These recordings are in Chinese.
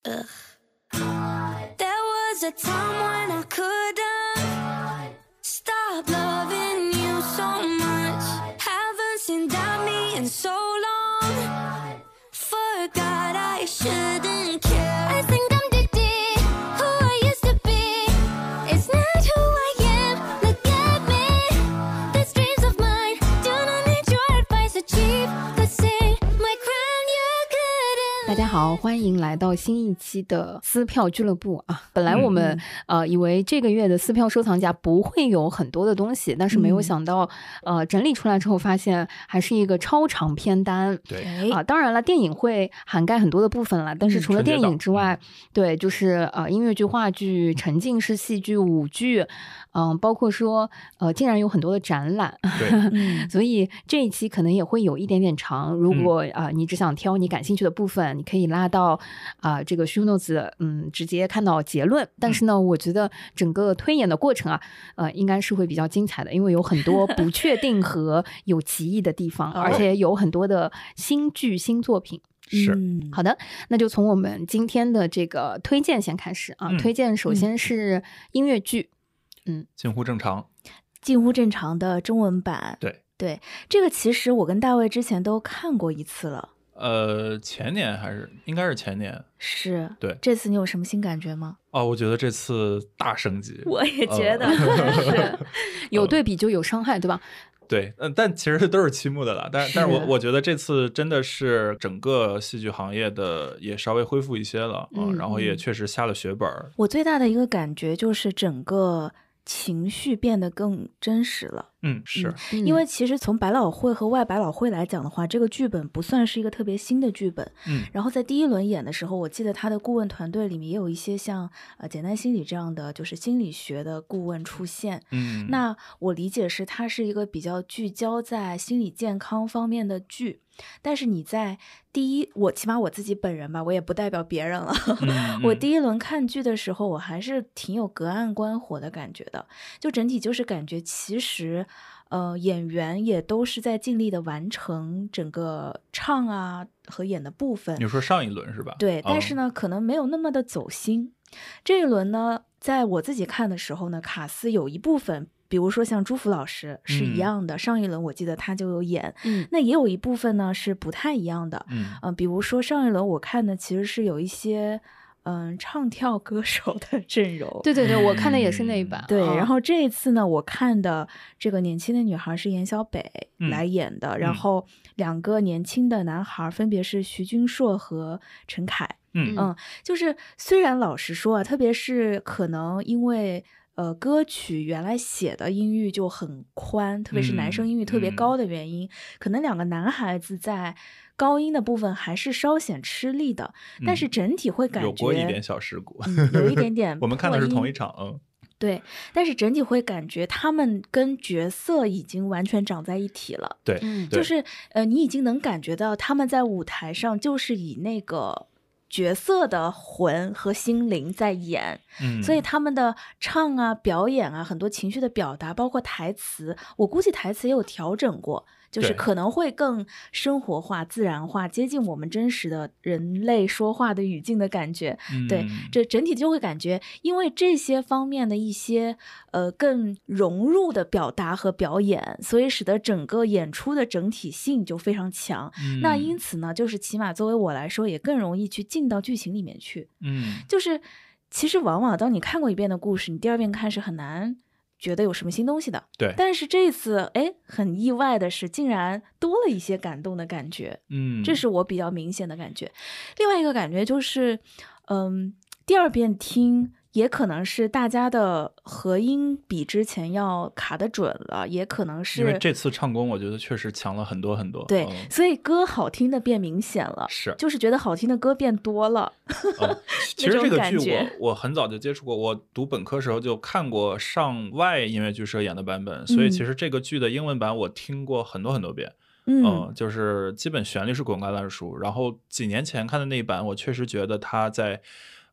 Ugh. There was a time when I couldn't stop loving you so much. Haven't seen that me in so long. Forgot I shouldn't care. I think I'm diddy, who I used to be. It's not who I am, look at me. These dreams of mine do not need your advice. Achieve the same, my crown you couldn't. 大家好，欢迎来到新一期的撕票俱乐部啊！本来我们以为这个月的撕票收藏夹不会有很多的东西，但是没有想到整理出来之后发现还是一个超长片单。 对啊，当然了，电影会涵盖很多的部分了，但是除了电影之外，对，就是音乐剧、话剧、沉浸式戏剧、舞剧，包括说竟然有很多的展览， 对所以这一期可能也会有一点点长。如果你只想挑你感兴趣的部分，你可以拉到这个 show notes， 直接看到结论。但是呢，我觉得整个推演的过程应该是会比较精彩的，因为有很多不确定和有歧义的地方，而且有很多的新剧、新作品。 是好的，那就从我们今天的这个推荐先开始啊。推荐首先是音乐剧， 近乎正常， 近乎正常的中文版。 对， 这个其实我跟大卫之前都看过一次了。 前年还是应该是前年。 是， 对， 这次你有什么新感觉吗？ 我觉得这次大升级。 我也觉得， 是有对比就有伤害，对吧？ 对，但其实都是期末的了，但是我觉得这次真的是整个戏剧行业的也稍微恢复一些了，然后也确实下了血本。 我最大的一个感觉就是整个情绪变得更真实了。 是， 因为其实从百老汇和外百老汇来讲的话，这个剧本不算是一个特别新的剧本。然后在第一轮演的时候，我记得他的顾问团队里面也有一些像简单心理这样的就是心理学的顾问出现。那我理解是它是一个比较聚焦在心理健康方面的剧。但是你在我起码我自己本人吧，我也不代表别人了。我第一轮看剧的时候，我还是挺有隔岸观火的感觉的。就整体就是感觉其实演员也都是在尽力的完成整个唱和演的部分。 你说上一轮是吧？ 对，但是呢可能没有那么的走心。这一轮呢，在我自己看的时候呢，卡斯有一部分比如说像朱福老师是一样的，上一轮我记得他就有演，那也有一部分呢是不太一样的。比如说上一轮我看的其实是有一些唱跳歌手的阵容。 对，我看的也是那一版。 对，然后这一次呢，我看的这个年轻的女孩是严小北来演的，然后两个年轻的男孩分别是徐君硕和陈凯。就是虽然老实说特别是可能因为歌曲原来写的音域就很宽，特别是男生音域特别高的原因，可能两个男孩子在高音的部分还是稍显吃力的，但是整体会感觉有过一点小事故， 有一点点我们看的是同一场。 对，但是整体会感觉他们跟角色已经完全长在一起了。 对， 就是你已经能感觉到他们在舞台上就是以那个角色的魂和心灵在演，所以他们的唱表演很多情绪的表达，包括台词，我估计台词也有调整过，就是可能会更生活化、自然化，接近我们真实的人类说话的语境的感觉。对，这整体就会感觉，因为这些方面的一些更融入的表达和表演，所以使得整个演出的整体性就非常强。那因此呢，就是起码作为我来说，也更容易去进到剧情里面去。就是其实往往当你看过一遍的故事，你第二遍看是很难觉得有什么新东西的。 对， 但是这一次很意外的是竟然多了一些感动的感觉。这是我比较明显的感觉。另外一个感觉就是第二遍听也可能是大家的合音比之前要卡得准了，也可能是因为这次唱功我觉得确实强了很多很多。 对，所以歌好听的变明显了，就是觉得好听的歌变多了。 其实这个剧我很早就接触过，我读本科时候就看过上外音乐剧社演的版本，所以其实这个剧的英文版我听过很多很多遍。就是基本旋律是滚瓜烂熟，然后几年前看的那一版我确实觉得他在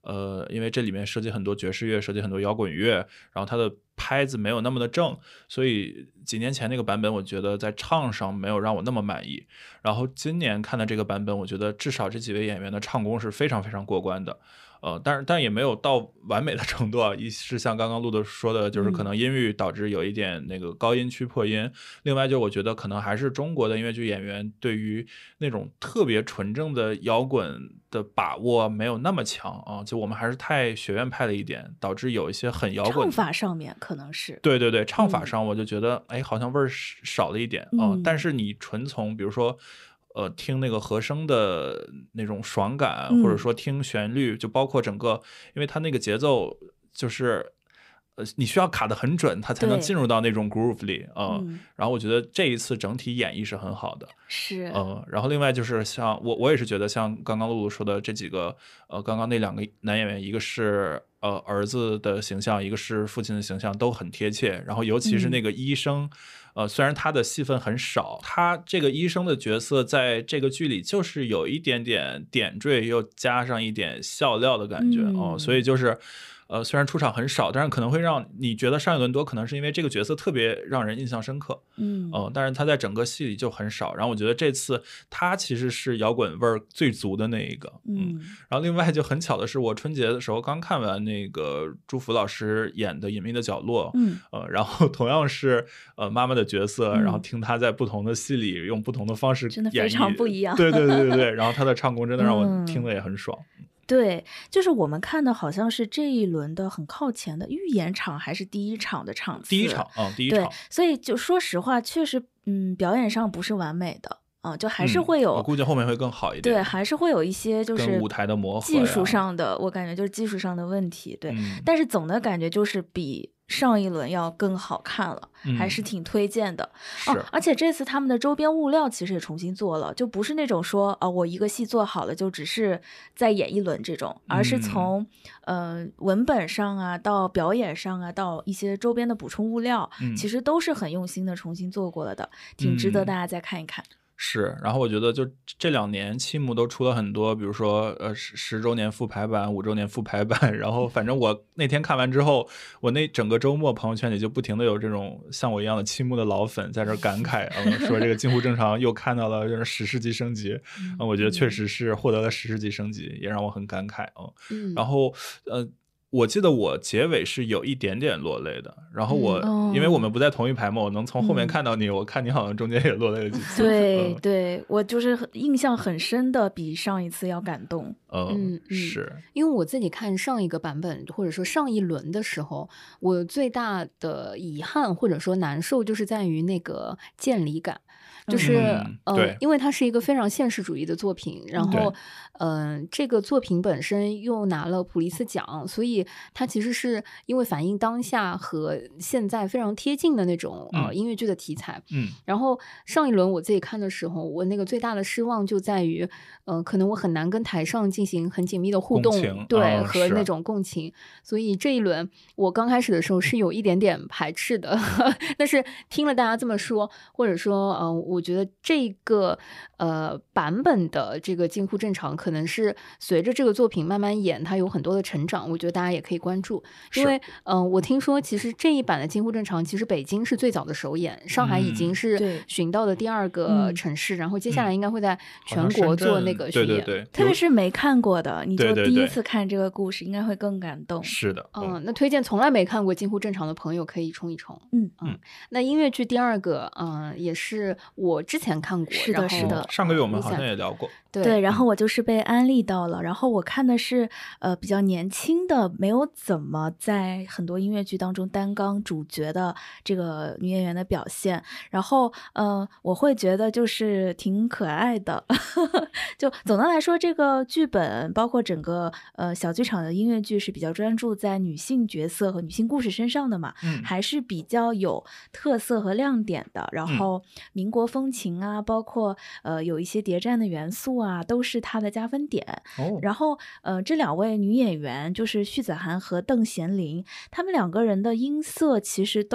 因为这里面涉及很多爵士乐，涉及很多摇滚乐，然后它的拍子没有那么的正，所以几年前那个版本我觉得在唱上没有让我那么满意。然后今年看的这个版本，我觉得至少这几位演员的唱功是非常非常过关的。但也没有到完美的程度啊。一是像刚刚陆的说的，就是可能音域导致有一点那个高音区破音。另外就我觉得可能还是中国的音乐剧演员对于那种特别纯正的摇滚的把握没有那么强啊，就我们还是太学院派了一点，导致有一些很摇滚。 唱法上面可能是。 对对对，唱法上我就觉得好像味儿少了一点啊。但是你纯从比如说听那个和声的那种爽感，或者说听旋律，就包括整个，因为它那个节奏就是你需要卡得很准，它才能进入到那种 groove 里然后我觉得这一次整体演绎是很好的， 是然后另外就是像我也是觉得像刚刚露露说的这几个刚刚那两个男演员，一个是儿子的形象，一个是父亲的形象，都很贴切。然后尤其是那个医生虽然他的戏份很少，他这个医生的角色在这个剧里就是有一点点点缀，又加上一点笑料的感觉所以就是虽然出场很少，但是可能会让你觉得上一轮多，可能是因为这个角色特别让人印象深刻但是他在整个戏里就很少。然后我觉得这次他其实是摇滚味儿最足的那一个然后另外就很巧的是，我春节的时候刚看完那个朱福老师演的《隐秘的角落》然后同样是妈妈的角色然后听他在不同的戏里用不同的方式演绎， 真的非常不一样。 对对对对对然后他的唱功真的让我听了也很爽对，就是我们看的好像是这一轮的很靠前的预演场还是第一场的场次， 第一场对，所以就说实话确实表演上不是完美的就还是会有我估计后面会更好一点， 对，还是会有一些就是跟舞台的磨合技术上的，我感觉就是技术上的问题，对但是总的感觉就是比上一轮要更好看了还是挺推荐的而且这次他们的周边物料其实也重新做了，就不是那种说我一个戏做好了就只是再演一轮这种，而是从文本上啊到表演上啊到一些周边的补充物料其实都是很用心的重新做过了的，挺值得大家再看一看是，然后我觉得就这2年七木都出了很多，比如说10周年复排版、5周年复排版，然后反正我那天看完之后，我那整个周末朋友圈里就不停的有这种像我一样的七木的老粉在这感慨说这个近乎正常又看到了10世纪升级我觉得确实是获得了10世纪升级，也让我很感慨然后我记得我结尾是有一点点落泪的，然后因为我们不在同一排嘛，我能从后面看到你我看你好像中间也落泪了几次对对，我就是印象很深的，比上一次要感动是因为我自己看上一个版本或者说上一轮的时候，我最大的遗憾或者说难受就是在于那个渐离感，就是因为它是一个非常现实主义的作品，然后这个作品本身又拿了普利兹奖，所以它其实是因为反映当下和现在非常贴近的那种音乐剧的题材然后上一轮我自己看的时候，我那个最大的失望就在于可能我很难跟台上进行很紧密的互动，对和那种共情，所以这一轮我刚开始的时候是有一点点排斥的但是听了大家这么说，或者说我觉得这个版本的这个近乎正常可能是随着这个作品慢慢演它有很多的成长，我觉得大家也可以关注，因为我听说其实这一版的近乎正常其实北京是最早的首演，上海已经是巡到的第2个城市然后接下来应该会在全国做那个巡演对特别是没看过的你就第一次看这个故事应该会更感动是的那推荐从来没看过近乎正常的朋友可以冲一冲那音乐剧第2个也是我之前看过， 是的是的， 上个月我们好像也聊过对然后我就是被安利到了，然后我看的是比较年轻的没有怎么在很多音乐剧当中担纲主角的这个女演员的表现，然后我会觉得就是挺可爱的就总的来说这个剧本包括整个小剧场的音乐剧是比较专注在女性角色和女性故事身上的嘛还是比较有特色和亮点的，然后民国风情啊包括有一些谍战的元素啊都是它的加分点然后这2位女演员就是徐子涵和邓贤玲，她们2个人的音色其实都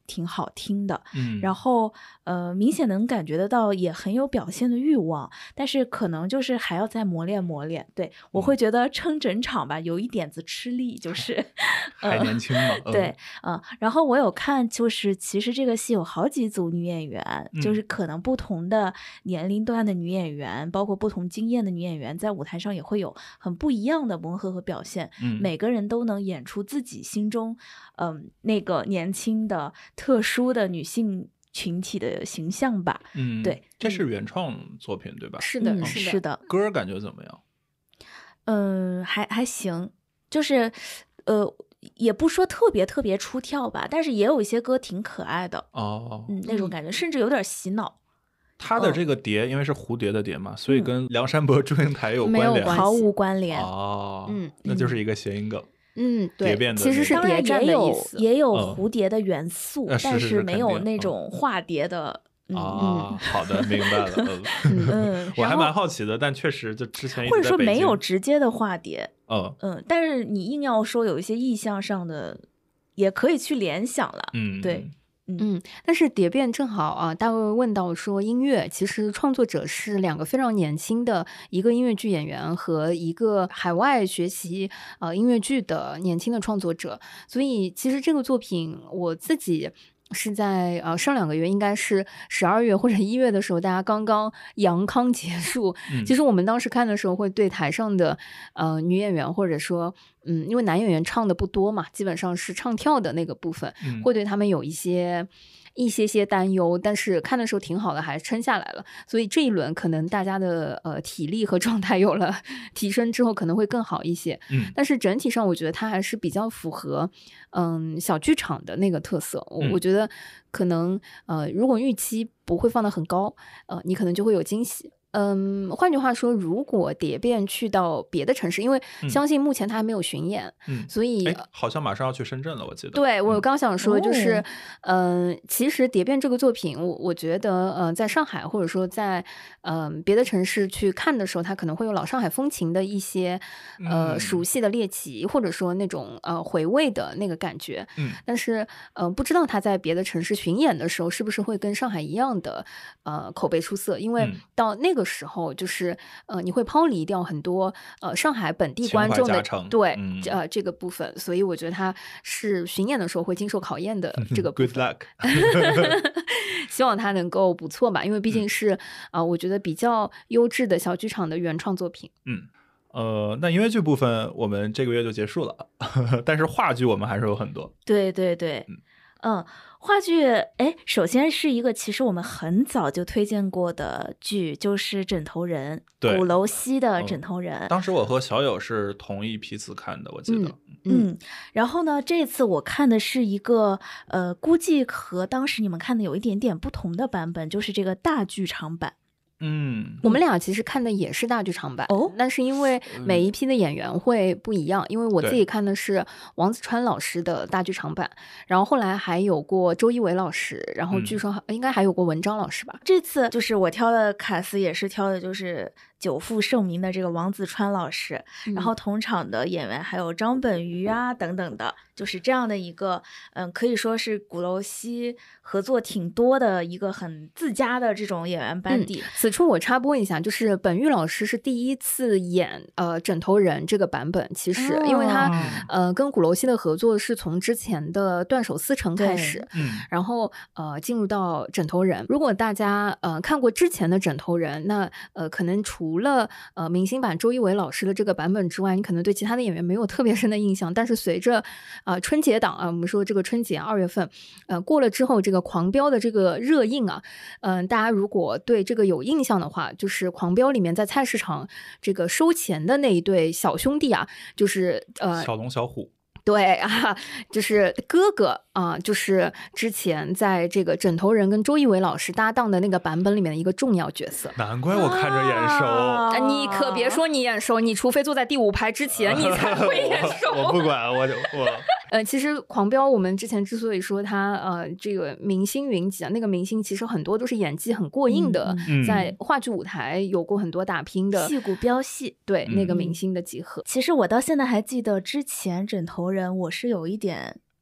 挺好听的，然后后明显能感觉得到也很有表现的欲望，但是可能就是还要再磨练磨练。对，我会觉得撑整场吧，有一点子吃力，就是还年轻嘛。 对，然后我有看，就是其实这个戏有好几组女演员，就是可能不同的年龄段的女演员，包括不同经验的女演员，在舞台上也会有很不一样的磨合和表现。每个人都能演出自己心中那个年轻的特殊的女性群体的形象吧。对， 这是原创作品对吧？ 是的， 是的。 歌感觉怎么样？ 还行，就是也不说特别特别出跳吧，但是也有一些歌挺可爱的那种感觉，甚至有点洗脑。 它的这个蝶，因为是蝴蝶的蝶嘛，所以跟梁山伯祝英台有关联？ 毫无关联。 那就是一个谐音梗。 对，其实是谍战的意思，也有蝴蝶的元素，但是没有那种化蝶的。 好的，明白了。我还蛮好奇的，但确实就之前或者说没有直接的化蝶。但是你硬要说有一些意象上的，也可以去联想了。对。 但是蝶变正好啊，大卫问到说音乐其实创作者是2个非常年轻的，一个音乐剧演员和一个海外学习音乐剧的年轻的创作者，所以其实这个作品我自己是在上2个月，应该是12月或者1月的时候，大家刚刚阳康结束。其实我们当时看的时候，会对台上的女演员，或者说因为男演员唱的不多嘛，基本上是唱跳的那个部分，会对他们有一些担忧，但是看的时候挺好的，还撑下来了。所以这一轮可能大家的体力和状态有了提升之后，可能会更好一些。但是整体上我觉得它还是比较符合小剧场的那个特色。我觉得可能如果预期不会放得很高，你可能就会有惊喜。换句话说，如果蝶变去到别的城市，因为相信目前他还没有巡演，所以好像马上要去深圳了，我记得。 对，我刚想说，就是其实蝶变这个作品，我觉得在上海或者说在别的城市去看的时候，它可能会有老上海风情的一些熟悉的猎奇，或者说那种回味的那个感觉。但是不知道他在别的城市巡演的时候，是不是会跟上海一样的口碑出色？因为到那个时候，就是你会抛离掉很多上海本地观众的对这个部分，所以我觉得他是巡演的时候会经受考验的这个部分。 Good luck 希望他能够不错吧，因为毕竟是我觉得比较优质的小剧场的原创作品。 那音乐剧部分我们这个月就结束了，但是话剧我们还是有很多。 对对对，话剧，首先是一个其实我们很早就推荐过的剧，就是《枕头人》，鼓楼西的《枕头人》。 当时我和小友是同一批次看的，我记得。 然后呢，这次我看的是一个估计和当时你们看的有一点点不同的版本，就是这个大剧场版。 我们俩其实看的也是大剧场版，但是因为每一批的演员会不一样，因为我自己看的是王子川老师的大剧场版，然后后来还有过周一围老师，然后据说应该还有过文章老师吧。这次就是我挑的卡司也是挑的就是久负盛名的这个王子川老师，然后同场的演员还有张本鱼啊等等的，就是这样的一个可以说是鼓楼西合作挺多的一个很自家的这种演员班底。此处我插播一下，就是本玉老师是第一次演枕头人这个版本，其实因为他跟鼓楼西的合作是从之前的断手思成开始，然后进入到枕头人。如果大家看过之前的枕头人，那可能除了明星版周一围老师的这个版本之外，你可能对其他的演员没有特别深的印象。但是随着春节档我们说这个春节2月份过了之后，这个狂飙的这个热映大家如果对这个有印象的话，就是狂飙里面在菜市场这个收钱的那一对小兄弟就是小龙小虎。 对就是哥哥就是之前在这个枕头人跟周一围老师搭档的那个版本里面的一个重要角色。 难怪我看着眼熟。 你可别说你眼熟，你除非坐在第5排之前你才会眼熟。 我不管，我其实狂飙我们之前之所以说他这个明星云集那个明星其实很多都是演技很过硬的，在话剧舞台有过很多打拼的戏骨飙戏， 对那个明星的集合。 其实我到现在还记得之前枕头人我是有一点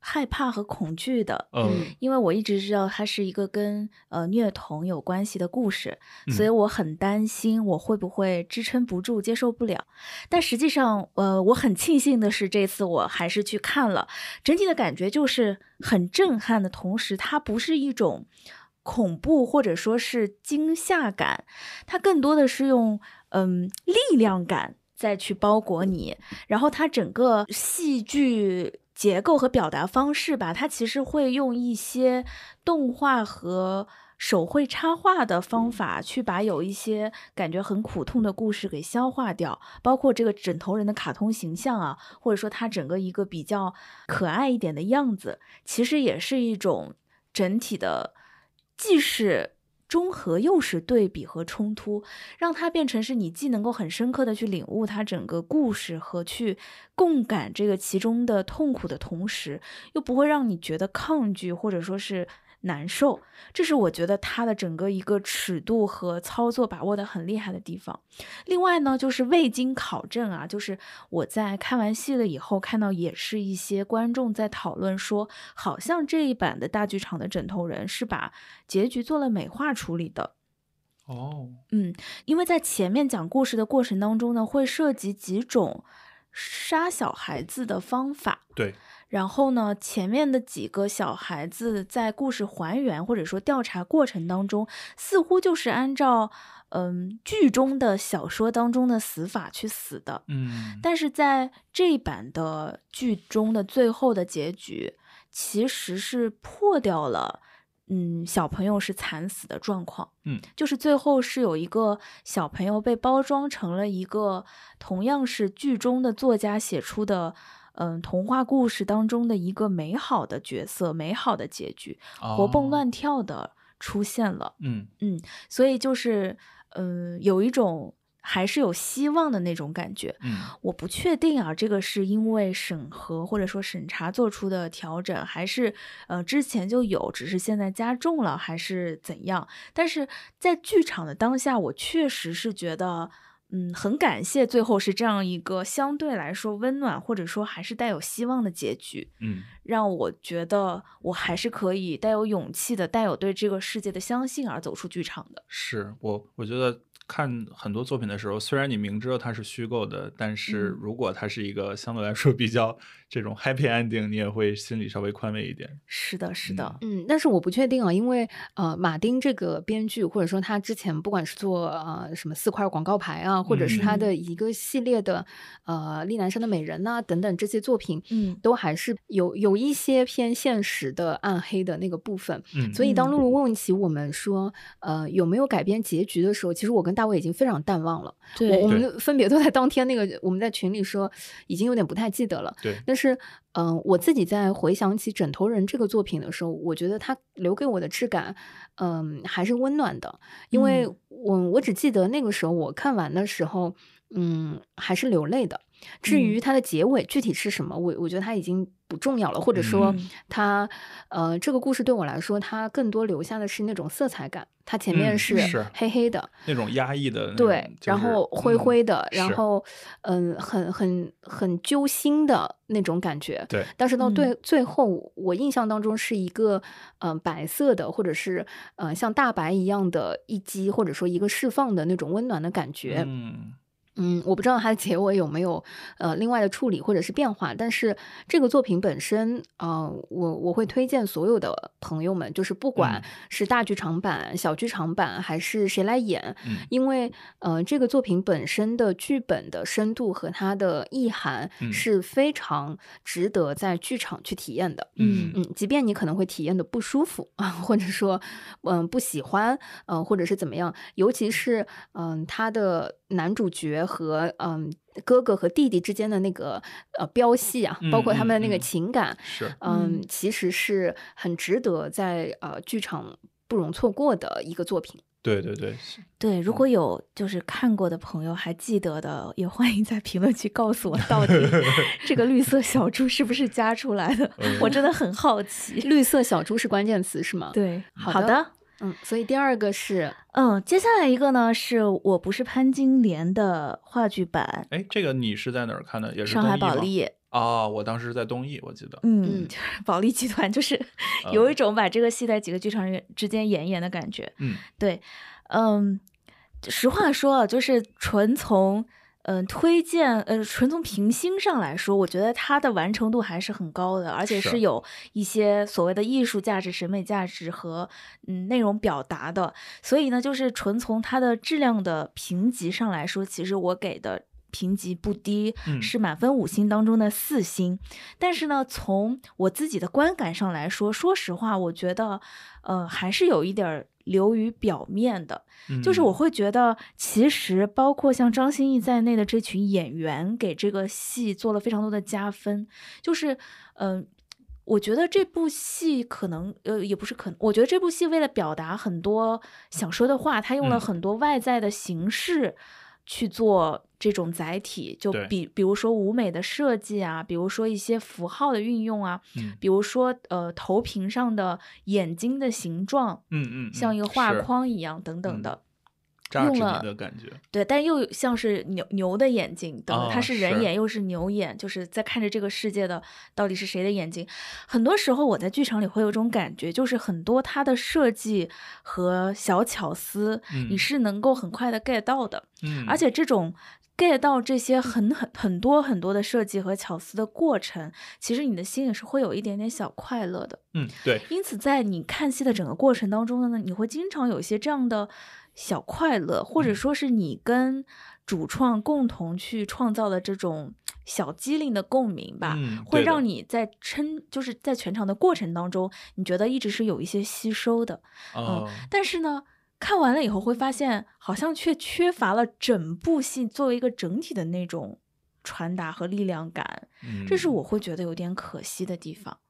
害怕和恐惧的， 嗯因为我一直知道它是一个跟虐童有关系的故事，所以我很担心我会不会支撑不住，接受不了。但实际上，我很庆幸的是，这次我还是去看了，整体的感觉就是很震撼的同时，它不是一种恐怖或者说是惊吓感，它更多的是用力量感再去包裹你，然后它整个戏剧结构和表达方式吧，它其实会用一些动画和手绘插画的方法去把有一些感觉很苦痛的故事给消化掉，包括这个枕头人的卡通形象啊，或者说它整个一个比较可爱一点的样子，其实也是一种整体的既是中和又是对比和冲突，让它变成是你既能够很深刻的去领悟它整个故事和去共感这个其中的痛苦的同时，又不会让你觉得抗拒或者说是难受，这是我觉得它的整个一个尺度和操作把握的很厉害的地方。另外呢，就是未经考证啊，就是我在看完戏了以后看到也是一些观众在讨论说，好像这一版的大剧场的枕头人是把结局做了美化处理的。因为在前面讲故事的过程当中呢，会涉及几种杀小孩子的方法。 对。 然后呢，前面的几个小孩子在故事还原或者说调查过程当中，似乎就是按照剧中的小说当中的死法去死的。但是在这一版的剧中的最后的结局，其实是破掉了小朋友是惨死的状况。就是最后是有一个小朋友被包装成了一个同样是剧中的作家写出的童话故事当中的一个美好的角色，美好的结局，活蹦乱跳的出现了。所以就是有一种还是有希望的那种感觉。我不确定啊，这个是因为审核或者说审查做出的调整，还是之前就有，只是现在加重了，还是怎样？但是在剧场的当下，我确实是觉得很感谢最后是这样一个相对来说温暖或者说还是带有希望的结局。让我觉得我还是可以带有勇气的，带有对这个世界的相信而走出剧场的。 是我觉得看很多作品的时候，虽然你明知道它是虚构的，但是如果它是一个相对来说比较这种 happy ending， 你也会心里稍微宽慰一点。 是的是的。 但是我不确定啊，因为马丁这个编剧或者说他之前不管是做什么4块广告牌啊，或者是他的一个系列的丽南山的美人啊等等这些作品，都还是有一些偏现实的暗黑的那个部分。所以当露露问起我们说有没有改编结局的时候，其实我跟大卫已经非常淡忘了。我们分别都在当天那个我们在群里说已经有点不太记得了。但是我自己在回想起枕头人这个作品的时候，我觉得它留给我的质感还是温暖的。因为我只记得那个时候我看完的时候还是流泪的。至于它的结尾具体是什么，我觉得它已经不重要了，或者说它这个故事对我来说，它更多留下的是那种色彩感。它前面是黑黑的， 那种压抑的， 对，然后灰灰的，然后很揪心的那种感觉。 对， 但是到最后，我印象当中是一个白色的，或者是像大白一样的一击，或者说一个释放的那种温暖的感觉。我不知道它的结尾有没有另外的处理或者是变化，但是这个作品本身我会推荐所有的朋友们，就是不管是大剧场版、小剧场版还是谁来演，因为这个作品本身的剧本的深度和它的意涵是非常值得在剧场去体验的。即便你可能会体验的不舒服或者说不喜欢或者是怎么样，尤其是他的男主角和哥哥和弟弟之间的那个飙戏啊，包括他们的那个情感，其实是很值得在剧场不容错过的一个作品。 对，如果有就是看过的朋友还记得的，也欢迎在评论区告诉我，到底这个绿色小猪是不是加出来的？我真的很好奇。 绿色小猪是关键词是吗？ 对， 好的。所以第二个是接下来一个呢是我不是潘金莲的话剧版。 这个你是在哪儿看的？也是上海保利。 哦，我当时是在东艺，我记得。 就是保利集团就是有一种把这个戏在几个剧场之间演一演的感觉。对，实话说啊，就是纯从推荐纯从评星上来说，我觉得它的完成度还是很高的，而且是有一些所谓的艺术价值、审美价值和内容表达的。所以呢，就是纯从它的质量的评级上来说，其实我给的评级不低，是满分5星当中的4星。但是呢，从我自己的观感上来说，说实话，我觉得还是有一点流于表面的，就是我会觉得其实包括像张歆艺在内的这群演员给这个戏做了非常多的加分。就是我觉得这部戏可能也不是可能，我觉得这部戏为了表达很多想说的话，它用了很多外在的形式去做这种载体，就比如说舞美的设计啊，比如说一些符号的运用啊，比如说投屏上的眼睛的形状，像一个画框一样等等的， 榨汁你的感觉。 对，但又像是牛的眼睛等等，它是人眼又是牛眼，就是在看着这个世界的到底是谁的眼睛。很多时候我在剧场里会有种感觉，就是很多它的设计和小巧思，你是能够很快的 get 到的，而且这种get 到这些很多的设计和巧思的过程，其实你的心里是会有一点点小快乐的。 对。 因此在你看戏的整个过程当中呢，你会经常有一些这样的小快乐，或者说是你跟主创共同去创造的这种小机灵的共鸣吧，会让你就是在全场的过程当中，你觉得一直是有一些吸收的。但是呢，看完了以后会发现，好像却缺乏了整部戏作为一个整体的那种传达和力量感，这是我会觉得有点可惜的地方。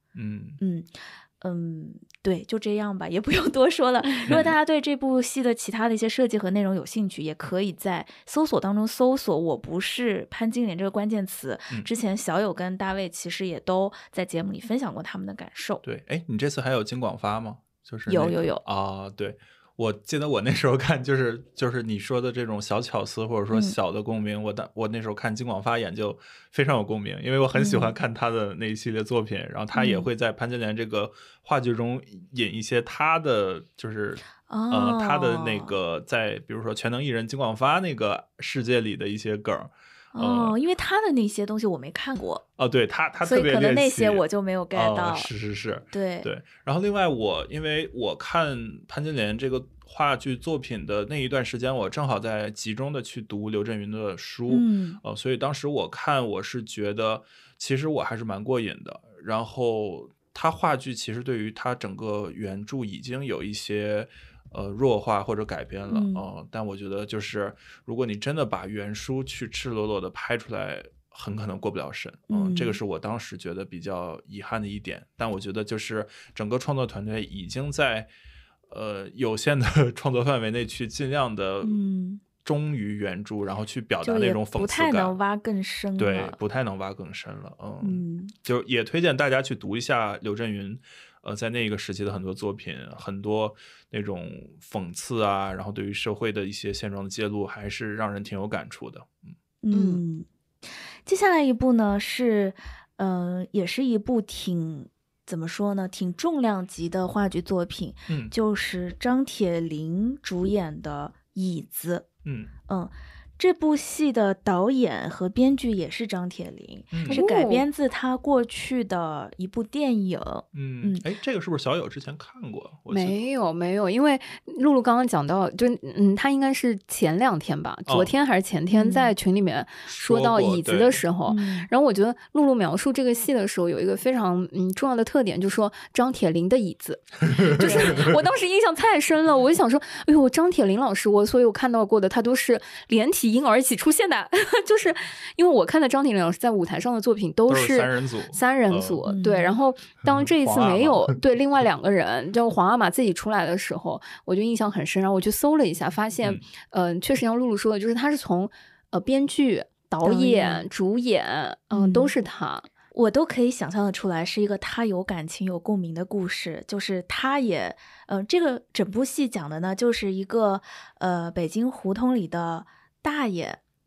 对，就这样吧，也不用多说了。如果大家对这部戏的其他的一些设计和内容有兴趣，也可以在搜索当中搜索我不是潘金莲这个关键词。之前小友跟大卫其实也都在节目里分享过他们的感受。 对，你这次还有金广发吗？就是有对，我记得我那时候看就是你说的这种小巧思或者说小的共鸣，我那时候看金广发演就非常有共鸣，因为我很喜欢看他的那一系列作品，然后他也会在潘金莲这个话剧中引一些他的就是他的那个在比如说全能艺人金广发那个世界里的一些梗。 因为他的那些东西我没看过对，他特别所以可能那些我就没有 get 到。 是， 对。 然后另外因为我看潘金莲这个话剧作品的那一段时间，我正好在集中的去读刘震云的书，所以当时我是觉得其实我还是蛮过瘾的。然后他话剧其实对于他整个原著已经有一些弱化或者改编了，但我觉得就是如果你真的把原书去赤裸裸的拍出来，很可能过不了审。这个是我当时觉得比较遗憾的一点。但我觉得就是整个创作团队已经在有限的创作范围内去尽量的忠于原著，然后去表达那种讽刺感， 不太能挖更深了。 对，不太能挖更深了。就也推荐大家去读一下刘震云在那个时期的很多作品，很多那种讽刺啊，然后对于社会的一些现状的揭露，还是让人挺有感触的。 接下来一部呢是也是一部怎么说呢，挺重量级的话剧作品，就是张铁林主演的《椅子》。这部戏的导演和编剧也是张铁林，是改编自他过去的一部电影。 这个是不是小友之前看过？ 没有，因为露露刚刚讲到，就他应该是前2天吧，昨天还是前天在群里面说到椅子的时候，然后我觉得露露描述这个戏的时候有一个非常重要的特点，就是说张铁林的椅子，就是我当时印象太深了，我就想说，哎呦，张铁林老师，所以我看到过的他都是连体婴儿一起出现的，就是因为我看的张铁林老师在舞台上的作品都是三人组，对。然后当这一次没有对另外2个人，就皇阿玛自己出来的时候，我就印象很深。然后我去搜了一下，发现确实像露露说的，就是他是从编剧、导演、主演，都是他。 我都可以想象的出来，是一个他有感情、有共鸣的故事。就是他也，这个整部戏讲的呢，就是一个北京胡同里的大爷，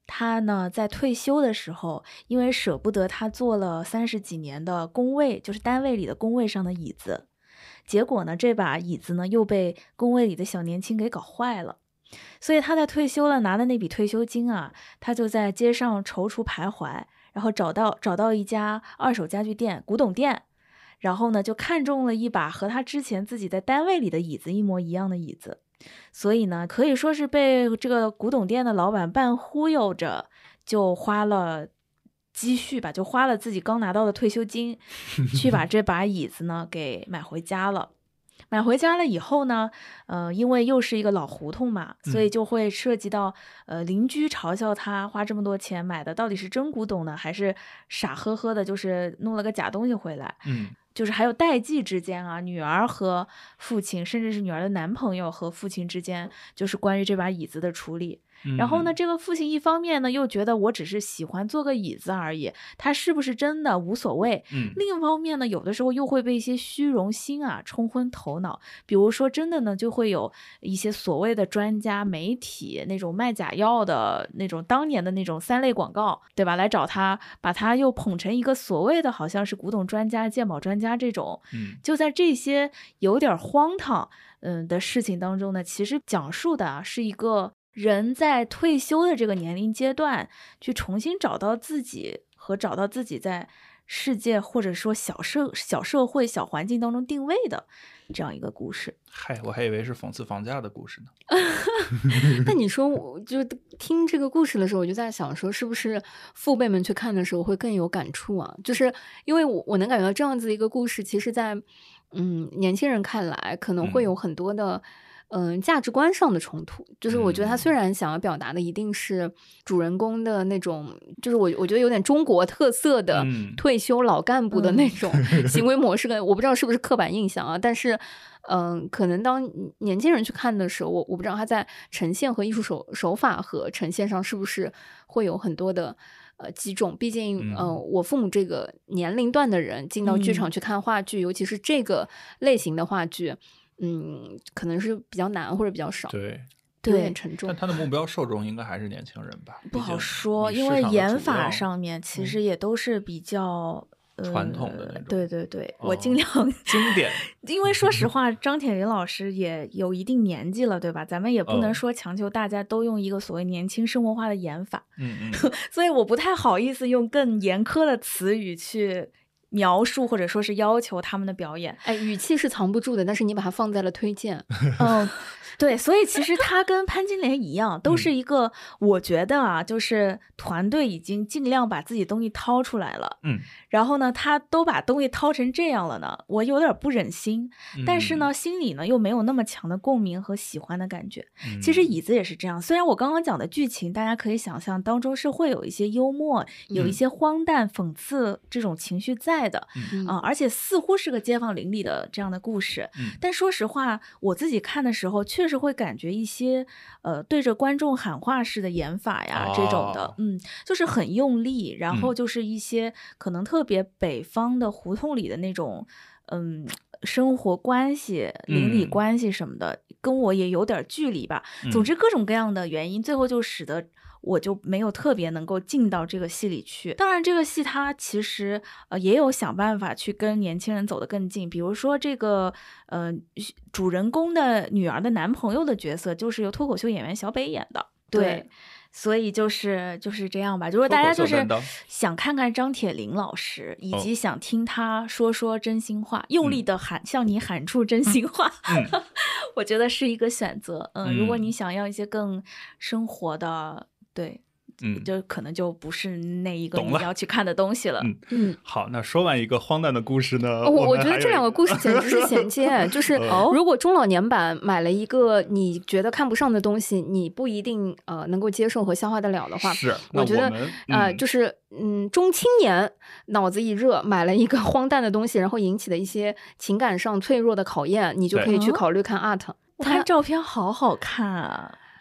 他呢在退休的时候，因为舍不得他做了30几年的工位，就是单位里的工位上的椅子，结果呢这把椅子呢又被工位里的小年轻给搞坏了。所以他在退休了拿的那笔退休金啊，他就在街上踌躇徘徊，然后找到一家二手家具店、古董店，然后呢就看中了一把和他之前自己在单位里的椅子一模一样的椅子。所以呢可以说是被这个古董店的老板半忽悠着，就花了积蓄吧，就花了自己刚拿到的退休金去把这把椅子呢给买回家了。买回家了以后呢，因为又是一个老胡同嘛，所以就会涉及到邻居嘲笑他花这么多钱买的到底是真古董呢，还是傻呵呵的，就是弄了个假东西回来。就是还有代际之间啊，女儿和父亲，甚至是女儿的男朋友和父亲之间，就是关于这把椅子的处理。然后呢这个父亲一方面呢又觉得我只是喜欢做个椅子而已，他是不是真的无所谓。另一方面呢有的时候又会被一些虚荣心啊冲昏头脑，比如说真的呢就会有一些所谓的专家媒体那种卖假药的那种当年的那种3类广告，对吧，来找他，把他又捧成一个所谓的好像是古董专家、鉴宝专家这种。就在这些有点荒唐的事情当中呢，其实讲述的是一个人在退休的这个年龄阶段去重新找到自己和找到自己在世界或者说小社会小环境当中定位的这样一个故事。 嗨，我还以为是讽刺房价的故事呢。 那你说我就听这个故事的时候，我就在想说是不是父辈们去看的时候会更有感触啊，就是因为我能感觉到这样子一个故事其实在年轻人看来可能会有很多的价值观上的冲突。就是我觉得他虽然想要表达的一定是主人公的那种，就是我觉得有点中国特色的退休老干部的那种行为模式的，我不知道是不是刻板印象啊，但是可能当年轻人去看的时候，我不知道他在呈现和艺术手法和呈现上是不是会有很多的击中。毕竟我父母这个年龄段的人进到剧场去看话剧，尤其是这个类型的话剧，可能是比较难或者比较少， 对， 有点沉重。 但他的目标受众应该还是年轻人吧？ 不好说，因为演法上面其实也都是比较传统的那种。 对对对，我尽量经典。 因为说实话，张铁林老师也有一定年纪了，对吧？咱们也不能说强求大家都用一个所谓年轻生活化的演法。所以我不太好意思用更严苛的词语去描述或者说是要求他们的表演。 语气是藏不住的，但是你把它放在了推荐。 对，所以其实他跟潘金莲一样，都是一个我觉得啊，就是团队已经尽量把自己东西掏出来了，然后呢他都把东西掏成这样了呢，我有点不忍心，但是呢心里呢又没有那么强的共鸣和喜欢的感觉。其实椅子也是这样，虽然我刚刚讲的剧情大家可以想象当中是会有一些幽默，有一些荒诞讽刺这种情绪在的而且似乎是个街坊邻里的这样的故事，但说实话我自己看的时候确实会感觉一些对着观众喊话式的演法呀这种的就是很用力，然后就是一些可能特别北方的胡同里的那种生活关系邻里关系什么的跟我也有点距离吧。总之各种各样的原因最后就使得我就没有特别能够进到这个戏里去。当然这个戏它其实也有想办法去跟年轻人走得更近，比如说这个主人公的女儿的男朋友的角色就是由脱口秀演员小北演的。对，所以就是这样吧。如果大家就是想看看张铁林老师以及想听他说真心话，用力的向你喊出真心话我觉得是一个选择。如果你想要一些更生活的，对就可能就不是那一个你要去看的东西了。 好，那说完一个荒诞的故事呢， 我觉得这两个故事简直是衔接就是如果中老年版买了一个你觉得看不上的东西，你不一定能够接受和消化得了的话， 是我觉得就是中青年脑子一热买了一个荒诞的东西，然后引起的一些情感上脆弱的考验，你就可以去考虑看 art。 我看照片好好看啊，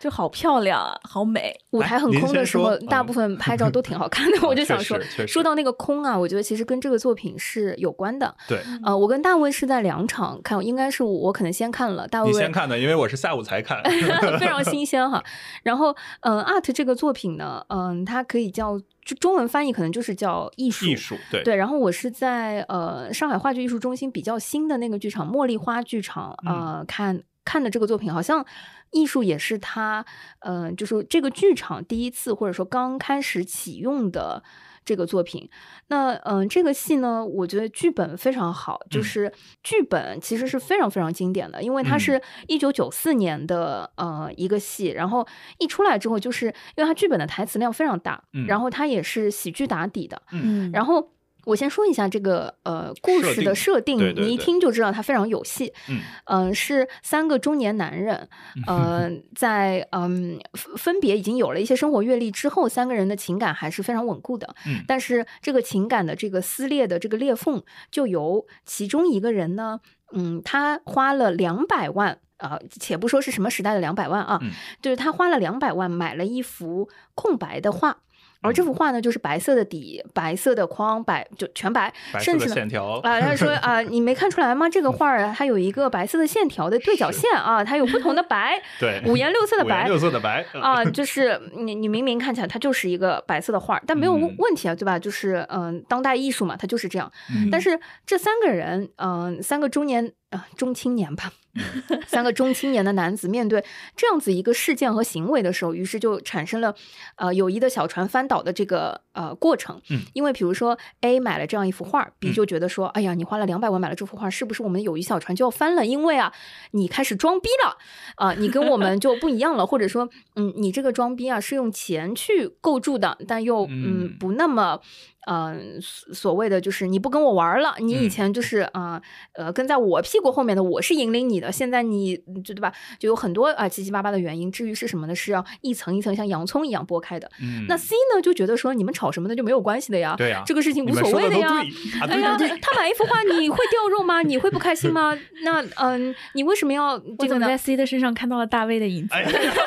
就好漂亮啊，好美。 舞台很空的时候，大部分拍照都挺好看的。我就想说到那个空啊，我觉得其实跟这个作品是有关的。 对， 我跟大卫是在2场看，应该是我可能先看了，大卫你先看的，因为我是下午才看， 非常新鲜哈。然后，art 这个作品呢，它可以叫。就中文翻译可能就是叫艺术， 对。 然后我是在上海话剧艺术中心比较新的那个剧场茉莉花剧场看的这个作品，好像艺术也是他就是这个剧场第一次或者说刚开始启用的这个作品。那这个戏呢，我觉得剧本非常好，就是剧本其实是非常非常经典的，因为它是1994年的一个戏，然后一出来之后，就是因为它剧本的台词量非常大，然后它也是喜剧打底的，然后我先说一下这个故事的设定，你一听就知道它非常有戏。是3个中年男人，在分别已经有了一些生活阅历之后，3个人的情感还是非常稳固的。但是这个情感的这个撕裂的这个裂缝，就由其中一个人呢，他花了200万。且不说是什么时代的200万啊，就是他花了200万买了一幅空白的画。而这幅画呢，就是白色的底，白色的框，就全白， 甚至线条他说你没看出来吗？这个画它有一个白色的线条的对角线啊，它有不同的白， 对， 五颜六色的白， 就是你明明看起来它就是一个白色的画，但没有问题啊，对吧？就是当代艺术嘛，它就是这样。但是这3个人，3个中青年吧。3个中青年的男子面对这样子一个事件和行为的时候，于是就产生了友谊的小船翻倒的这个过程。因为比如说 A 买了这样一幅画，B 就觉得说，哎呀，你花了200万买了这幅画，是不是我们的友谊小船就要翻了？因为你开始装逼了你跟我们就不一样了，或者说你这个装逼是用钱去构筑的，但又不那么所谓的就是你不跟我玩了，你以前就是跟在我屁股后面的，我是引领你的，现在你对吧？就有很多七七八八的原因。至于是什么呢？是要一层一层像洋葱一样剥开的。那 C 呢就觉得说你们吵什么的就没有关系的呀， 对呀， 这个事情无所谓的呀。 哎呀， 他买一幅画你会掉肉吗？你会不开心吗？那你为什么要这个呢？ 我在 C 的身上看到了大卫的影子。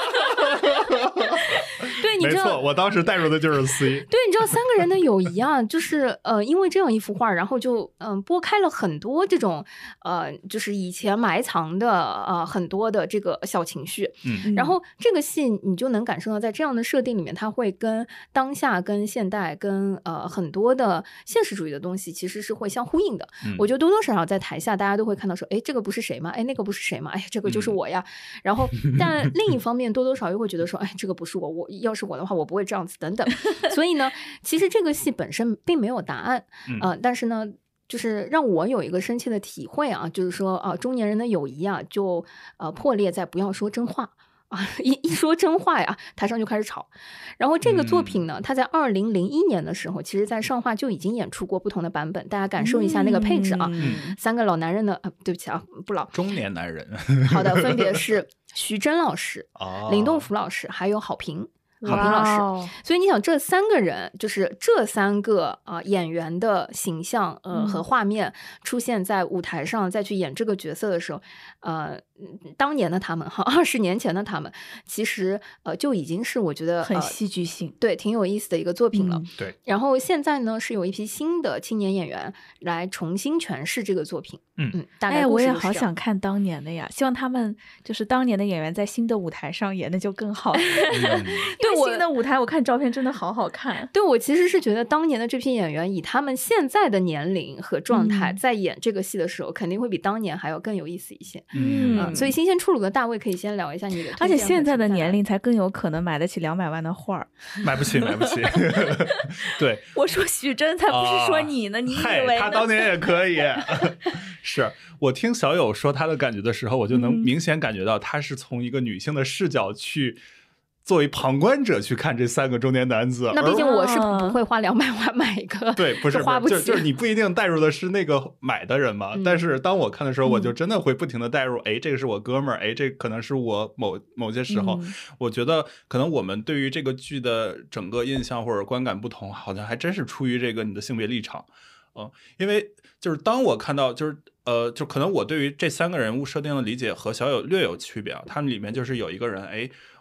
对，你知道， 没错，我当时带入的就是 C。 对，你知道3个人的友谊就是因为这样一幅画，然后就拨开了很多这种就是以前埋藏的很多的这个小情绪。然后这个戏你就能感受到，在这样的设定里面，它会跟当下、跟现代、跟很多的现实主义的东西其实是会相呼应的。我觉得多多少少在台下大家都会看到说，哎，这个不是谁吗？哎，那个不是谁吗？哎，这个就是我呀。然后但另一方面多多少少又会觉得说，哎，这个不是我要是我的话我不会这样子等等。所以呢，其实这个戏本身并没有答案但是呢就是让我有一个深切的体会就是说中年人的友谊就破裂在不要说真话一说真话呀，台上就开始吵。然后这个作品呢，它在2001年的时候，其实在上画就已经演出过不同的版本，大家感受一下那个配置3个老男人的对不起不老， 中年男人好的，分别是徐峥老师、林栋福老师还有郝平老师。所以你想这3个人，就是这3个演员的形象和画面出现在舞台上，再去演这个角色的时候，当年的他们20年前的他们，其实就已经是我觉得很戏剧性， 对，挺有意思的一个作品了。 对。 然后现在呢，是有一批新的青年演员来重新诠释这个作品。大概我也好想看当年的呀，希望他们就是当年的演员在新的舞台上演的就更好。对，新的舞台我看照片真的好好看。 对，我其实是觉得当年的这批演员以他们现在的年龄和状态在演这个戏的时候，肯定会比当年还要更有意思一些。所以新鲜出炉的大卫可以先聊一下你的， 而且现在的年龄才更有可能买得起200万的画买不起对， 我说许峥才不是说你呢，你以为呢？ 他当年也可以是我听小友说他的感觉的时候，我就能明显感觉到他是从一个女性的视角去作为旁观者去看这3个中年男子。 那毕竟我是不会花200万买一个， 对，不是花不起， 就是你不一定带入的是那个买的人嘛。但是当我看的时候，我就真的会不停的带入，哎，这个是我哥们儿，哎，这可能是我某些时候，我觉得可能我们对于这个剧的整个印象或者观感不同，好像还真是出于这个你的性别立场。因为就是当我看到就可能我对于这3个人物设定的理解和小友略有区别他们里面就是有一个人，哎，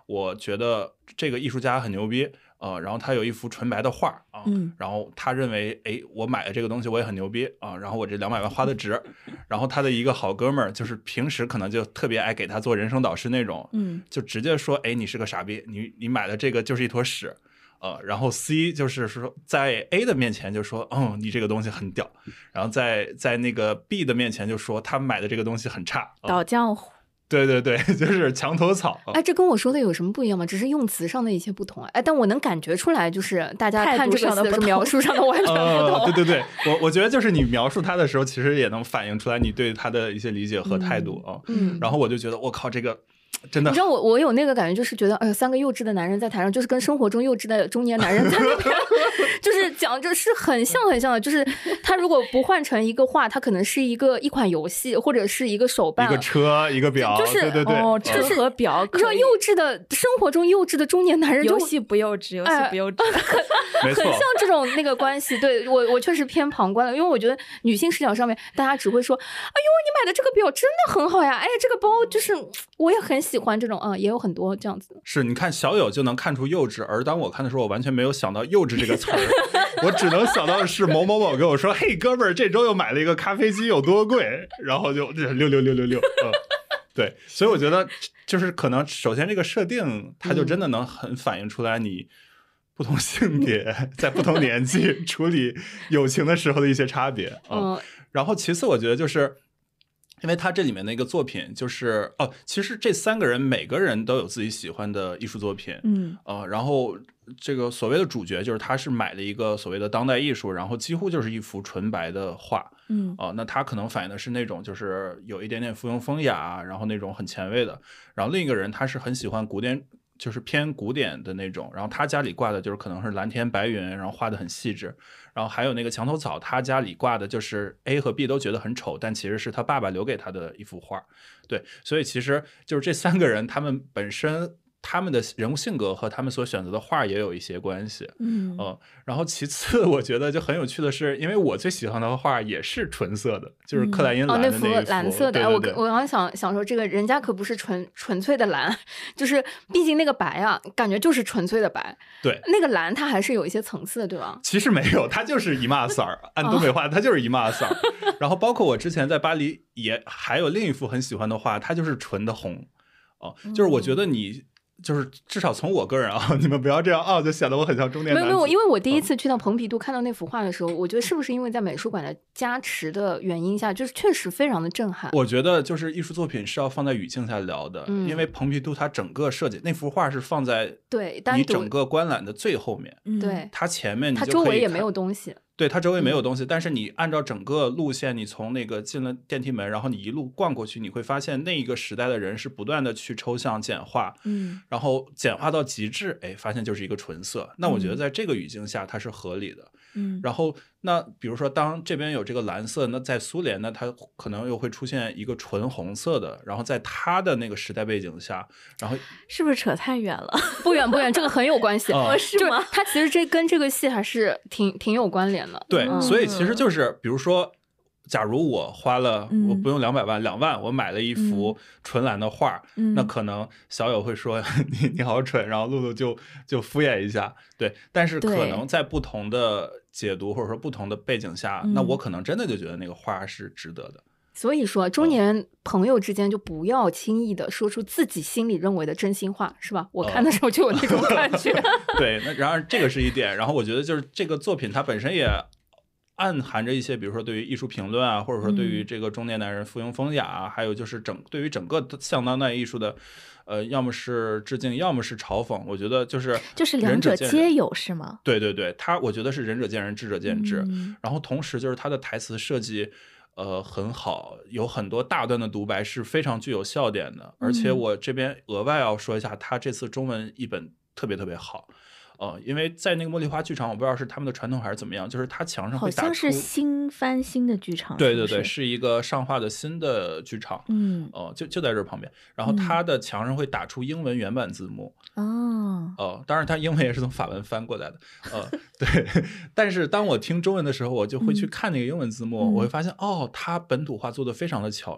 我觉得这个艺术家很牛逼，然后他有一幅纯白的画啊，然后他认为，哎，我买的这个东西我也很牛逼啊，然后我这200万花的值，然后他的一个好哥们儿，就是平时可能就特别爱给他做人生导师那种，就直接说，哎，你是个傻逼，你买的这个就是一坨屎。然后 C 就是说在 A 的面前就说，你这个东西很屌，然后在那个 B 的面前就说他买的这个东西很差， 倒浆糊。 对对对，就是墙头草。 哎，这跟我说的有什么不一样吗？只是用词上的一些不同。哎，但我能感觉出来，就是大家看这个词的描述上的完全不同。 对对对，我觉得就是你描述它的时候，其实也能反映出来你对它的一些理解和态度啊。然后我就觉得，我靠，这个。真的， 你知道我有那个感觉，就是觉得3个幼稚的男人在台上，就是跟生活中幼稚的中年男人在那边，就是讲着是很像的。就是他如果不换成一个画，他可能是一款游戏，或者是一个手办、 一个车、一个表， 就是对对对， 车和表。 你知道幼稚的生活中幼稚的中年男人， 游戏不幼稚，游戏不幼稚， 很像这种那个关系。对我确实偏旁观了，因为我觉得女性视角上面，大家只会说，哎呦，你买的这个表真的很好呀，哎，这个包就是我也很喜欢这种，也有很多这样子。 是，你看小友就能看出幼稚，而当我看的时候，我完全没有想到幼稚这个词儿，我只能想到的是某某某跟我说，嘿，哥们儿，这周又买了一个咖啡机，有多贵，然后就66666，对，所以我觉得就是可能首先这个设定，它就真的能很反映出来你不同性别在不同年纪处理友情的时候的一些差别。然后其次我觉得就是因为他这里面的一个作品就是其实这3个人每个人都有自己喜欢的艺术作品，然后这个所谓的主角就是他是买了一个所谓的当代艺术，然后几乎就是一幅纯白的画，那他可能反映的是那种就是有一点点附庸风雅，然后那种很前卫的，然后另一个人他是很喜欢古典，就是偏古典的那种，然后他家里挂的就是可能是蓝天白云，然后画的很细致，然后还有那个墙头草，他家里挂的就是 A 和 B 都觉得很丑，但其实是他爸爸留给他的一幅画。对，所以其实就是这3个人他们本身他们的人物性格和他们所选择的画也有一些关系。然后其次我觉得就很有趣的是，因为我最喜欢的画也是纯色的，就是克莱因蓝的那一幅， 那幅蓝色的。 对对对， 我刚想说，这个人家可不是纯粹的蓝，就是毕竟那个白啊，感觉就是纯粹的白。 对， 那个蓝它还是有一些层次的，对吧？ 其实没有，它就是一码色儿，按东北话它就是一码色儿。然后包括我之前在巴黎也还有另一幅很喜欢的画，它就是纯的红。就是我觉得你就是至少从我个人啊，你们不要这样就显得我很像中年男子。 没有，因为我第一次去到蓬皮杜看到那幅画的时候，我觉得是不是因为在美术馆的加持的原因下，就是确实非常的震撼。 我觉得就是艺术作品是要放在语境下聊的，因为蓬皮杜它整个设计那幅画是放在你整个观览的最后面， 对， 它前面你就可以它周围也没有东西。 对，它周围没有东西，但是你按照整个路线，你从那个进了电梯门，然后你一路逛过去，你会发现那一个时代的人是不断的去抽象简化，然后简化到极致，发现就是一个纯色。那我觉得在这个语境下它是合理的。然后那比如说当这边有这个蓝色，那在苏联呢，它可能又会出现一个纯红色的，然后在它的那个时代背景下，然后是不是扯太远了？ 不远，这个很有关系。 是吗？ 它其实跟这个戏还是挺有关联的。 对，所以其实就是比如说假如我花了我不用200万2万，我买了一幅纯蓝的画，那可能小友会说你好蠢，然后露露就敷衍一下。对，但是可能在不同的解读或者说不同的背景下，那我可能真的就觉得那个画是值得的。 所以说中年朋友之间就不要轻易的说出自己心里认为的真心话，是吧？我看的时候就有那种感觉。 对，那然而这个是一点，然后我觉得就是这个作品它本身也暗含着一些比如说对于艺术评论啊，或者说对于这个中年男人附庸风雅啊，还有就是对于整个像当代艺术的要么是致敬，要么是嘲讽。我觉得就是两者皆有，是吗？ 对对对，他我觉得是仁者见仁，智者见智。然后同时就是他的台词设计很好，有很多大段的独白是非常具有笑点的。而且我这边额外要说一下，他这次中文译本特别特别好。因为在那个茉莉花剧场，我不知道是他们的传统还是怎么样，就是它墙上会打出， 好像是新翻新的剧场， 对对对，是一个上画的新的剧场，就在这旁边，然后它的墙上会打出英文原版字幕，当然它英文也是从法文翻过来的，对，但是当我听中文的时候，我就会去看那个英文字幕，我会发现它本土化做得非常的巧妙。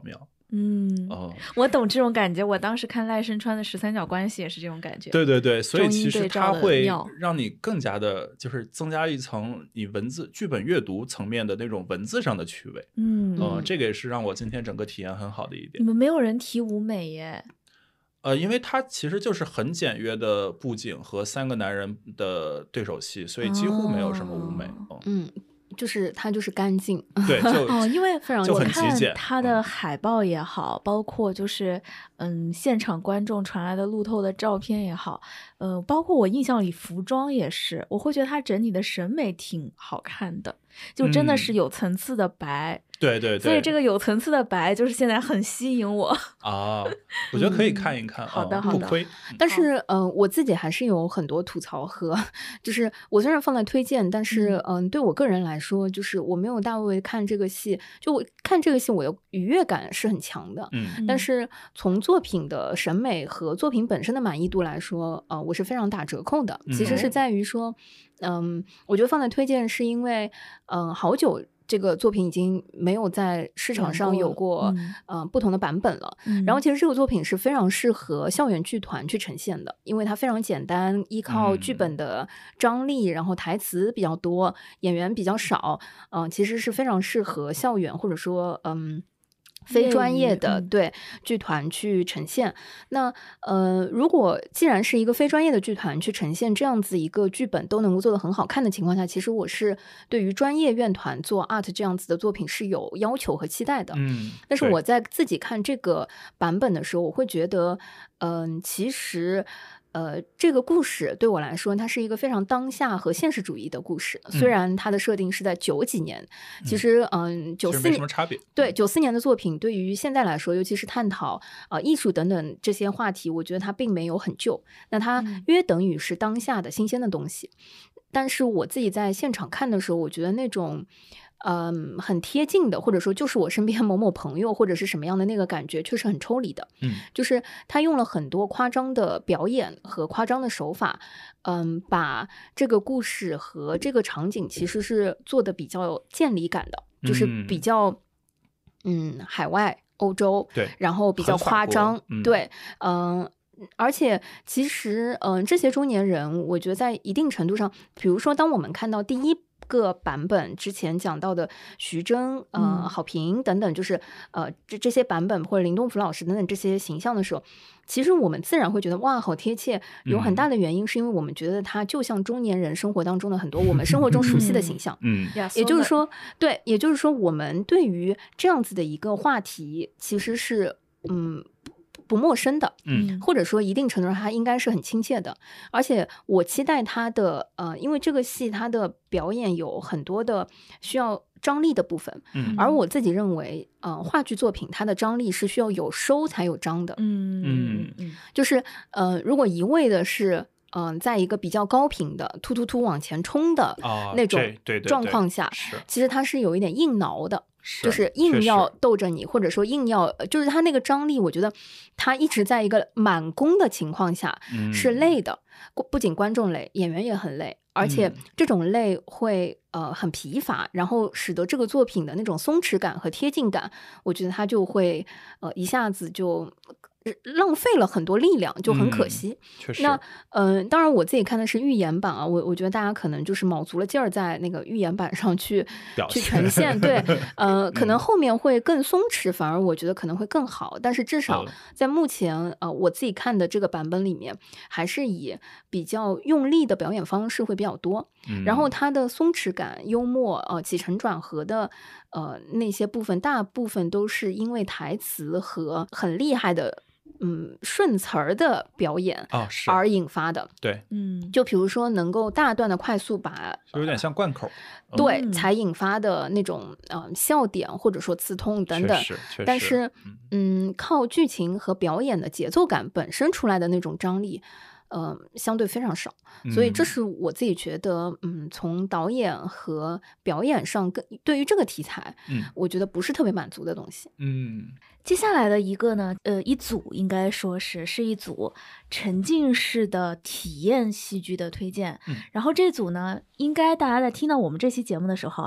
我懂这种感觉。我当时看赖声川的13角关系也是这种感觉。 对对对，所以其实它会让你更加的，就是增加一层你文字剧本阅读层面的那种文字上的趣味。这个也是让我今天整个体验很好的一点。 你们没有人提舞美耶？ 因为它其实就是很简约的布景和3个男人的对手戏，所以几乎没有什么舞美。 就是它就是干净， 对， 因为非常就很看极简。 它的海报也好，包括就是现场观众传来的路透的照片也好，包括我印象里服装也是，我会觉得它整体的审美挺好看的，就真的是有层次的白。 对对对， 所以这个有层次的白就是现在很吸引我啊，我觉得可以看一看。 好的好的， 不亏。 但是我自己还是有很多吐槽和，就是我虽然放在推荐，但是对我个人来说，就是我没有大卫看这个戏，就我看这个戏我的愉悦感是很强的。但是从作品的审美和作品本身的满意度来说，我是非常打折扣的。其实是在于说，我觉得放在推荐是因为好久这个作品已经没有在市场上有过不同的版本了。然后其实这个作品是非常适合校园剧团去呈现的，因为它非常简单，依靠剧本的张力，然后台词比较多，演员比较少，其实是非常适合校园或者说非专业的对剧团去呈现。那如果既然是一个非专业的剧团去呈现这样子一个剧本都能够做得很好看的情况下，其实我是对于专业院团做 art 这样子的作品是有要求和期待的。但是我在自己看这个版本的时候，我会觉得其实这个故事对我来说，它是一个非常当下和现实主义的故事。虽然它的设定是在90几年，其实94 没什么差别。 对，94年的作品对于现在来说，尤其是探讨艺术等等这些话题，我觉得它并没有很旧。那它约等于是当下的新鲜的东西。但是我自己在现场看的时候，我觉得那种很贴近的，或者说就是我身边某某朋友或者是什么样的那个感觉，确实很抽离的。就是他用了很多夸张的表演和夸张的手法，把这个故事和这个场景其实是做的比较建立感的，就是比较海外欧洲， 对， 然后比较夸张，对，而且其实这些中年人我觉得在一定程度上，比如说当我们看到第一个版本之前讲到的徐峥郝平等等，就是这些版本或者林东福老师等等这些形象的时候，其实我们自然会觉得哇好贴切。有很大的原因是因为我们觉得他就像中年人生活当中的很多我们生活中熟悉的形象。也就是说对，也就是说我们对于这样子的一个话题其实是不陌生的，或者说一定程度上它应该是很亲切的。而且我期待它的因为这个戏它的表演有很多的需要张力的部分，而我自己认为话剧作品它的张力是需要有收才有张的。就是如果一味的是在一个比较高频的突突突往前冲的那种状况下，其实它是有一点硬挠的，就是硬要逗着你，或者说硬要就是它那个张力，我觉得它一直在一个满弓的情况下是累的，不仅观众累，演员也很累，而且这种累会很疲乏，然后使得这个作品的那种松弛感和贴近感，我觉得它就会一下子就浪费了很多力量，就很可惜。 确实。 那当然我自己看的是预演版啊，我觉得大家可能就是卯足了劲儿在那个预演版上去呈现，对，可能后面会更松弛，反而我觉得可能会更好。但是至少在目前我自己看的这个版本里面，还是以比较用力的表演方式会比较多。然后它的松弛感、幽默、起承转合的那些部分，大部分都是因为台词和很厉害的顺词儿的表演而引发的。 对， 就比如说能够大段的快速把就有点像贯口， 对，才引发的那种笑点或者说刺痛等等。但是靠剧情和表演的节奏感本身出来的那种张力相对非常少，所以这是我自己觉得从导演和表演上对于这个题材我觉得不是特别满足的东西。 接下来的一个呢一组应该说是一组沉浸式的体验戏剧的推荐。然后这组呢应该大家在听到我们这期节目的时候啊，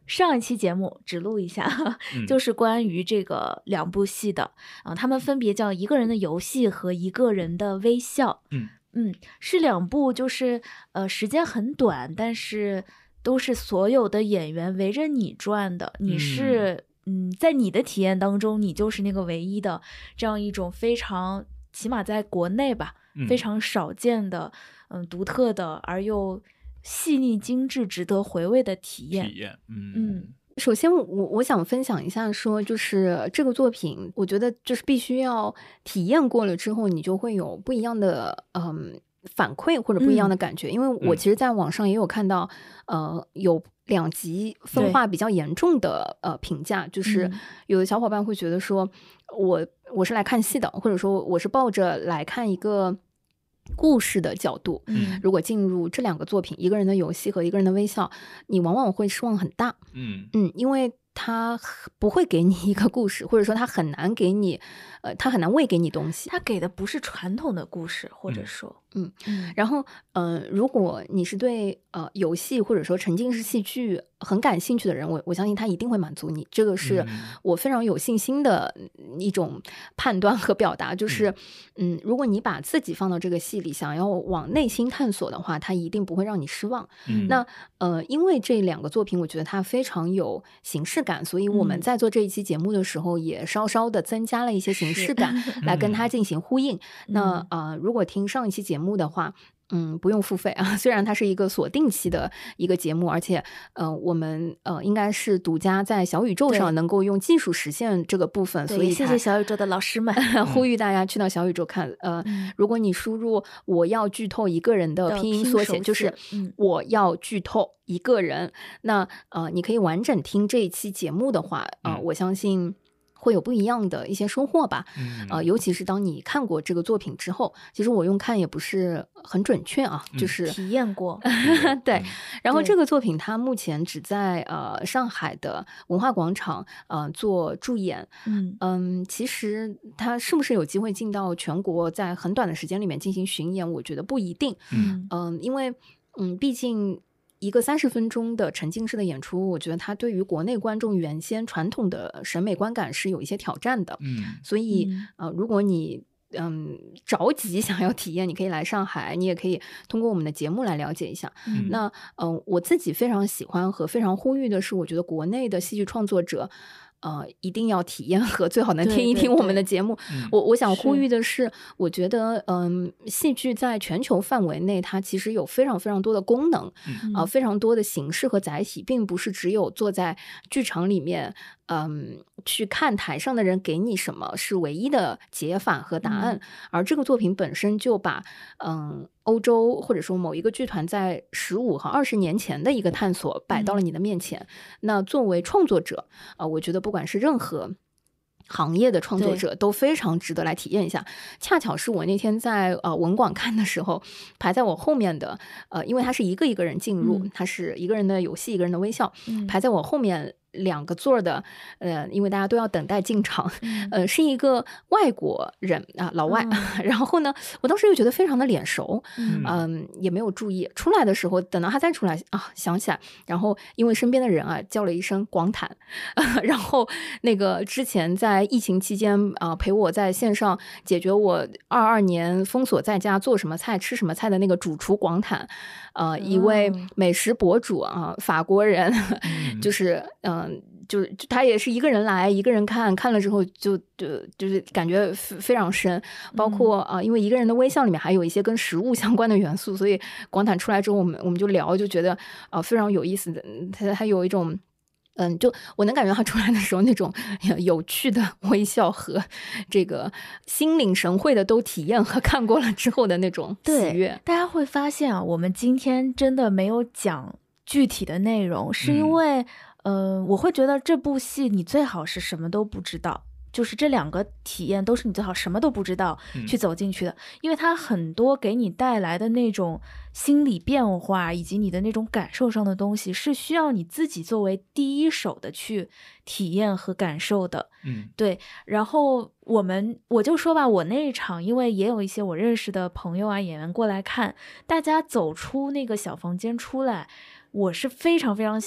上一期节目只录一下，就是关于这个2部戏的他们分别叫《一个人的游戏》和《一个人的微笑》。是2部，就是时间很短，但是都是所有的演员围着你转的，你是在你的体验当中，你就是那个唯一的，这样一种非常起码在国内吧，非常少见的独特的而又细腻精致值得回味的体验。 首先我想分享一下说，就是这个作品我觉得就是必须要体验过了之后，你就会有不一样的反馈或者不一样的感觉。因为我其实在网上也有看到有2集分化比较严重的评价，就是有的小伙伴会觉得说我是来看戏的，或者说我是抱着来看一个故事的角度，如果进入这2个作品，一个人的游戏和一个人的微笑，你往往会失望很大。因为他不会给你一个故事，或者说他很难给你他很难喂给你东西， 他给的不是传统的故事，或者说然后如果你是对游戏或者说沉浸式戏剧很感兴趣的人，我相信他一定会满足你，这个是我非常有信心的一种判断和表达。就是如果你把自己放到这个戏里，想要往内心探索的话，他一定不会让你失望。那因为这2个作品我觉得它非常有形式感，所以我们在做这一期节目的时候也稍稍的增加了一些形式感来跟它进行呼应。那如果听上一期节目的话，不用付费啊，虽然它是一个锁定期的一个节目，而且我们应该是独家在小宇宙上能够用技术实现这个部分，所以谢谢小宇宙的老师们呼吁大家去到小宇宙看。如果你输入我要剧透一个人的拼音缩写，就是我要剧透一个人，那你可以完整听这一期节目的话，我相信会有不一样的一些收获吧。尤其是当你看过这个作品之后，其实我用看也不是很准确啊，就是体验过对。然后这个作品它目前只在上海的文化广场做助演。其实它是不是有机会进到全国在很短的时间里面进行巡演，我觉得不一定。因为毕竟一个30分钟的沉浸式的演出，我觉得它对于国内观众原先传统的审美观感是有一些挑战的。所以如果你着急想要体验，你可以来上海，你也可以通过我们的节目来了解一下。那我自己非常喜欢和非常呼吁的是，我觉得国内的戏剧创作者一定要体验和最好能听一听我们的节目。我想呼吁的是，我觉得戏剧在全球范围内它其实有非常非常多的功能，非常多的形式和载体，并不是只有坐在剧场里面去看台上的人给你什么是唯一的解法和答案。而这个作品本身就把欧洲或者说某一个剧团在15和20年前的一个探索摆到了你的面前。那作为创作者我觉得不管是任何行业的创作者都非常值得来体验一下。恰巧是我那天在文广看的时候，排在我后面的因为它是一个一个人进入，它是一个人的游戏一个人的微笑，排在我后面2个座的因为大家都要等待进场，是一个外国人老外。然后呢，我当时又觉得非常的脸熟，也没有注意。出来的时候，等到他再出来想起来，然后因为身边的人叫了一声广坦，然后那个之前在疫情期间陪我在线上解决我22年封锁在家做什么菜吃什么菜的那个主厨广坦，一位美食博主法国人，就是他也是一个人来一个人看了之后就是感觉非常深。包括因为一个人的微笑里面还有一些跟食物相关的元素，所以广坦出来之后我们就聊，就觉得非常有意思的。他有一种就我能感觉他出来的时候那种有趣的微笑和这个心领神会的都体验和看过了之后的那种喜悦。 大家会发现我们今天真的没有讲具体的内容，是因为我会觉得这部戏你最好是什么都不知道，就是这2个体验都是你最好什么都不知道去走进去的。因为它很多给你带来的那种心理变化以及你的那种感受上的东西是需要你自己作为第一手的去体验和感受的。对。然后我就说吧，我那一场因为也有一些我认识的朋友演员过来看，大家走出那个小房间出来，我是非常非常想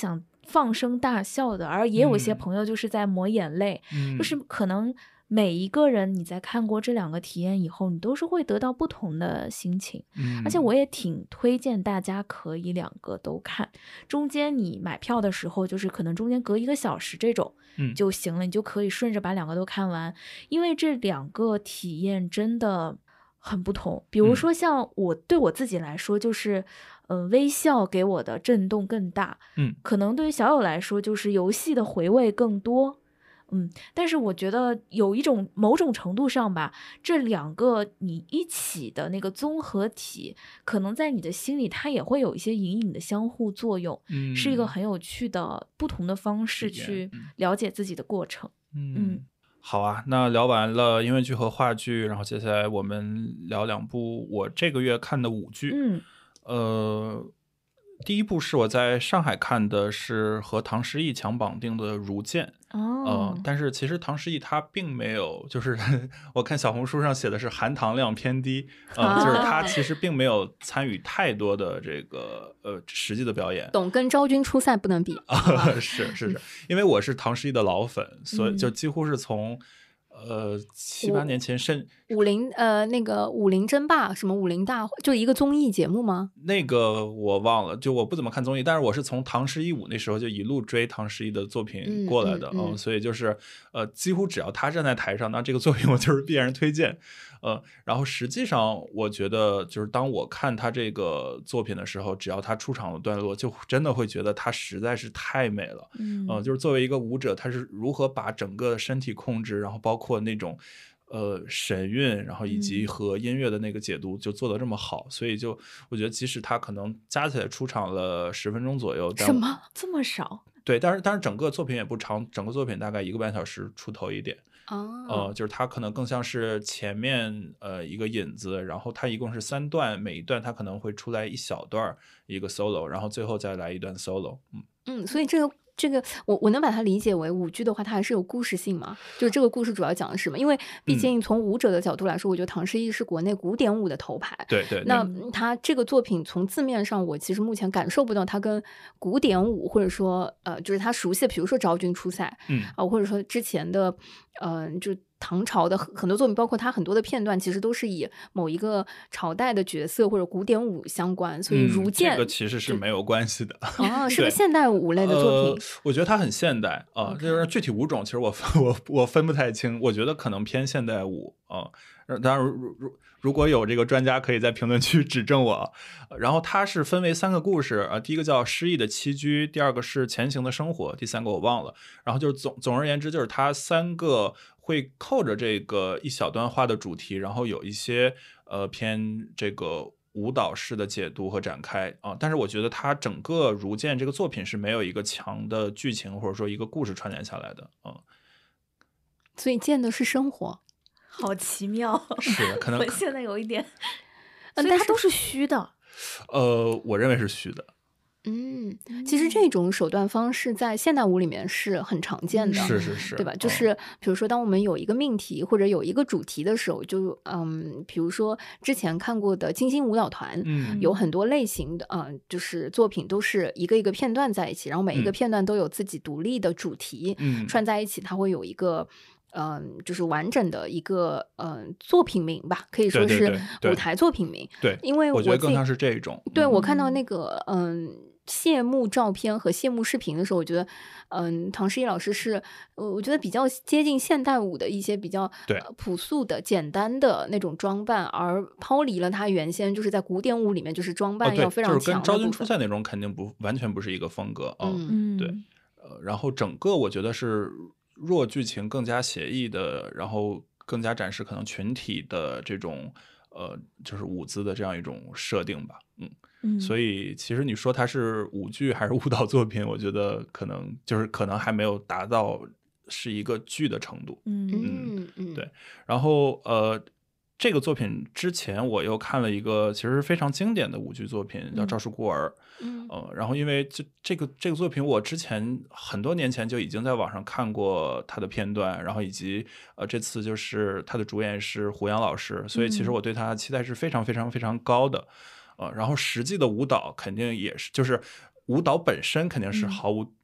放声大笑的，而也有一些朋友就是在抹眼泪，就是可能每一个人你在看过这2个体验以后，你都是会得到不同的心情。而且我也挺推荐大家可以2个都看，中间你买票的时候就是可能中间隔1个小时这种就行了，你就可以顺着把2个都看完，因为这2个体验真的很不同。比如说像对我自己来说，就是微笑给我的震动更大，可能对于小友来说就是游戏的回味更多，但是我觉得有一种某种程度上吧，这2个你一起的那个综合体，可能在你的心里它也会有一些隐隐的相互作用，是一个很有趣的不同的方式去了解自己的过程。 好啊，那聊完了音乐剧和话剧，然后接下来我们聊2部我这个月看的舞剧。第一部是我在上海看的，是和唐诗逸强绑定的《如剑》。但是其实唐诗逸他并没有，就是我看小红书上写的是含糖量偏低，就是他其实并没有参与太多的这个实际的表演。 懂，跟昭君出塞不能比。 是，因为我是唐诗逸的老粉，所以就几乎是从7、8年前那个武林争霸什么武林大会，就一个综艺节目吗？ 那个我忘了，就我不怎么看综艺，但是我是从唐诗逸舞那时候就一路追唐诗逸的作品过来的，所以就是几乎只要他站在台上，那这个作品我就是必然推荐。然后实际上我觉得就是当我看他这个作品的时候，只要他出场的段落，就真的会觉得他实在是太美了。就是作为一个舞者，他是如何把整个身体控制，然后包括那种神韵，然后以及和音乐的那个解读就做得这么好，所以就我觉得即使他可能加起来出场了10分钟左右， 什么这么少？ 对，但是整个作品也不长，整个作品大概1个半小时出头一点。就是它可能更像是前面一个引子，然后它一共是3段，每一段它可能会出来一小段一个 solo， 然后最后再来一段 solo。 所以这个我能把它理解为舞剧的话，它还是有故事性嘛？就是这个故事主要讲的是什么？因为毕竟从舞者的角度来说，我觉得唐诗逸是国内古典舞的头牌。 对。 那他这个作品从字面上，我其实目前感受不到他跟古典舞或者说就是他熟悉的，比如说昭君出塞，或者说之前的就唐朝的很多作品，包括他很多的片段，其实都是以某一个朝代的角色或者古典舞相关，所以如剑这个其实是没有关系的。 是个现代舞类的作品。 我觉得它很现代就是具体舞种其实我分不太清，我觉得可能偏现代舞当然如果有这个专家可以在评论区指正我。然后它是分为3个故事，第一个叫诗逸的栖居，第2个是前行的生活，第3个我忘了。然后就是总而言之，就是它3个会扣着这个一小段话的主题，然后有一些偏这个舞蹈式的解读和展开但是我觉得它整个如剑这个作品是没有一个强的剧情或者说一个故事串联下来的所以剑的是生活， 好奇妙。 是可能我现在有一点所以它都是虚的。 我认为是虚的。 其实这种手段方式在现代舞里面是很常见的， 是， 对吧？就是比如说，当我们有一个命题或者有一个主题的时候，就比如说之前看过的金星舞蹈团，有很多类型的就是作品都是一个一个片段在一起，然后每一个片段都有自己独立的主题，串在一起，它会有一个就是完整的一个作品名吧，可以说是舞台作品名。 对， 因为我觉得更像是这种。 对，我看到那个谢幕照片和谢幕视频的时候，我觉得唐诗逸老师是我觉得比较接近现代舞的一些比较朴素的简单的那种装扮，而抛离了他原先就是在古典舞里面就是装扮要非常强的部分， 就是跟昭君出塞那种肯定完全不是一个风格对。然后整个我觉得是弱剧情更加写意的，然后更加展示可能群体的这种就是舞姿的这样一种设定吧。所以其实你说它是舞剧还是舞蹈作品，我觉得可能还没有达到是一个剧的程度。对。然后这个作品之前我又看了一个其实非常经典的舞剧作品叫《赵氏孤儿》。然后因为这个作品我之前很多年前就已经在网上看过它的片段，然后以及这次就是它的主演是胡杨老师，所以其实我对他的期待是非常非常非常高的。然后实际的舞蹈肯定也是，就是舞蹈本身肯定是毫无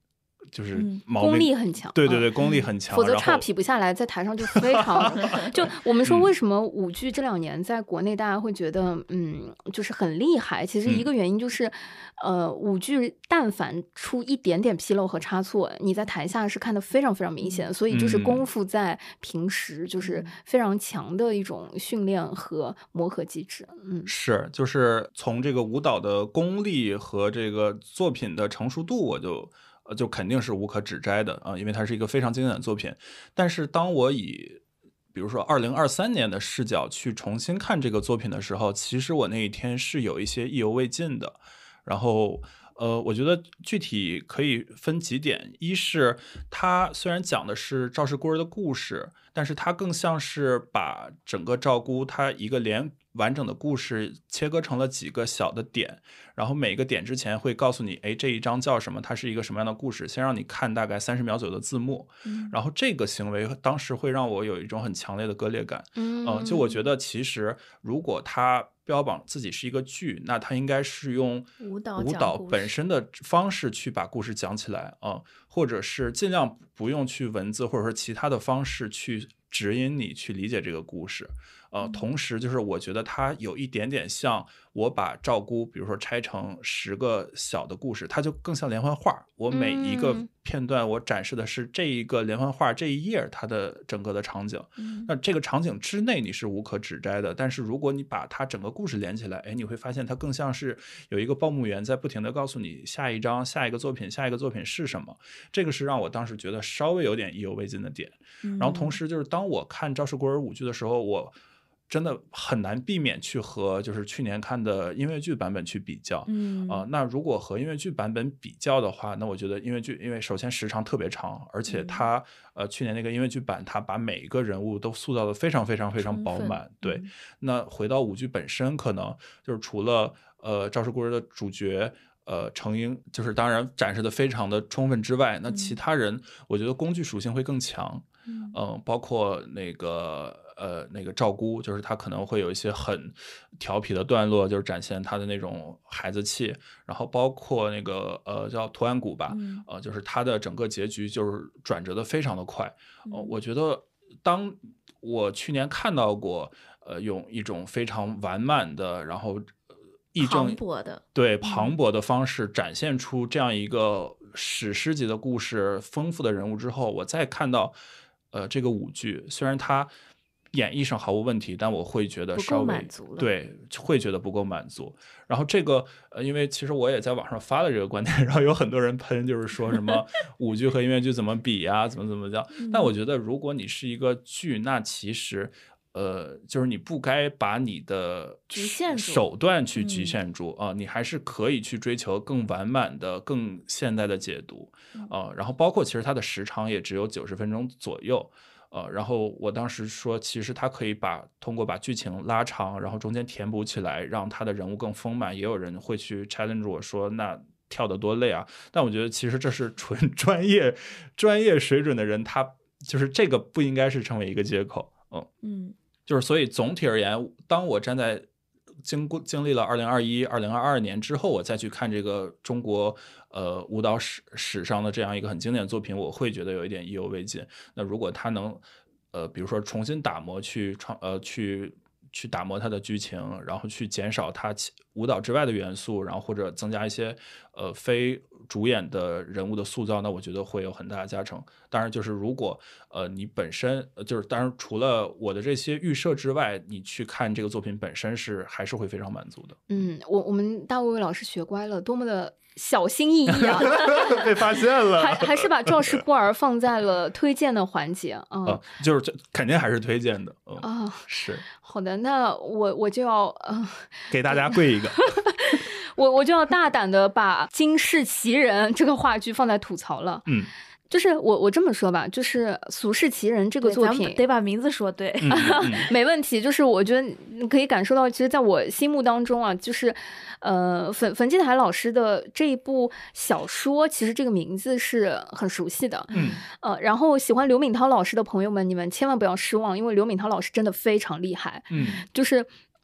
就是毛病功力很强， 对对对，功力很强， 否则差匹不下来，在台上就非常就我们说为什么舞剧这2年在国内大家会觉得就是很厉害，其实一个原因就是舞剧但凡出一点点纰漏和差错，你在台下是看得非常非常明显，所以就是功夫在平时就是非常强的一种训练和磨合机制。 是，就是从这个舞蹈的功力和这个作品的成熟度，我就肯定是无可指摘的啊，因为它是一个非常经典的作品。但是当我以比如说2023年的视角去重新看这个作品的时候，其实我那一天是有一些意犹未尽的。然后我觉得具体可以分几点，一是它虽然讲的是赵氏孤儿的故事，但是它更像是把整个赵姑它一个完整的故事切割成了几个小的点，然后每个点之前会告诉你，哎，这一章叫什么，它是一个什么样的故事，先让你看大概30秒左右的字幕，然后这个行为当时会让我有一种很强烈的割裂感。就我觉得其实如果它标榜自己是一个剧，那它应该是用舞蹈本身的方式去把故事讲起来或者是尽量不用去文字或者说其他的方式去指引你去理解这个故事。同时就是我觉得它有一点点像我把赵姑比如说拆成10个小的故事，它就更像连环画，我每一个片段我展示的是这一个连环画这一页它的整个的场景，那这个场景之内你是无可指摘的，但是如果你把它整个故事连起来，你会发现它更像是有一个报幕员在不停的告诉你下一章下一个作品是什么，这个是让我当时觉得稍微有点意犹未尽的点。然后同时就是当我看赵氏孤儿舞剧的时候，我真的很难避免去和就是去年看的音乐剧版本去比较。那如果和音乐剧版本比较的话，那我觉得音乐剧因为首先时长特别长，而且它去年那个音乐剧版它把每一个人物都塑造的非常非常非常饱满。对，那回到舞剧本身，可能就是除了赵氏孤儿的主角程英就是当然展示的非常的充分之外，那其他人我觉得工具属性会更强。包括那个赵姑，就是他可能会有一些很调皮的段落，就是展现他的那种孩子气，然后包括那个叫图案谷吧，就是他的整个结局就是转折的非常的快。我觉得当我去年看到过用一种非常完满的然后磅礴的磅礴的方式展现出这样一个史诗级的故事，丰富的人物之后，我再看到这个舞剧，虽然它演绎上毫无问题，但我会觉得稍微对，会觉得不够满足。然后这个因为其实我也在网上发了这个观点，然后有很多人喷，就是说什么舞剧和音乐剧怎么比呀，怎么讲。但我觉得如果你是一个剧，那其实就是你不该把你的手段去局限住你还是可以去追求更完满的更现代的解读然后包括其实它的时长也只有90分钟左右然后我当时说其实它可以通过把剧情拉长，然后中间填补起来，让它的人物更丰满。也有人会去 challenge 我说那跳得多累啊，但我觉得其实这是纯专业水准的人，他就是这个不应该是成为一个借口。就是所以总体而言，当我站在经历了2021、2022年之后，我再去看这个中国舞蹈史上的这样一个很经典的作品，我会觉得有一点意犹未尽。那如果他能比如说重新打磨去打磨它的剧情，然后去减少它舞蹈之外的元素，然后或者增加一些非主演的人物的塑造，那我觉得会有很大的加成。当然就是如果你本身就是当然除了我的这些预设之外，你去看这个作品本身还是会非常满足的。 我们大卫老师学乖了，多么的小心翼翼啊被发现了还是把赵氏孤儿放在了推荐的环节就是肯定还是推荐的是好的，那我就要给大家跪一个我就要大胆的把《惊世奇人》这个话剧放在吐槽了就是我这么说吧，就是《俗世奇人》这个作品得把名字说对没问题。就是我觉得你可以感受到，其实在我心目当中啊，就是冯骥台老师的这一部小说，其实这个名字是很熟悉的然后喜欢刘敏涛老师的朋友们，你们千万不要失望，因为刘敏涛老师真的非常厉害就是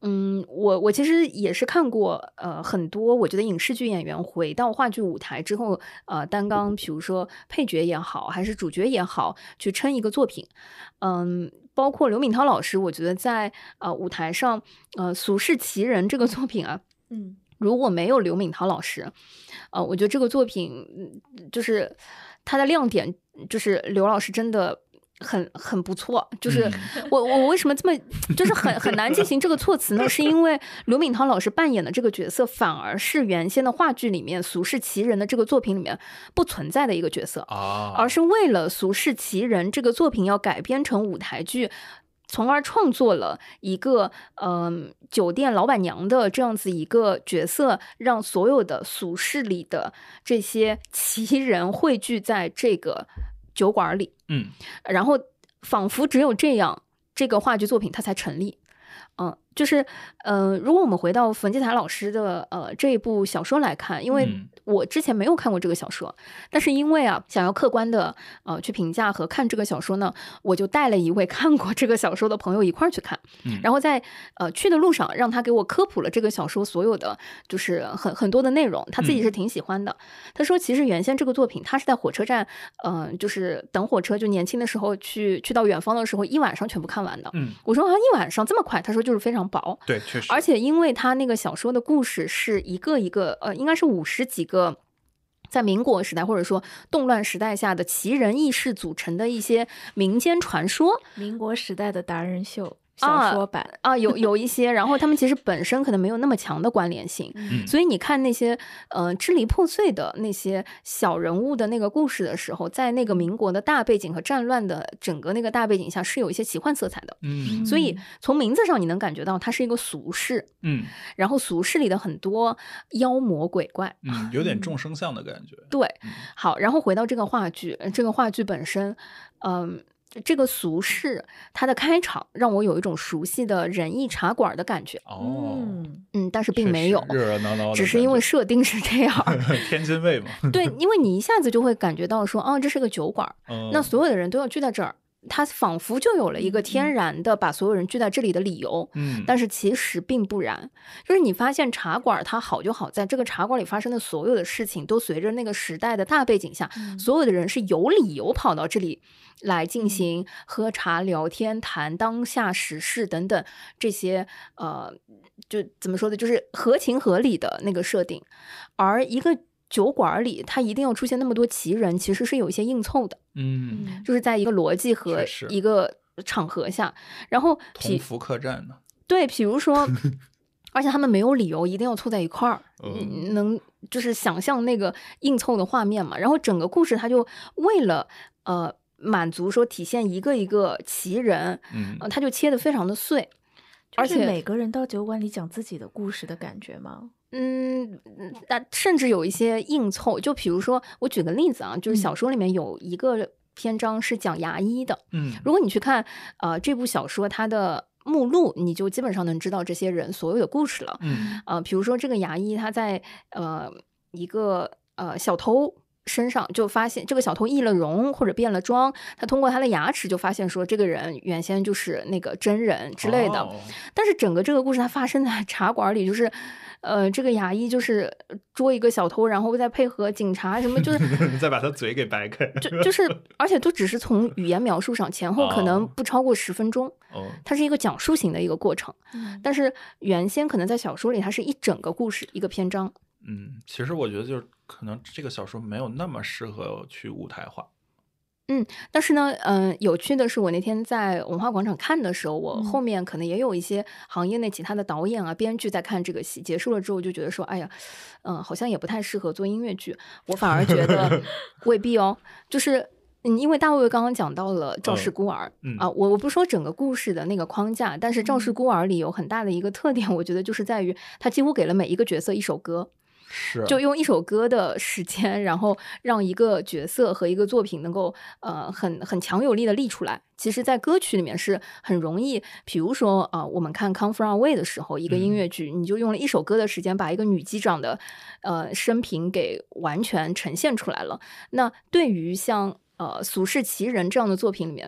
我其实也是看过很多，我觉得影视剧演员回到话剧舞台之后，担纲比如说配角也好，还是主角也好，去撑一个作品。包括刘敏涛老师，我觉得在舞台上，《俗世奇人》这个作品啊，如果没有刘敏涛老师，我觉得这个作品就是它的亮点，就是刘老师真的很不错。就是我为什么这么就是很难进行这个措辞呢？是因为刘敏涛老师扮演的这个角色，反而是原先的话剧里面《俗世奇人》的这个作品里面不存在的一个角色，而是为了《俗世奇人》这个作品要改编成舞台剧，从而创作了一个酒店老板娘的这样子一个角色，让所有的俗世里的这些奇人汇聚在这个酒馆里。然后仿佛只有这样，这个话剧作品它才成立。就是如果我们回到冯骥才老师的这一部小说来看，因为我之前没有看过这个小说，但是因为想要客观的去评价和看这个小说呢，我就带了一位看过这个小说的朋友一块儿去看，然后在去的路上让他给我科普了这个小说所有的就是很多的内容，他自己是挺喜欢的。他说其实原先这个作品他是在火车站就是等火车，就年轻的时候去到远方的时候一晚上全部看完的。我说一晚上这么快？他说就是非常薄。 对，确实。 而且因为他那个小说的故事是一个一个应该是50几个在民国时代或者说动乱时代下的奇人异事组成的一些民间传说， 民国时代的达人秀小说版有一些，然后他们其实本身可能没有那么强的关联性，所以你看那些支离破碎的那些小人物的那个故事的时候，在那个民国的大背景和战乱的整个那个大背景下是有一些奇幻色彩的。所以从名字上你能感觉到它是一个俗世，然后俗世里的很多妖魔鬼怪， 有点众生相的感觉。 对，好，然后回到这个话剧，这个话剧本身，这个俗世它的开场让我有一种熟悉的仁义茶馆的感觉。但是并没有， 热热闹闹的， 只是因为设定是这样。 天津卫嘛。 对，因为你一下子就会感觉到说，这是个酒馆，那所有的人都要聚在这儿，它仿佛就有了一个天然的把所有人聚在这里的理由。但是其实并不然，就是你发现茶馆它好就好在这个茶馆里发生的所有的事情都随着那个时代的大背景下，所有的人是有理由跑到这里来进行喝茶聊天谈当下时事等等这些就怎么说的，就是合情合理的那个设定。而一个酒馆里它一定要出现那么多奇人，其实是有一些硬凑的。就是在一个逻辑和一个场合下，然后同福客栈呢， 对，比如说而且他们没有理由一定要凑在一块儿，能就是想象那个硬凑的画面嘛。然后整个故事它就为了满足说体现一个一个奇人，它就切得非常的碎， 而且每个人到酒馆里讲自己的故事的感觉吗？ 甚至有一些硬凑，就比如说我举个例子啊，就是小说里面有一个篇章是讲牙医的。如果你去看这部小说它的目录，你就基本上能知道这些人所有的故事了。比如说这个牙医他在一个小偷身上就发现这个小偷易了容或者变了装，他通过他的牙齿就发现说这个人原先就是那个真人之类的。但是整个这个故事它发生在茶馆里，就是这个牙医就是捉一个小偷，然后再配合警察什么，就是再把他嘴给掰开， 就是而且都只是从语言描述上前后可能不超过10分钟，它是一个讲述型的一个过程。但是原先可能在小说里它是一整个故事一个篇章。 其实我觉得就是可能这个小说没有那么适合去舞台化。 但是呢，有趣的是，我那天在文化广场看的时候，我后面可能也有一些行业内其他的导演啊、编剧在看这个戏，结束了之后就觉得说，哎呀，好像也不太适合做音乐剧。我反而觉得未必哦，就是因为大卫刚刚讲到了《赵氏孤儿》我不说整个故事的那个框架，但是《赵氏孤儿》里有很大的一个特点，我觉得就是在于他几乎给了每一个角色一首歌。就用一首歌的时间，然后让一个角色和一个作品能够很强有力的立出来。其实在歌曲里面是很容易，比如说我们看 Come From Away 的时候，一个音乐剧，你就用了一首歌的时间把一个女机长的生平给完全呈现出来了。那对于像俗世奇人这样的作品里面，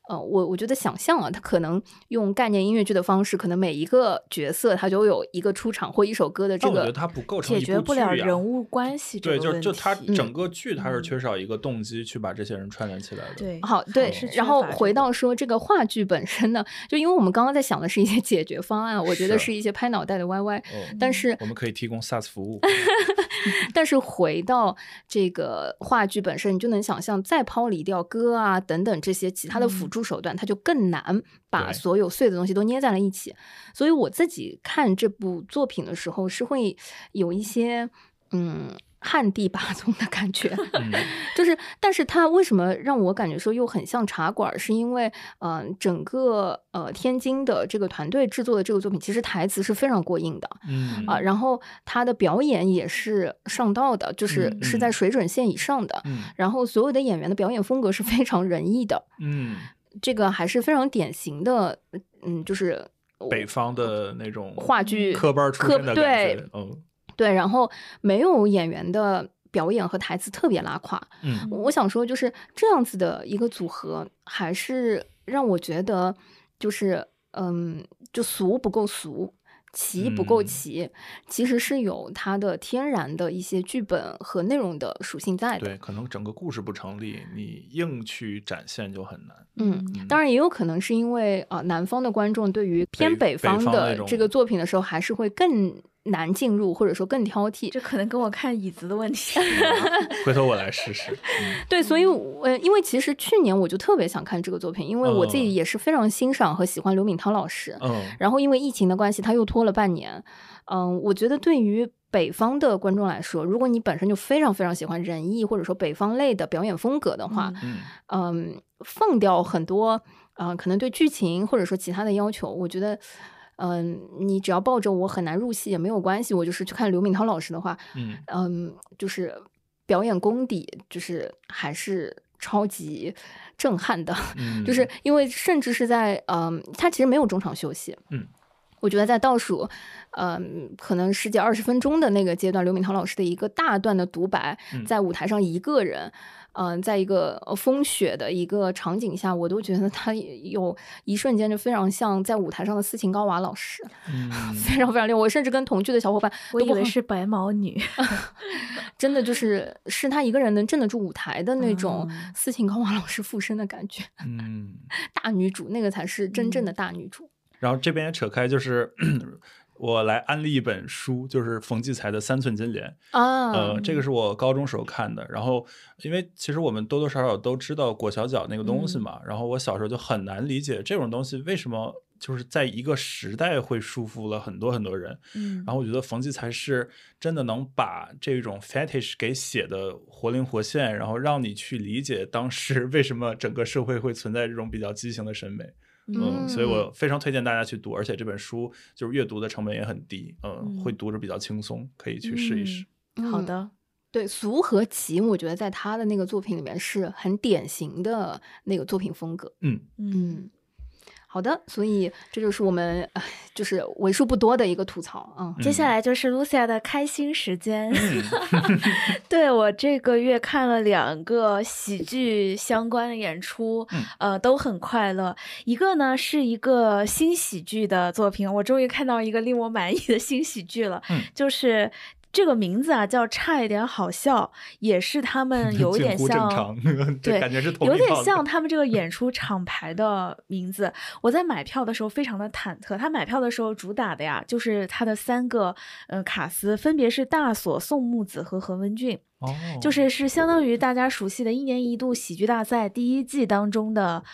我觉得想象啊，他可能用概念音乐剧的方式，可能每一个角色他就有一个出场或一首歌的这个， 但我觉得他不构成一部剧解决不了人物关系这对， 个问题。 就他整个剧他是缺少一个动机去把这些人串联起来的。 对， 好，对，然后回到说这个话剧本身呢，就因为我们刚刚在想的是一些解决方案，我觉得是一些拍脑袋的歪歪，但是我们可以提供 SaaS 服务。 但是回到这个话剧本身，你就能想象，再抛离掉歌啊等等这些其他的辅助手段，它就更难把所有碎的东西都捏在了一起。所以我自己看这部作品的时候，是会有一些旱地拔葱的感觉，就是，但是它为什么让我感觉说又很像茶馆，是因为整个天津的这个团队制作的这个作品，其实台词是非常过硬的，然后他的表演也是上道的，就是是在水准线以上的，然后所有的演员的表演风格是非常仁义的，这个还是非常典型的，就是北方的那种话剧科班出身的感觉， 对，然后没有演员的表演和台词特别拉胯。我想说，就是这样子的一个组合，还是让我觉得，就是就俗不够俗，奇不够奇，其实是有它的天然的一些剧本和内容的属性在的。 对，可能整个故事不成立，你硬去展现就很难。 当然也有可能是因为南方的观众对于偏北方的这个作品的时候，还是会更难进入，或者说更挑剔。 这可能跟我看椅子的问题。 回头我来试试。 对，所以因为其实去年我就特别想看这个作品，因为我自己也是非常欣赏和喜欢刘敏涛老师。然后因为疫情的关系，他又拖了半年。我觉得对于北方的观众来说，如果你本身就非常非常喜欢仁义或者说北方类的表演风格的话，放掉很多可能对剧情或者说其他的要求，我觉得你只要抱着我很难入戏也没有关系，我就是去看刘敏涛老师的话，就是表演功底就是还是超级震撼的，就是因为甚至是在他其实没有中场休息，我觉得在倒数可能10几20分钟的那个阶段，刘敏涛老师的一个大段的独白，在舞台上一个人在一个风雪的一个场景下，我都觉得他有一瞬间就非常像在舞台上的斯琴高娃老师，非常非常厉害。我甚至跟同剧的小伙伴我以为是白毛女真的是他一个人能镇得住舞台的那种斯琴高娃老师附身的感觉，大女主那个才是真正的大女主。 然后这边也扯开，就是我来安利一本书，就是冯骥才的《3寸金莲》这个是我高中时候看的。然后因为其实我们多多少少都知道裹小脚那个东西嘛，然后我小时候就很难理解这种东西为什么就是在一个时代会束缚了很多很多人。然后我觉得冯骥才是真的能把这种 fetish 给写的活灵活现，然后让你去理解当时为什么整个社会会存在这种比较畸形的审美。所以我非常推荐大家去读，而且这本书就是阅读的成本也很低，会读着比较轻松，可以去试一试。 好的， 对，俗和奇，我觉得在他的那个作品里面是很典型的那个作品风格。好的，所以这就是我们就是为数不多的一个吐槽。 接下来就是 Lucia 的开心时间。对，我这个月看了2个喜剧相关的演出，都很快乐。一个呢是一个新喜剧的作品，我终于看到一个令我满意的新喜剧了，就是这个名字叫差一点好笑，也是他们有一点像对，感觉是同一有点像他们这个演出厂牌的名字。我在买票的时候非常的忐忑，他买票的时候主打的呀就是他的3个卡司，分别是大锁、宋木子和何文俊。就是相当于大家熟悉的1年1度喜剧大赛第1季当中的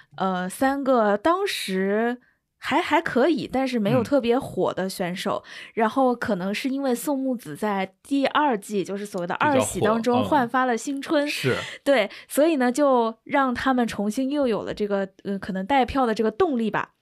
3个当时还可以但是没有特别火的选手，然后可能是因为宋木子在第2季就是所谓的2喜当中焕发了新春， 是对，所以呢就让他们重新又有了这个可能带票的这个动力吧。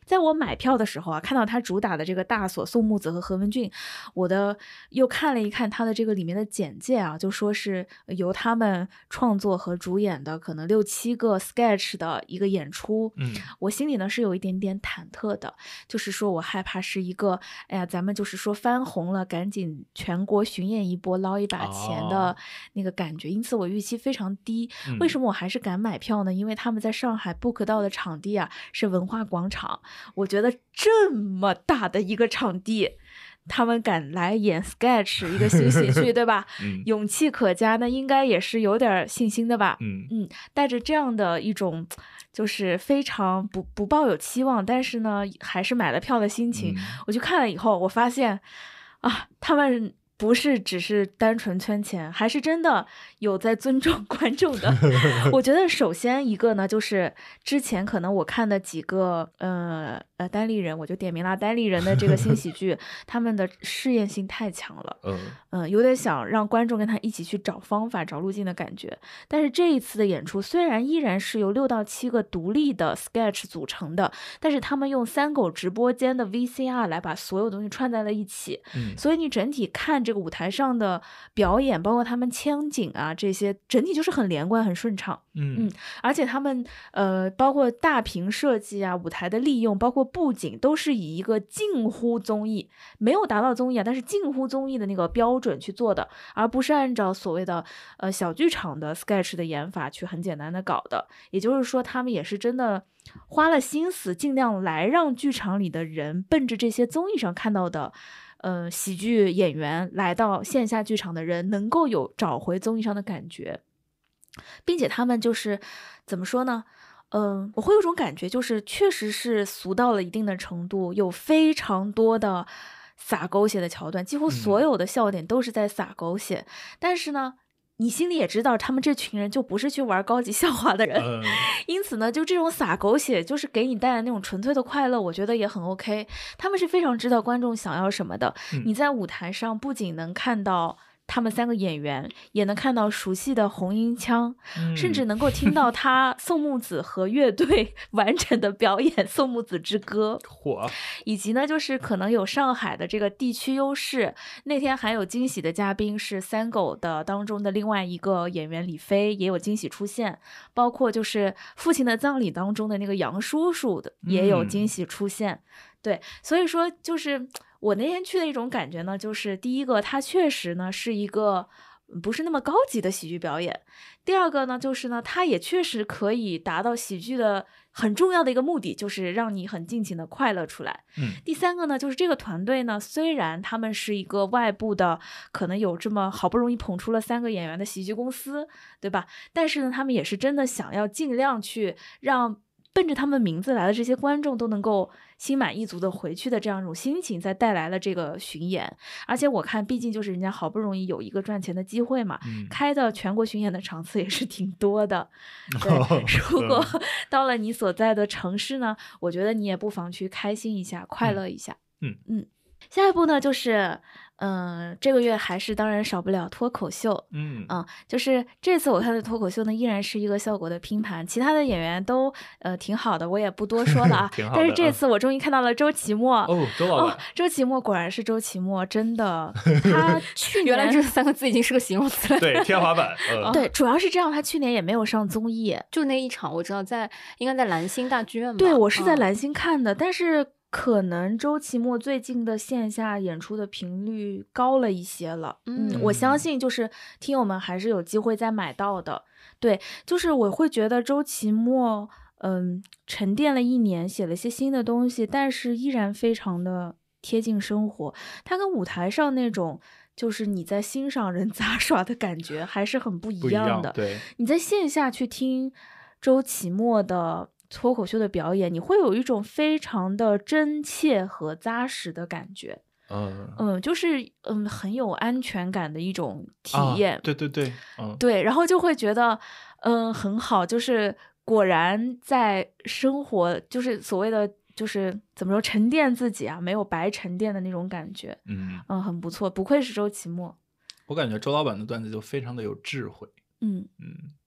在我买票的时候啊，看到他主打的这个大锁宋木子和何文俊，又看了一看他的这个里面的简介啊，就说是由他们创作和主演的可能6、7个 sketch 的一个演出。我心里呢是有一点点忐忑的，就是说我害怕是一个，哎呀，咱们就是说翻红了，赶紧全国巡演一波，捞一把钱的那个感觉，因此我预期非常低。为什么我还是敢买票呢？因为他们在上海 book 到的场地啊是文化广场，我觉得这么大的一个场地，他们敢来演 sketch 一个新喜剧对吧？勇气可嘉，那应该也是有点信心的吧。带着这样的一种就是非常不抱有期望，但是呢还是买了票的心情，我去看了以后，我发现啊，他们不是只是单纯圈钱，还是真的有在尊重观众的。我觉得首先一个呢，就是之前可能我看的几个单立人，我就点名啦，单立人的这个新喜剧，他们的试验性太强了，有点想让观众跟他一起去找方法、找路径的感觉。但是这一次的演出虽然依然是由6到7个独立的 sketch 组成的，但是他们用3狗直播间的 VCR 来把所有东西串在了一起，所以你整体看这个舞台上的表演，包括他们枪景啊这些，整体就是很连贯、很顺畅。而且他们包括大屏设计啊、舞台的利用，包括布景，都是以一个近乎综艺，没有达到综艺啊，但是近乎综艺的那个标准去做的，而不是按照所谓的小剧场的 sketch 的演法去很简单的搞的。也就是说，他们也是真的花了心思，尽量来让剧场里的人奔着这些综艺上看到的喜剧演员来到线下剧场的人能够有找回综艺上的感觉，并且他们就是怎么说呢？我会有种感觉，就是确实是俗到了一定的程度，有非常多的撒狗血的桥段，几乎所有的笑点都是在撒狗血。但是呢，你心里也知道，他们这群人就不是去玩高级笑话的人，因此呢，就这种撒狗血，就是给你带来那种纯粹的快乐，我觉得也很 OK。他们是非常知道观众想要什么的。你在舞台上不仅能看到他们3个演员，也能看到熟悉的红缨枪，甚至能够听到他宋木子和乐队完整的表演《宋木子之歌》，以及呢，就是可能有上海的这个地区优势。那天还有惊喜的嘉宾是3狗的当中的另外一个演员李飞，也有惊喜出现，包括就是父亲的葬礼当中的那个杨叔叔的也有惊喜出现。对，所以说就是我那天去的一种感觉呢，就是第一个，它确实呢是一个不是那么高级的喜剧表演；第二个呢，就是呢，它也确实可以达到喜剧的很重要的一个目的，就是让你很尽情的快乐出来。第三个呢，就是这个团队呢，虽然他们是一个外部的，可能有这么好不容易捧出了3个演员的喜剧公司，对吧？但是呢，他们也是真的想要尽量去让奔着他们名字来的这些观众都能够心满意足的回去的这样一种心情，才带来了这个巡演。而且我看毕竟就是人家好不容易有一个赚钱的机会嘛，开的全国巡演的场次也是挺多的。对，如果到了你所在的城市呢，我觉得你也不妨去开心一下，快乐一下。下一步呢，就是这个月还是当然少不了脱口秀。就是这次我看的脱口秀呢，依然是一个效果的拼盘，其他的演员都挺好的，我也不多说了啊。但是这次我终于看到了周奇墨。 周老板， 周奇墨果然是周奇墨，真的，他去年原来这3个字已经是个形容词了。 对，天花板。 对，主要是这样，他去年也没有上综艺， 就那一场我知道应该在兰心大剧院吧。 对，我是在兰心看的，但是可能周奇墨最近的线下演出的频率高了一些了。我相信就是听友们还是有机会再买到的。对，就是我会觉得周奇墨沉淀了1年，写了些新的东西，但是依然非常的贴近生活。他跟舞台上那种就是你在欣赏人杂耍的感觉还是很不一样的。 对，你在线下去听周奇墨的脱口秀的表演，你会有一种非常的真切和扎实的感觉。就是很有安全感的一种体验。 对， 对，然后就会觉得很好，就是果然在生活，就是所谓的就是怎么说沉淀自己啊，没有白沉淀的那种感觉。很不错，不愧是周奇墨。 我感觉周老板的段子就非常的有智慧。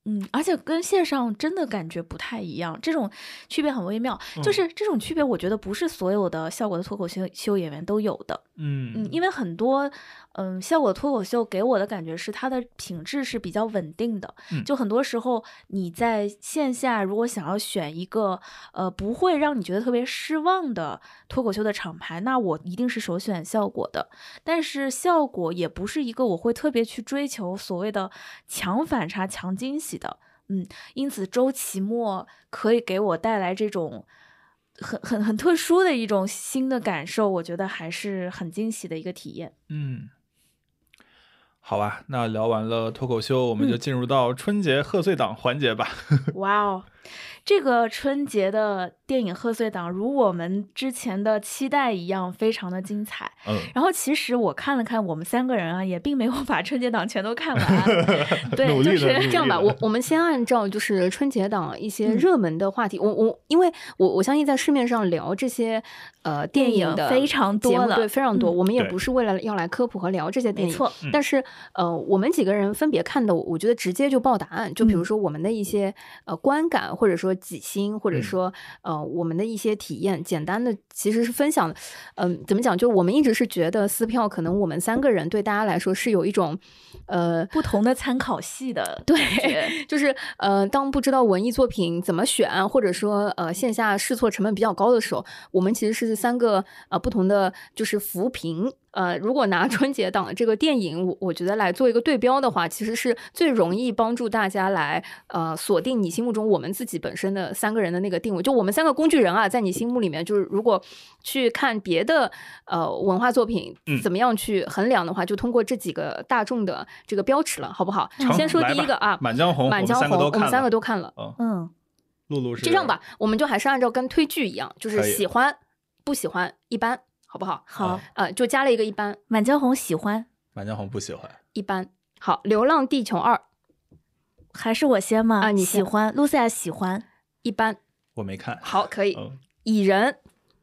而且跟线上真的感觉不太一样，这种区别很微妙。就是这种区别，我觉得不是所有的效果的脱口秀演员都有的。因为很多效果脱口秀给我的感觉是它的品质是比较稳定的。就很多时候你在线下如果想要选一个不会让你觉得特别失望的脱口秀的厂牌，那我一定是首选效果的。但是效果也不是一个我会特别去追求所谓的强反差、强惊喜的。因此周奇墨可以给我带来这种很特殊的一种新的感受，我觉得还是很惊喜的一个体验。 好吧，那聊完了脱口秀，我们就进入到春节贺岁档环节吧。 哇哦，这个春节的电影贺岁档如我们之前的期待一样，非常的精彩。然后其实我看了看，我们3个人啊，也并没有把春节档全都看完。对，就是这样吧。我们先按照就是春节档一些热门的话题，因为我相信在市面上聊这些电影的非常多了， 对，非常多。我们也不是为了要来科普和聊这些电影， 没错。 但是我们几个人分别看的，我觉得直接就报答案。就比如说我们的一些观感，或者说几星，或者说我们的一些体验，简单的其实是分享的。怎么讲？就我们一直是觉得撕票，可能我们3个人对大家来说是有一种不同的参考系的。 对，就是当不知道文艺作品怎么选，或者说线下试错成本比较高的时候，我们其实是3个不同的就是浮萍。如果拿春节档这个电影，我觉得来做一个对标的话，其实是最容易帮助大家来锁定你心目中我们自己本身的3个人的那个定位。就我们3个工具人啊，在你心目里面，就是如果去看别的文化作品怎么样去衡量的话，就通过这几个大众的这个标尺了，好不好？先说第一个啊， 满江红，我们3个都看了。 露露是就这样吧，我们就还是按照跟推剧一样，就是喜欢、不喜欢、一般。好不好？ 好， 就加了一个一般。 满江红喜欢， 满江红不喜欢， 一般。好，流浪地球2， 还是我先吗？ 你喜欢，露西亚喜欢， 一般。 我没看。 好，可以。蚁人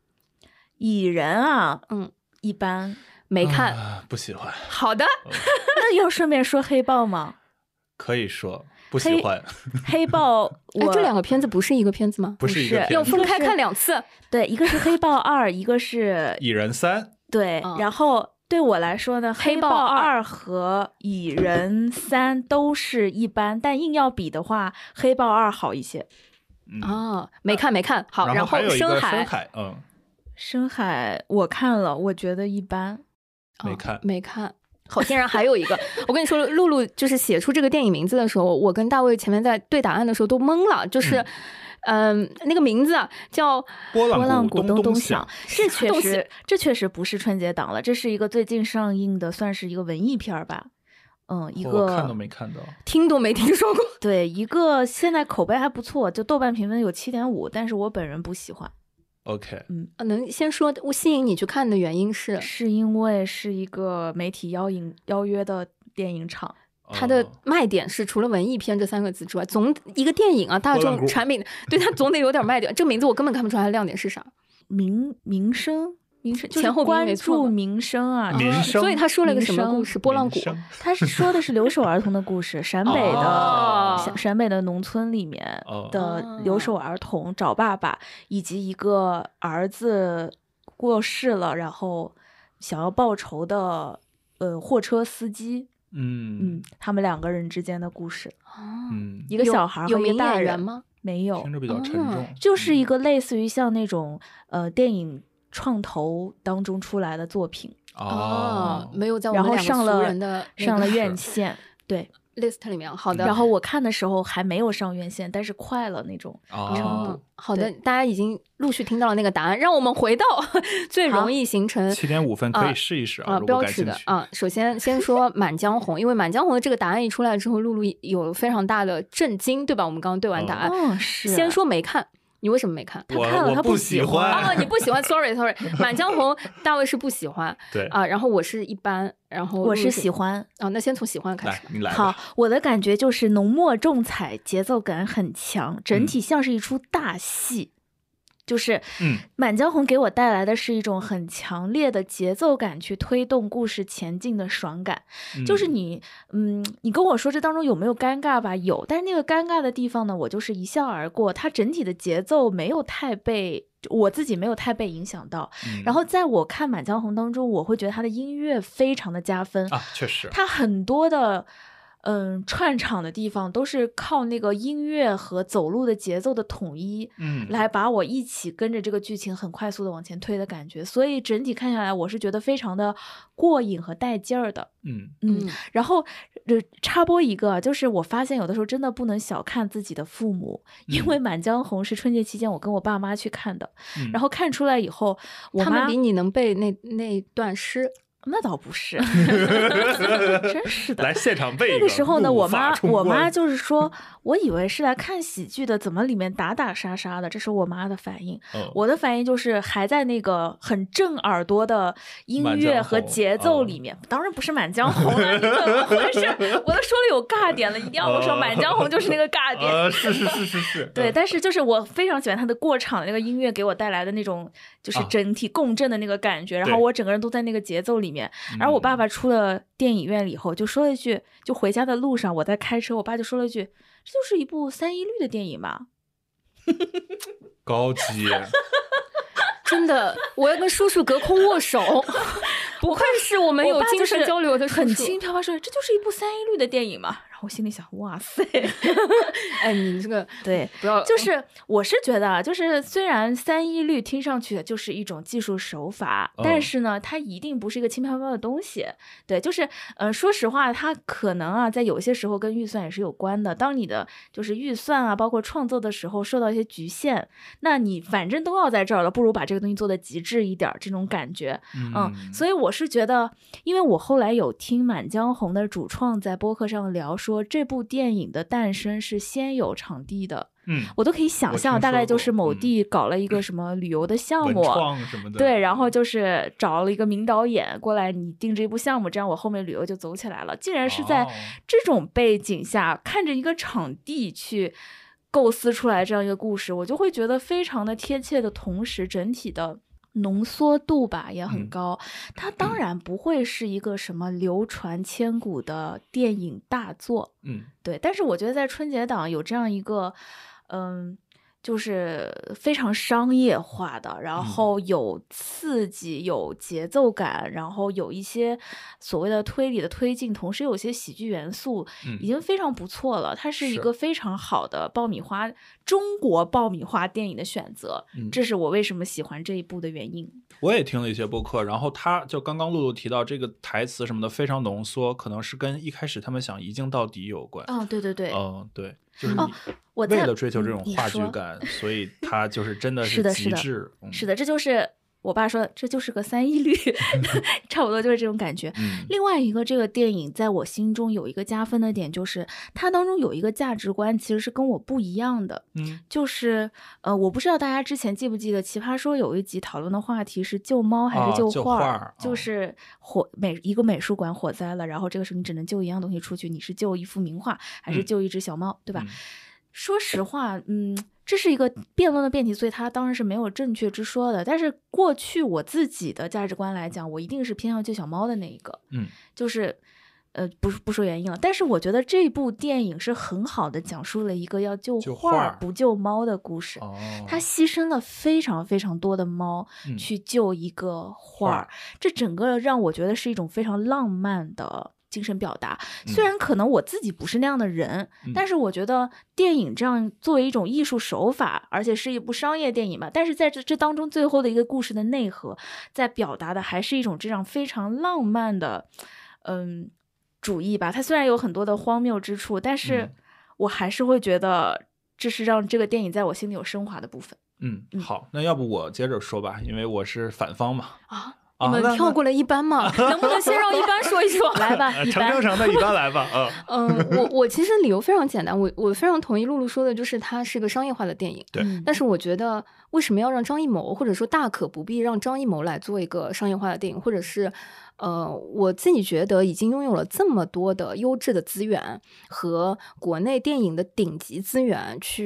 啊，一般， 没看， 不喜欢。 好的， 那要顺便说黑豹吗？ 可以说。不喜欢黑豹， 这2个片子不是一个片子吗？ 不是一个片子， 要分开看2次。 对，一个是黑豹2，一个是蚁人3。 对，然后对我来说呢，黑豹2和蚁人3都是一般，但硬要比的话，黑豹2好一些。 没看。好， 然后深海， 深海我看了，我觉得一般。 没看。好，竟然还有一个，我跟你说，露露就是写出这个电影名字的时候，我跟大卫前面在对答案的时候都懵了，就是那个名字叫波浪鼓咚咚响，这确实不是春节档了，这是一个最近上映的，算是一个文艺片吧。一个我看都没看到， 听都没听说过。 对，一个现在口碑还不错，就豆瓣评分有7.5，但是我本人不喜欢。 OK， 能先说我吸引你去看的原因是因为是一个媒体邀约的电影厂， 它的卖点是除了文艺片这3个字之外，总一个电影啊，大众产品，对它总得有点卖点。这个名字我根本看不出来它的亮点是啥， 民生前后关注民生啊， 所以他说了一个什么故事？波浪鼓， 他是说的是留守儿童的故事，陕北的农村里面的留守儿童找爸爸，以及一个儿子过世了，然后想要报仇的货车司机，他们2个人之间的故事。一个小孩和一个大人吗？ 没有， 听着比较沉重， 就是一个类似于像那种电影创投当中出来的作品。 没有在我们2个俗人的上了院线，对 list 里面。好的， 然后我看的时候还没有上院线，但是快了那种程度。 好的，大家已经陆续听到了那个答案，让我们回到最容易形成 7.5分，可以试一试标尺的首先说满江红，因为满江红的这个答案一出来之后，露露有非常大的震惊，对吧？我们刚刚对完答案， 是先说没看。你为什么没看？ 他看了，他不喜欢你不喜欢 sorry 满江红大卫是不喜欢， 对然后我是一般，然后我是喜欢那先从喜欢开始。 你来好，我的感觉就是浓墨重彩，节奏感很强，整体像是一出大戏。 就是满江红给我带来的是一种很强烈的节奏感去推动故事前进的爽感。就是你跟我说这当中有没有尴尬吧，有，但是那个尴尬的地方呢，我就是一笑而过，它整体的节奏没有太被我自己没有太被影响到。然后在我看满江红当中，我会觉得它的音乐非常的加分啊，确实它很多的串场的地方都是靠那个音乐和走路的节奏的统一，来把我一起跟着这个剧情很快速的往前推的感觉，所以整体看下来我是觉得非常的过瘾和带劲儿的。然后插播一个，就是我发现有的时候真的不能小看自己的父母，因为满江红是春节期间我跟我爸妈去看的，然后看出来以后， 他们比你能背那段诗。 那倒不是真是的， 来现场背一个。 那个时候呢，我妈就是说，我以为是来看喜剧的，怎么里面打打杀杀的，这是我妈的反应。我的反应就是还在那个很震耳朵的音乐和节奏里面，当然不是满江红了，你怎么回事？我都说了有尬点了，一定要我说满江红就是那个尬点。 是对，但是就是我非常喜欢他的过场的那个音乐给我带来的那种就是整体共振的那个感觉，然后我整个人都在那个节奏里面。然后我爸爸出了电影院以后就说了一句，就回家的路上我在开车，我爸就说了一句，这就是一部3一律的电影吧。 高级真的，我要跟叔叔隔空握手。不愧是我们有精神交流的叔叔， 很轻飘飘说这就是一部3一律的电影嘛。然后我心里想，哇塞， 哎，你这个对， 不要， 就是我是觉得啊，就是虽然3一律听上去就是一种技术手法，但是呢，它一定不是一个轻飘飘的东西。对，就是说实话，它可能啊，在有些时候跟预算也是有关的。当你的就是预算啊，包括创作的时候受到一些局限，那你反正都要在这儿了，不如把这个东西做得极致一点，这种感觉。所以我是觉得，因为我后来有听满江红的主创在播客上聊说这部电影的诞生是先有场地的，我都可以想象，大概就是某地搞了一个什么旅游的项目， 文创什么的， 对，然后就是找了一个名导演过来，你定这一部项目，这样我后面旅游就走起来了。竟然是在这种背景下，看着一个场地去构思出来这样一个故事，我就会觉得非常的贴切的同时，整体的浓缩度吧也很高。它当然不会是一个什么流传千古的电影大作，对，但是我觉得在春节档有这样一个就是非常商业化的，然后有刺激有节奏感，然后有一些所谓的推理的推进，同时有一些喜剧元素，已经非常不错了。它是一个非常好的中国爆米花电影的选择，这是我为什么喜欢这一部的原因。 我也听了一些播客，然后他就刚刚露露提到这个台词什么的非常浓缩，可能是跟一开始他们想一镜到底有关。 对对对， 对，就是为了追求这种话剧感，所以他就是真的是极致。 是的，这就是我爸说这就是个3一律差不多就是这种感觉。另外一个，这个电影在我心中有一个加分的点，就是它当中有一个价值观其实是跟我不一样的。就是我不知道大家之前记不记得奇葩说有一集讨论的话题是救猫还是救画，就是一个美术馆火灾了，然后这个时候你只能救一样东西出去，你是救一幅名画还是救一只小猫，对吧？说实话，这是一个辩论的辩题，所以它当然是没有正确之说的。但是过去我自己的价值观来讲，我一定是偏向救小猫的那一个。就是不说原因了，但是我觉得这部电影是很好的讲述了一个要救画不救猫的故事。它牺牲了非常非常多的猫去救一个画，这整个让我觉得是一种非常浪漫的精神表达。虽然可能我自己不是那样的人，但是我觉得电影这样作为一种艺术手法，而且是一部商业电影嘛，但是在这当中最后的一个故事的内核在表达的还是一种这样非常浪漫的主义吧。它虽然有很多的荒谬之处，但是我还是会觉得这是让这个电影在我心里有升华的部分。 好，那要不我接着说吧，因为我是反方嘛。 你们跳过了一般吗？能不能先让一般说一说？ 来吧， 正常的一般来吧。 我其实理由非常简单，我非常同意露露说的，就是它是个商业化的电影。 对， 但是我觉得为什么要让张艺谋，或者说大可不必让张艺谋来做一个商业化的电影，或者是我自己觉得已经拥有了这么多的优质的资源和国内电影的顶级资源去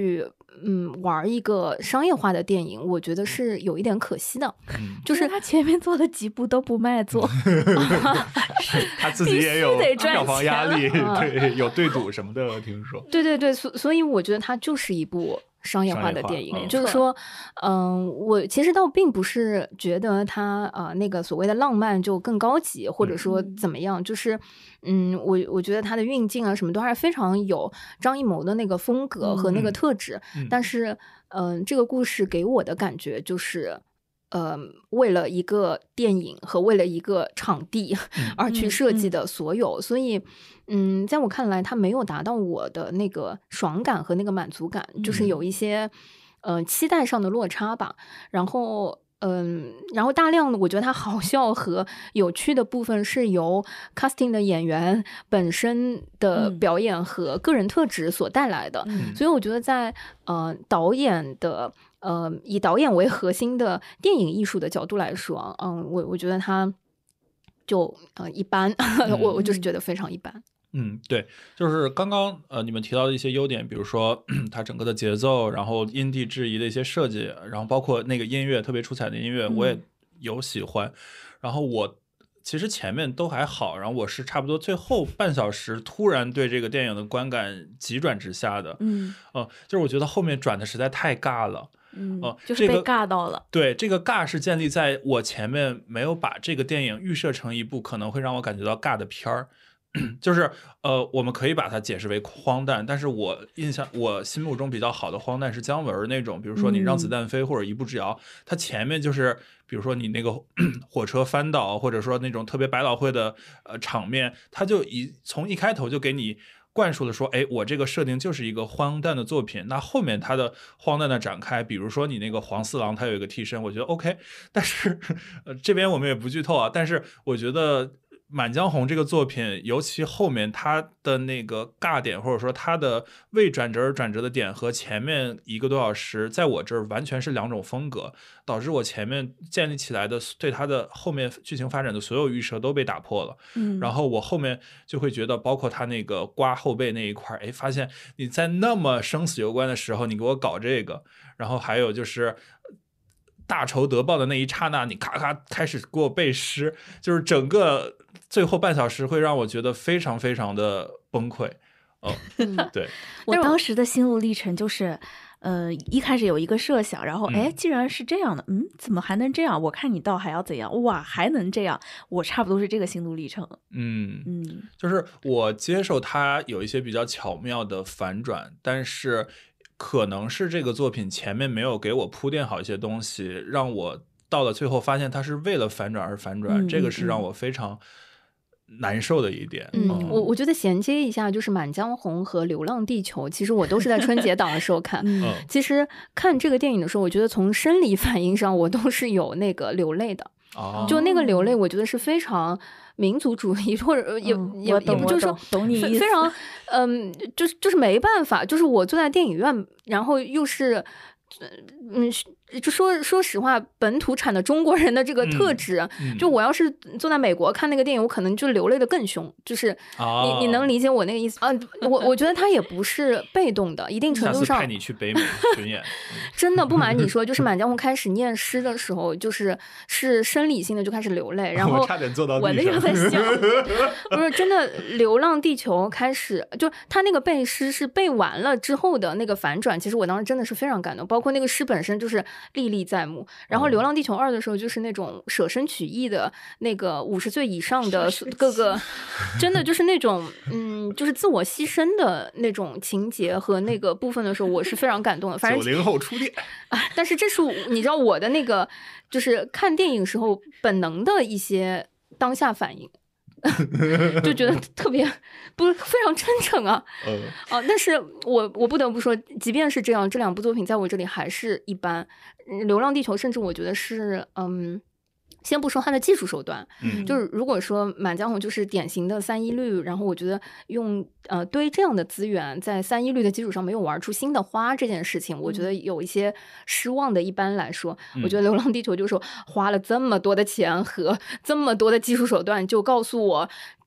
玩一个商业化的电影，我觉得是有一点可惜的。就是他前面做的几部都不卖座， 他自己也有必须得赚票房压力， 钱对，有对赌什么的，听说。 对对对，所以我觉得它就是一部商业化的电影，就是说，我其实倒并不是觉得它那个所谓的浪漫就更高级，或者说怎么样，就是我觉得它的运镜啊什么都还是非常有张艺谋的那个风格和那个特质，但是这个故事给我的感觉就是。为了一个电影和为了一个场地而去设计的所有，所以在我看来它没有达到我的那个爽感和那个满足感，就是有一些期待上的落差吧。然后大量的我觉得它好笑和有趣的部分是由 casting 的演员本身的表演和个人特质所带来的，所以我觉得在导演的以导演为核心的电影艺术的角度来说，我觉得它就一般，我就是觉得非常一般。 对，就是刚刚你们提到的一些优点，比如说它整个的节奏，然后因地制宜的一些设计，然后包括那个音乐特别出彩的音乐，我也有喜欢。然后我其实前面都还好，然后我是差不多最后半小时突然对这个电影的观感急转直下的。就是我觉得后面转的实在太尬了。 就是被尬到了。 对，这个尬是建立在我前面没有把这个电影预设成一部可能会让我感觉到尬的片儿。就是我们可以把它解释为荒诞，但是我心目中比较好的荒诞是姜文那种，比如说你让子弹飞或者一步之遥，它前面就是比如说你那个火车翻倒，或者说那种特别百老汇的场面，它就从一开头就给你灌输了说，哎，我这个设定就是一个荒诞的作品，那后面它的荒诞的展开，比如说你那个黄四郎他有一个替身，我觉得 OK， 但是这边我们也不剧透啊，但是我觉得满江红这个作品，尤其后面它的那个尬点，或者说它的未转折而转折的点和前面1个多小时在我这儿完全是2种风格，导致我前面建立起来的对它的后面剧情发展的所有预设都被打破了。然后我后面就会觉得，包括他那个刮后背那一块，哎，发现你在那么生死攸关的时候你给我搞这个，然后还有就是大仇得报的那一刹那，你咔咔开始给我背诗，就是整个最后半小时会让我觉得非常非常的崩溃。对， 我当时的心路历程就是，一开始有一个设想，然后既然是这样的，怎么还能这样？我看你倒还要怎样？哇，还能这样？我差不多是这个心路历程。 就是我接受它有一些比较巧妙的反转，但是可能是这个作品前面没有给我铺垫好一些东西，让我到了最后发现它是为了反转而反转，这个是让我非常难受的一点。 我觉得衔接一下，就是《满江红》和《流浪地球》，其实我都是在春节档的时候看。其实看这个电影的时候，我觉得从生理反应上，我都是有那个流泪的。就那个流泪，我觉得是非常民族主义，或者也不就是说懂你意思， 非常就是没办法，就是我坐在电影院，然后又是就说实话，本土产的中国人的这个特质，就我要是坐在美国看那个电影，我可能就流泪的更凶。就是你能理解我那个意思啊？我觉得他也不是被动的，一定程度上。 下次派你去北美巡演。 真的不瞒你说，就是《满江红》开始念诗的时候，是生理性的就开始流泪，然后我差点坐到地上， 我那个在笑，不是真的。《流浪地球》开始就他那个背诗是背完了之后的那个反转，其实我当时真的是非常感动，包括那个诗本身就是历历在目。然后《流浪地球2》的时候，就是那种舍身取义的那个50岁以上的各个，真的就是那种就是自我牺牲的那种情节和那个部分的时候，我是非常感动的。反正 90后初恋但是这是你知道我的那个就是看电影时候本能的一些当下反应。就觉得特别非常真诚啊。但是我不得不说，即便是这样，这2部作品在我这里还是一般。流浪地球甚至我觉得是先不说它的技术手段，就是如果说满江红就是典型的3:1律，然后我觉得用堆这样的资源在3:1律的基础上没有玩出新的花这件事情，我觉得有一些失望的。一般来说，我觉得流浪地球就是花了这么多的钱和这么多的技术手段，就告诉我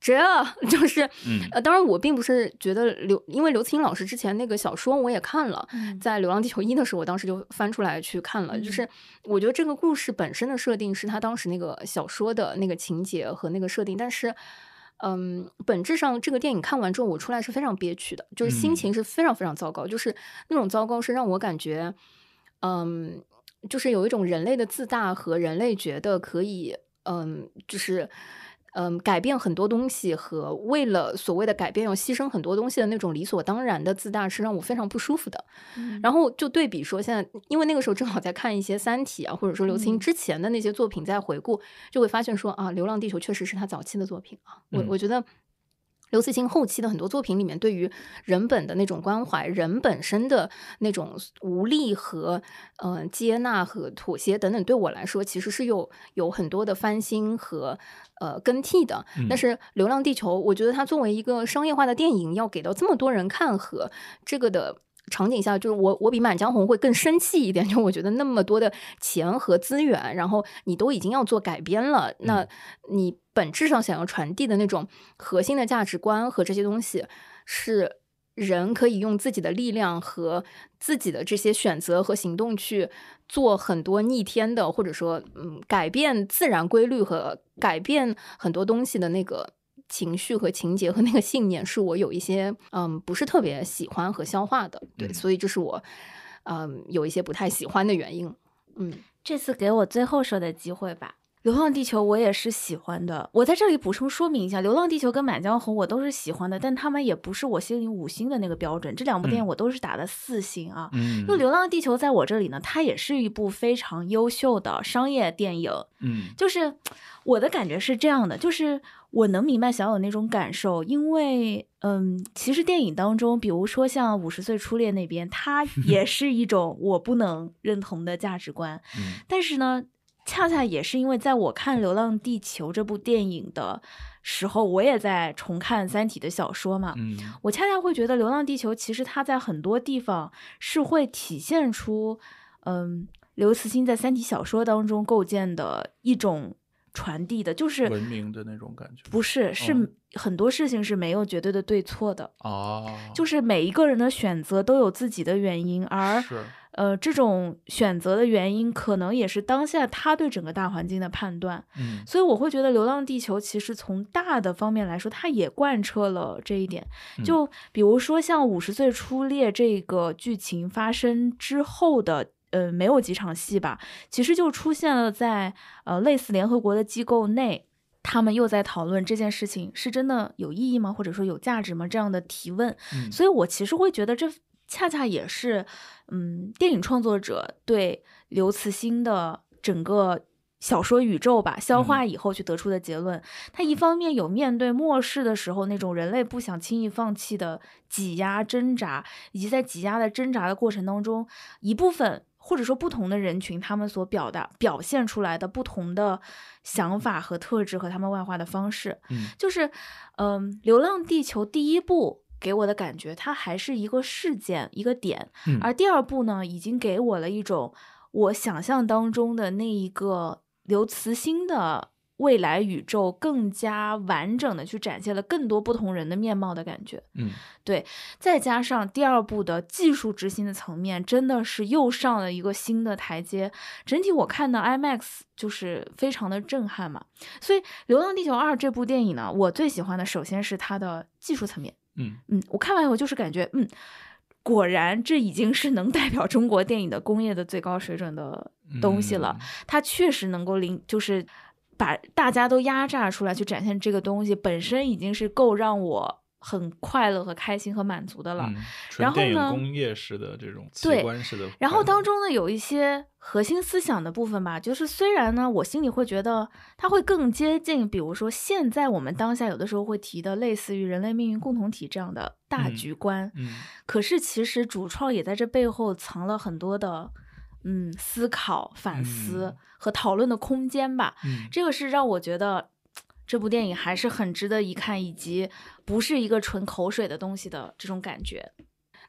这就是当然我并不是觉得因为刘慈欣老师之前那个小说我也看了，在《流浪地球1》的时候我当时就翻出来去看了，就是我觉得这个故事本身的设定是他当时那个小说的那个情节和那个设定，但是本质上这个电影看完之后我出来是非常憋屈的，就是心情是非常非常糟糕，就是那种糟糕是让我感觉就是有一种人类的自大和人类觉得可以就是改变很多东西和为了所谓的改变要牺牲很多东西的那种理所当然的自大是让我非常不舒服的。然后就对比说现在，因为那个时候正好在看一些三体啊，或者说刘慈欣之前的那些作品在回顾，就会发现说啊，流浪地球确实是他早期的作品啊。我觉得刘慈欣后期的很多作品里面对于人本的那种关怀，人本身的那种无力和接纳和妥协等等，对我来说其实是有很多的翻新和更替的。但是流浪地球我觉得它作为一个商业化的电影要给到这么多人看和这个的场景下，就是我比满江红会更生气一点，就我觉得那么多的钱和资源，然后你都已经要做改编了，那你本质上想要传递的那种核心的价值观和这些东西是人可以用自己的力量和自己的这些选择和行动去做很多逆天的，或者说改变自然规律和改变很多东西的那个情绪和情节和那个信念，是我有一些不是特别喜欢和消化的。对，所以这是我有一些不太喜欢的原因。 这次给我最后说的机会吧。流浪地球我也是喜欢的，我在这里补充说明一下，流浪地球跟满江红我都是喜欢的，但他们也不是我心里5星的那个标准，这两部电影我都是打的4星啊。就流浪地球在我这里呢，它也是一部非常优秀的商业电影。就是我的感觉是这样的，就是我能明白小友那种感受，因为其实电影当中比如说像50岁初恋那边，它也是一种我不能认同的价值观。但是呢恰恰也是因为在我看《流浪地球》这部电影的时候，我也在重看《三体》的小说嘛，我恰恰会觉得《流浪地球》其实它在很多地方是会体现出刘慈欣在《三体》小说当中构建的一种传递的，就是文明的那种感觉。 不是，是很多事情是没有绝对的对错的就是每一个人的选择都有自己的原因，而这种选择的原因可能也是当下他对整个大环境的判断。所以我会觉得《流浪地球》其实从大的方面来说，它也贯彻了这一点。就比如说像50岁初恋这个剧情发生之后的没有几场戏吧，其实就出现了在类似联合国的机构内，他们又在讨论这件事情是真的有意义吗，或者说有价值吗这样的提问。所以我其实会觉得这恰恰也是电影创作者对刘慈欣的整个小说宇宙吧消化以后去得出的结论。他一方面有面对末世的时候那种人类不想轻易放弃的挤压挣扎，以及在挤压的挣扎的过程当中，一部分或者说不同的人群他们所表现出来的不同的想法和特质和他们外化的方式。就是流浪地球第一部给我的感觉它还是一个事件一个点，而第二部呢已经给我了一种我想象当中的那一个刘慈欣的未来宇宙更加完整的去展现了更多不同人的面貌的感觉。对，再加上第二部的技术执行的层面真的是又上了一个新的台阶，整体我看到 IMAX 就是非常的震撼嘛。所以《流浪地球2》这部电影呢，我最喜欢的首先是它的技术层面。我看完以后就是感觉果然这已经是能代表中国电影的工业的最高水准的东西了。它确实能够就是把大家都压榨出来去展现这个东西，本身已经是够让我很快乐和开心和满足的了。然后呢， 纯电影工业式的这种奇观式的。 然后当中呢有一些核心思想的部分吧，就是虽然呢我心里会觉得它会更接近比如说现在我们当下有的时候会提的类似于人类命运共同体这样的大局观，可是其实主创也在这背后藏了很多的思考反思和讨论的空间吧。这个是让我觉得这部电影还是很值得一看，以及不是一个纯口水的东西的这种感觉。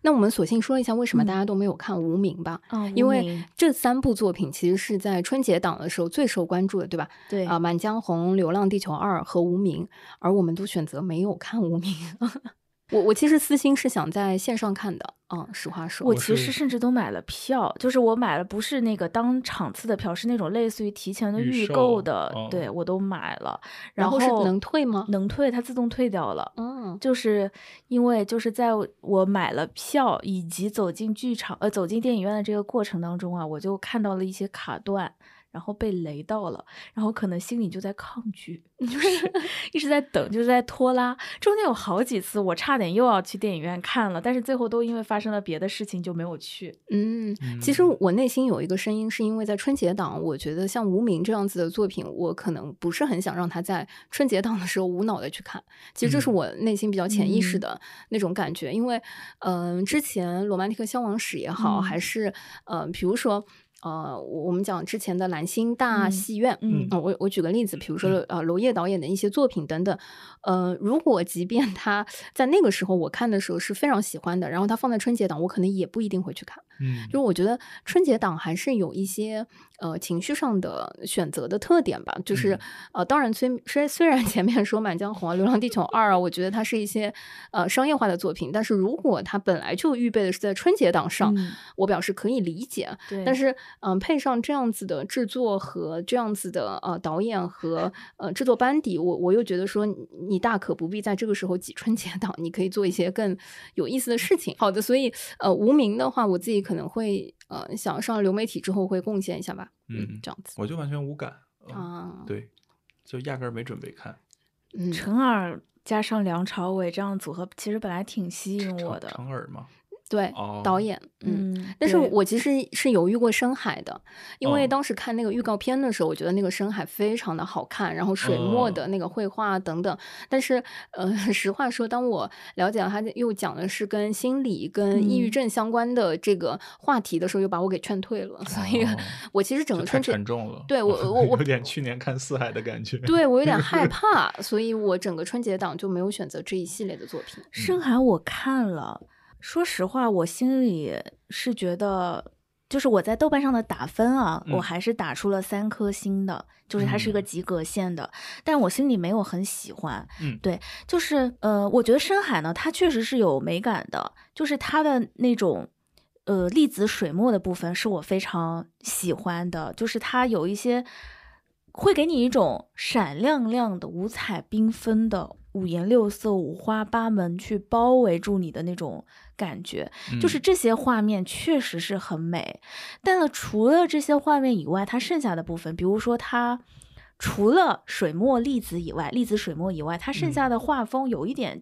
那我们索性说一下为什么大家都没有看《无名》吧。因为这3部作品其实是在春节档的时候最受关注的，对吧？ 对满江红》、《流浪地球2》和《无名》，而我们都选择没有看《无名》。我其实私心是想在线上看的，实话说， 我其实甚至都买了票，就是我买了不是那个当场次的票，是那种类似于提前的预购的，对我都买了。然后是能退吗？ 能退，它自动退掉了。就是因为就是在我买了票以及走进走进电影院的这个过程当中啊，我就看到了一些卡段。然后被雷到了，然后可能心里就在抗拒，就是一直在等，就是在拖拉。中间有好几次我差点又要去电影院看了，但是最后都因为发生了别的事情就没有去。 其实我内心有一个声音，是因为在春节档，我觉得像《无名》这样子的作品，我可能不是很想让他在春节档的时候无脑的去看。其实这是我内心比较潜意识的那种感觉，因为之前《罗曼蒂克消亡史》也好，还是比如说。我们讲之前的蓝星大戏院，我举个例子，比如说娄烨导演的一些作品等等，如果即便他在那个时候我看的时候是非常喜欢的，然后他放在春节档，我可能也不一定会去看。就是我觉得春节档还是有一些情绪上的选择的特点吧，就是当然虽然前面说《满江红》啊、《流浪地球2》啊，我觉得它是一些商业化的作品，但是如果它本来就预备的是在春节档上，我表示可以理解。但是配上这样子的制作和这样子的导演和制作班底，我又觉得说你大可不必在这个时候挤春节档，你可以做一些更有意思的事情。好的，所以无名的话，我自己可能会想上流媒体之后会贡献一下吧。这样子我就完全无感对，就压根儿没准备看。 陈耳加上梁朝伟这样组合，其实本来挺吸引我的。 陈耳吗？ 对，导演，但是我其实是犹豫过深海的，因为当时看那个预告片的时候，我觉得那个深海非常的好看，然后水墨的那个绘画等等。但是实话说，当我了解到他又讲的是跟心理、跟抑郁症相关的这个话题的时候，又把我给劝退了。所以，我其实整个春节太沉重了， 对我有点去年看四海的感觉。 对我有点害怕，所以我整个春节档就没有选择这一系列的作品。 深海我看了。说实话，我心里是觉得，就是我在豆瓣上的打分啊，我还是打出了3颗星的，就是它是一个及格线的，但我心里没有很喜欢。对，就是我觉得深海呢，它确实是有美感的，就是它的那种粒子水墨的部分是我非常喜欢的，就是它有一些会给你一种闪亮亮的、五彩缤纷的、五颜六色、五花八门去包围住你的那种感觉，就是这些画面确实是很美。但是除了这些画面以外，它剩下的部分，比如说它除了水墨粒子以外，粒子水墨以外，它剩下的画风有一点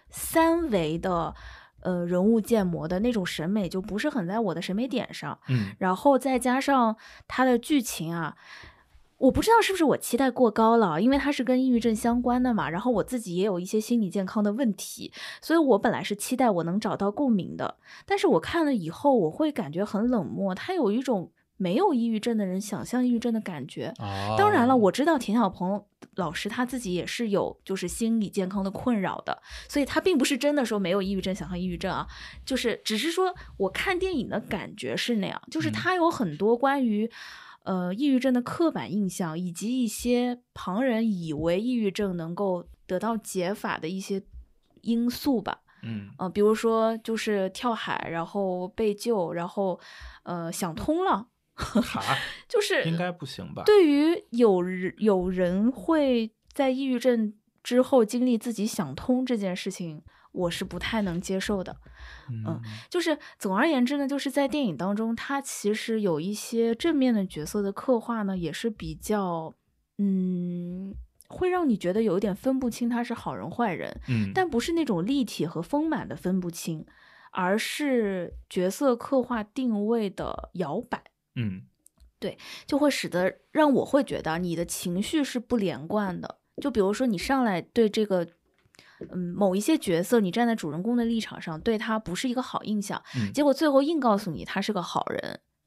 3维的人物建模的那种审美，就不是很在我的审美点上。然后再加上它的剧情啊，我不知道是不是我期待过高了，因为它是跟抑郁症相关的嘛，然后我自己也有一些心理健康的问题，所以我本来是期待我能找到共鸣的，但是我看了以后我会感觉很冷漠，它有一种没有抑郁症的人想象抑郁症的感觉。当然了，我知道田小鹏老师他自己也是有就是心理健康的困扰的，所以他并不是真的说没有抑郁症想象抑郁症啊，就是只是说我看电影的感觉是那样，就是他有很多关于抑郁症的刻板印象，以及一些旁人以为抑郁症能够得到解法的一些因素吧。比如说就是跳海，然后被救，然后想通了。就是应该不行吧？ 对于有人会在抑郁症之后经历自己想通这件事情，我是不太能接受的。就是总而言之呢，就是在电影当中，它其实有一些正面的角色的刻画呢，也是比较会让你觉得有一点分不清他是好人坏人，但不是那种立体和丰满的分不清，而是角色刻画定位的摇摆。对，就会使得让我会觉得你的情绪是不连贯的。就比如说你上来对这个某一些角色，你站在主人公的立场上对他不是一个好印象，结果最后硬告诉你他是个好人，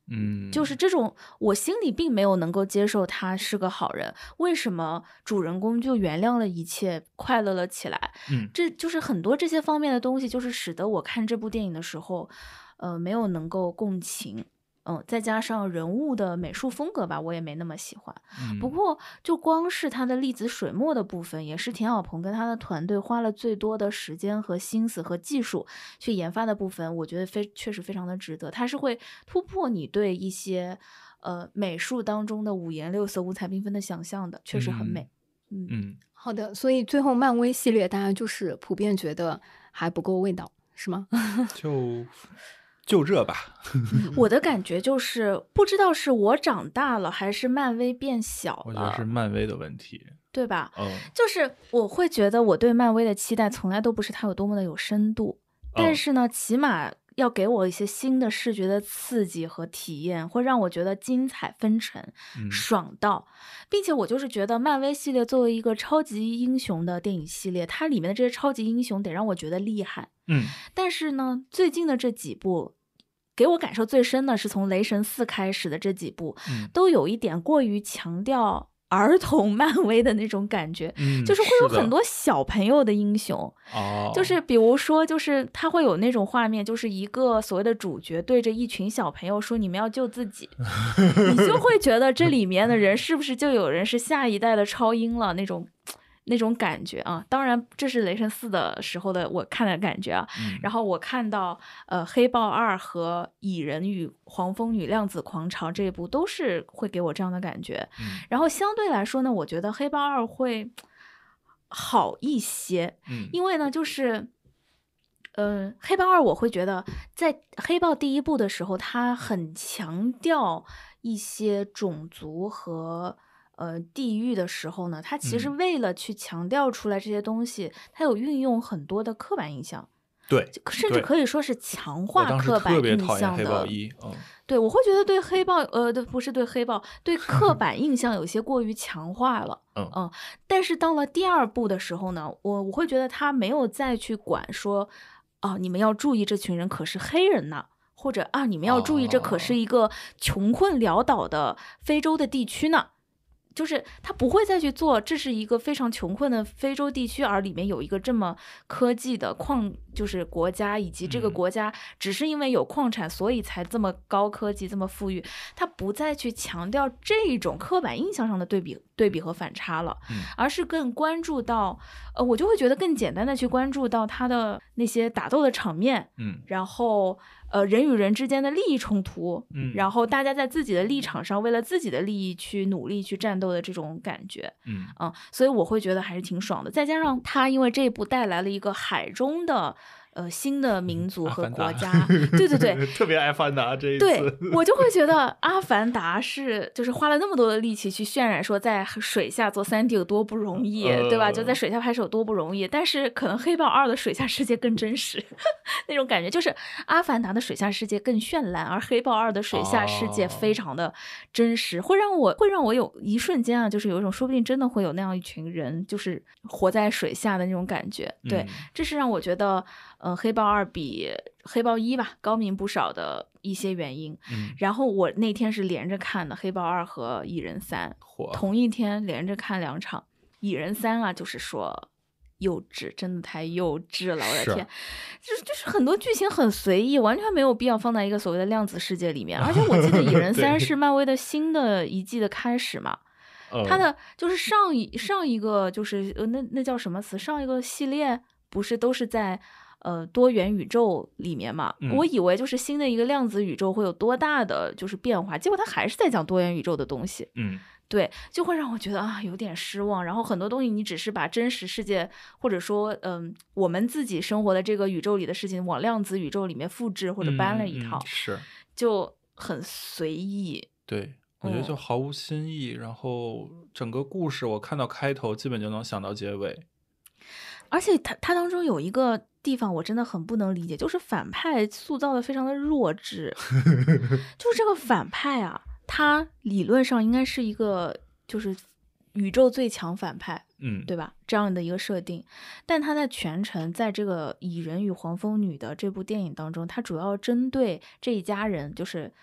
就是这种我心里并没有能够接受他是个好人，为什么主人公就原谅了一切，快乐了起来？这就是很多这些方面的东西，就是使得我看这部电影的时候，没有能够共情。再加上人物的美术风格吧，我也没那么喜欢。不过就光是他的粒子水墨的部分，也是田晓鹏跟他的团队花了最多的时间和心思和技术去研发的部分，我觉得确实非常的值得。它是会突破你对一些美术当中的五颜六色、五彩缤纷的想象的，确实很美。 好的，所以最后漫威系列大家就是普遍觉得还不够味道，是吗？ 就这吧。 我的感觉就是不知道是我长大了还是漫威变小了， 我觉得是漫威的问题， 对吧？就是我会觉得我对漫威的期待从来都不是它有多么的有深度，但是呢起码要给我一些新的视觉的刺激和体验，会让我觉得精彩纷呈，爽到。并且我就是觉得漫威系列作为一个超级英雄的电影系列，它里面的这些超级英雄得让我觉得厉害。但是呢最近的这几部给我感受最深的是从雷神4开始的这几部，都有一点过于强调儿童漫威的那种感觉，就是会有很多小朋友的英雄，就是比如说就是他会有那种画面，就是一个所谓的主角对着一群小朋友说你们要救自己你就会觉得这里面的人是不是就有人是下一代的超英了那种感觉啊。当然这是雷神4的时候的我看的感觉啊。然后我看到黑豹2和蚁人与黄蜂女量子狂潮这一部都是会给我这样的感觉。然后相对来说呢，我觉得黑豹2会好一些，因为呢就是黑豹2我会觉得在黑豹第1部的时候它很强调一些种族和地域的时候呢，它其实为了去强调出来这些东西，它有运用很多的刻板印象， 对， 甚至可以说是强化刻板印象的。 黑豹1， 对，我会觉得对黑豹不是对黑豹，对刻板印象有些过于强化了。但是到了第2部的时候呢，我会觉得他没有再去管说你们要注意这群人可是黑人呢，或者你们要注意这可是一个穷困潦倒的非洲的地区呢。就是他不会再去做这是一个非常穷困的非洲地区，而里面有一个这么科技的就是国家，以及这个国家只是因为有矿产所以才这么高科技这么富裕，他不再去强调这种刻板印象上的对比和反差了，而是更关注到我就会觉得更简单的去关注到他的那些打斗的场面，然后人与人之间的利益冲突，然后大家在自己的立场上为了自己的利益去努力去战斗的这种感觉，所以我会觉得还是挺爽的。再加上他因为这一部带来了一个海中的新的民族和国家，对对对， 特别爱凡达这一次， 对，我就会觉得阿凡达就是花了那么多的力气去渲染说在水下做3D 有多不容易，对吧？就在水下拍摄有多不容易，但是可能黑豹2的水下世界更真实那种感觉，就是阿凡达的水下世界更绚烂，而黑豹2的水下世界非常的真实，会让我有一瞬间啊，就是有一种说不定真的会有那样一群人就是活在水下的那种感觉。对，这是让我觉得黑豹2比黑豹1吧高明不少的一些原因。然后我那天是连着看的黑豹2和蚁人3，同一天连着看2场。蚁人3啊，就是说幼稚，真的太幼稚了，我的天，就是很多剧情很随意，完全没有必要放在一个所谓的量子世界里面。而且我记得蚁人3是漫威的新的一季的开始嘛。它的就是上一个就是那叫什么词？上一个系列不是都是在多元宇宙里面嘛？我以为就是新的一个量子宇宙会有多大的就是变化，结果它还是在讲多元宇宙的东西。对，就会让我觉得有点失望。然后很多东西你只是把真实世界或者说我们自己生活的这个宇宙里的事情往量子宇宙里面复制或者搬了一套， 是就很随意。 对，我觉得就毫无新意，然后整个故事我看到开头基本就能想到结尾。 而且它当中有一个地方我真的很不能理解，就是反派塑造的非常的弱智就是这个反派啊，他理论上应该是一个就是宇宙最强反派，对吧？这样的一个设定，但他在全程在这个蚁人与黄蜂女的这部电影当中，他主要针对这一家人，就是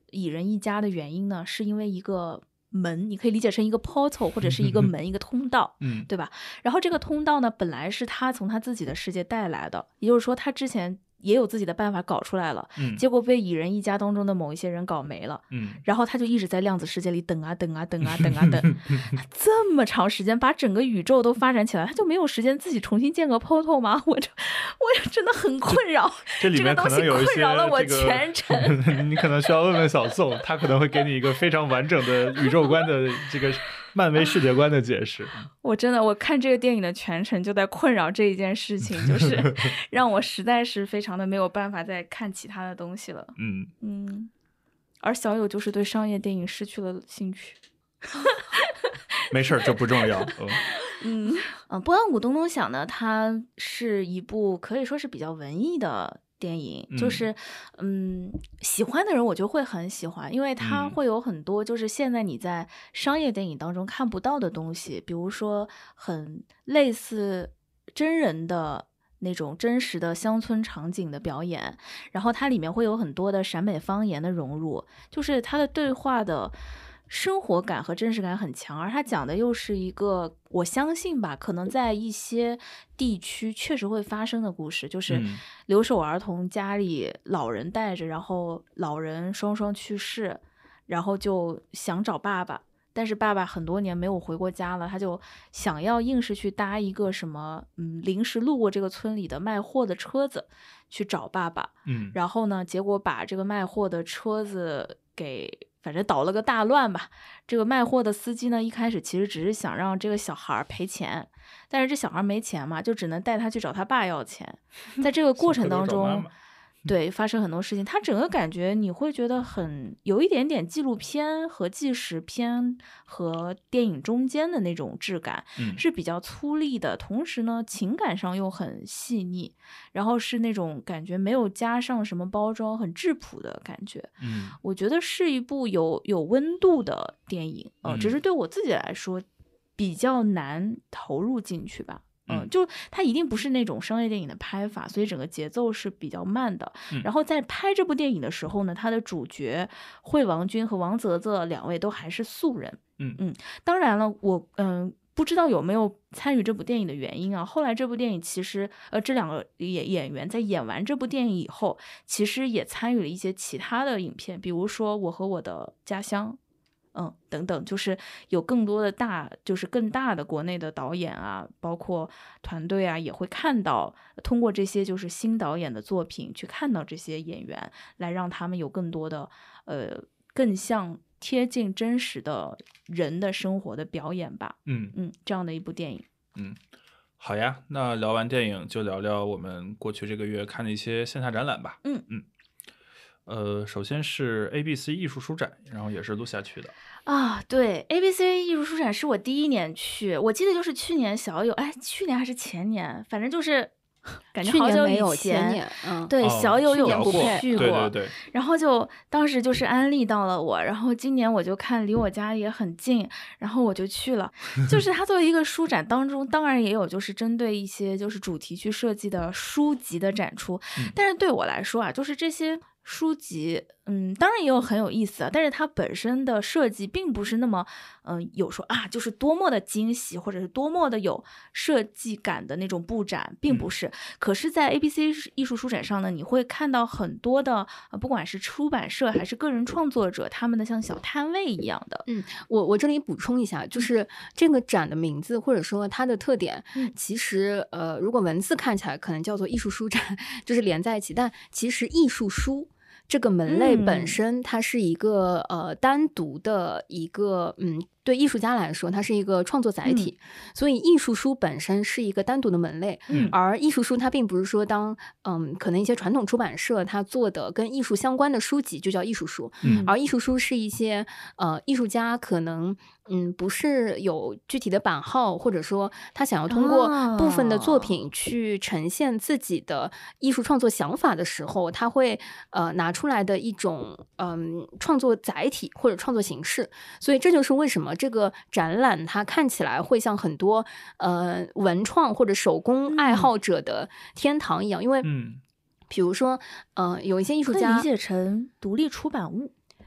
蚁人一家的原因呢，是因为一个门，你可以理解成一个 portal 或者是一个门一个通道，对吧？然后这个通道呢，本来是他从他自己的世界带来的，也就是说他之前也有自己的办法搞出来了，结果被蚁人一家当中的某一些人搞没了，然后他就一直在量子世界里等啊等啊等啊等啊等，这么长时间把整个宇宙都发展起来，他就没有时间自己重新建个 portal 吗？我真的很困扰， 这里面可能有一些困扰了我全程。 你可能需要问问小宋，他可能会给你一个非常完整的宇宙观的这个漫威世界观的解释。 我看这个电影的全程就在困扰这一件事情，就是让我实在是非常的没有办法再看其他的东西了。而小友就是对商业电影失去了兴趣。 没事，这不重要。 不管古东东想呢，它是一部可以说是比较文艺的电影，就是喜欢的人我就会很喜欢，因为它会有很多就是现在你在商业电影当中看不到的东西，比如说很类似真人的那种真实的乡村场景的表演，然后它里面会有很多的陕北方言的融入，就是它的对话的生活感和真实感很强，而它讲的又是一个我相信吧，可能在一些地区确实会发生的故事，就是留守儿童家里老人带着，然后老人双双去世，然后就想找爸爸，但是爸爸很多年没有回过家了，他就想要硬是去搭一个什么临时路过这个村里的卖货的车子去找爸爸，然后呢结果把这个卖货的车子给反正捣了个大乱吧。这个卖货的司机呢，一开始其实只是想让这个小孩赔钱，但是这小孩没钱嘛，就只能带他去找他爸要钱。在这个过程当中对，发生很多事情，它整个感觉你会觉得有一点点纪录片和纪实片和电影中间的那种质感，是比较粗粝的，同时呢情感上又很细腻，然后是那种感觉没有加上什么包装，很质朴的感觉。我觉得是一部有温度的电影，只是对我自己来说比较难投入进去吧。就它一定不是那种商业电影的拍法，所以整个节奏是比较慢的。然后在拍这部电影的时候呢，它的主角惠王君和王泽泽两位都还是素人。当然了，我不知道有没有参与这部电影的原因啊。后来这部电影其实这两个演员在演完这部电影以后，其实也参与了一些其他的影片，比如说《我和我的家乡》。等等，就是有更多的就是更大的国内的导演啊，包括团队啊，也会看到通过这些就是新导演的作品去看到这些演员，来让他们有更多的更像贴近真实的人的生活的表演吧。这样的一部电影。 好呀，那聊完电影就聊聊我们过去这个月看的一些线下展览吧。首先是 ABC 艺术书展，然后也是Lucia去的啊。对， ABC 艺术书展是我第一年去，我记得就是去年小友，去年还是前年，反正就是感觉好久以前。对，小友有去过， 对。 然后就当时就是安利到了我，然后今年我就看离我家也很近，然后我就去了。就是它作为一个书展当中，当然也有就是针对一些就是主题去设计的书籍的展出，但是对我来说啊，就是这些书籍当然也有很有意思啊，但是它本身的设计并不是那么有说就是多么的惊喜，或者是多么的有设计感的那种布展，并不是。可是在 ABC 艺术书展上呢，你会看到很多的不管是出版社还是个人创作者，他们的像小摊位一样的。 我这里补充一下，就是这个展的名字或者说它的特点，其实如果文字看起来可能叫做艺术书展，就是连在一起，但其实艺术书这个门类本身它是一个单独的一个对艺术家来说它是一个创作载体，所以艺术书本身是一个单独的门类，而艺术书它并不是说当可能一些传统出版社它做的跟艺术相关的书籍就叫艺术书，而艺术书是一些艺术家可能不是有具体的版号，或者说他想要通过部分的作品去呈现自己的艺术创作想法的时候，他会拿出来的一种创作载体或者创作形式。所以这就是为什么这个展览它看起来会像很多文创或者手工爱好者的天堂一样，因为比如说有一些艺术家可以理解成独立出版物。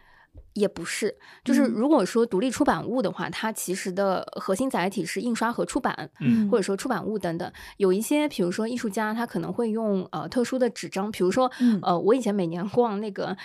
也不是，就是如果说独立出版物的话，它其实的核心载体是印刷和出版，或者说出版物等等。有一些比如说艺术家他可能会用特殊的纸张，比如说我以前每年逛那个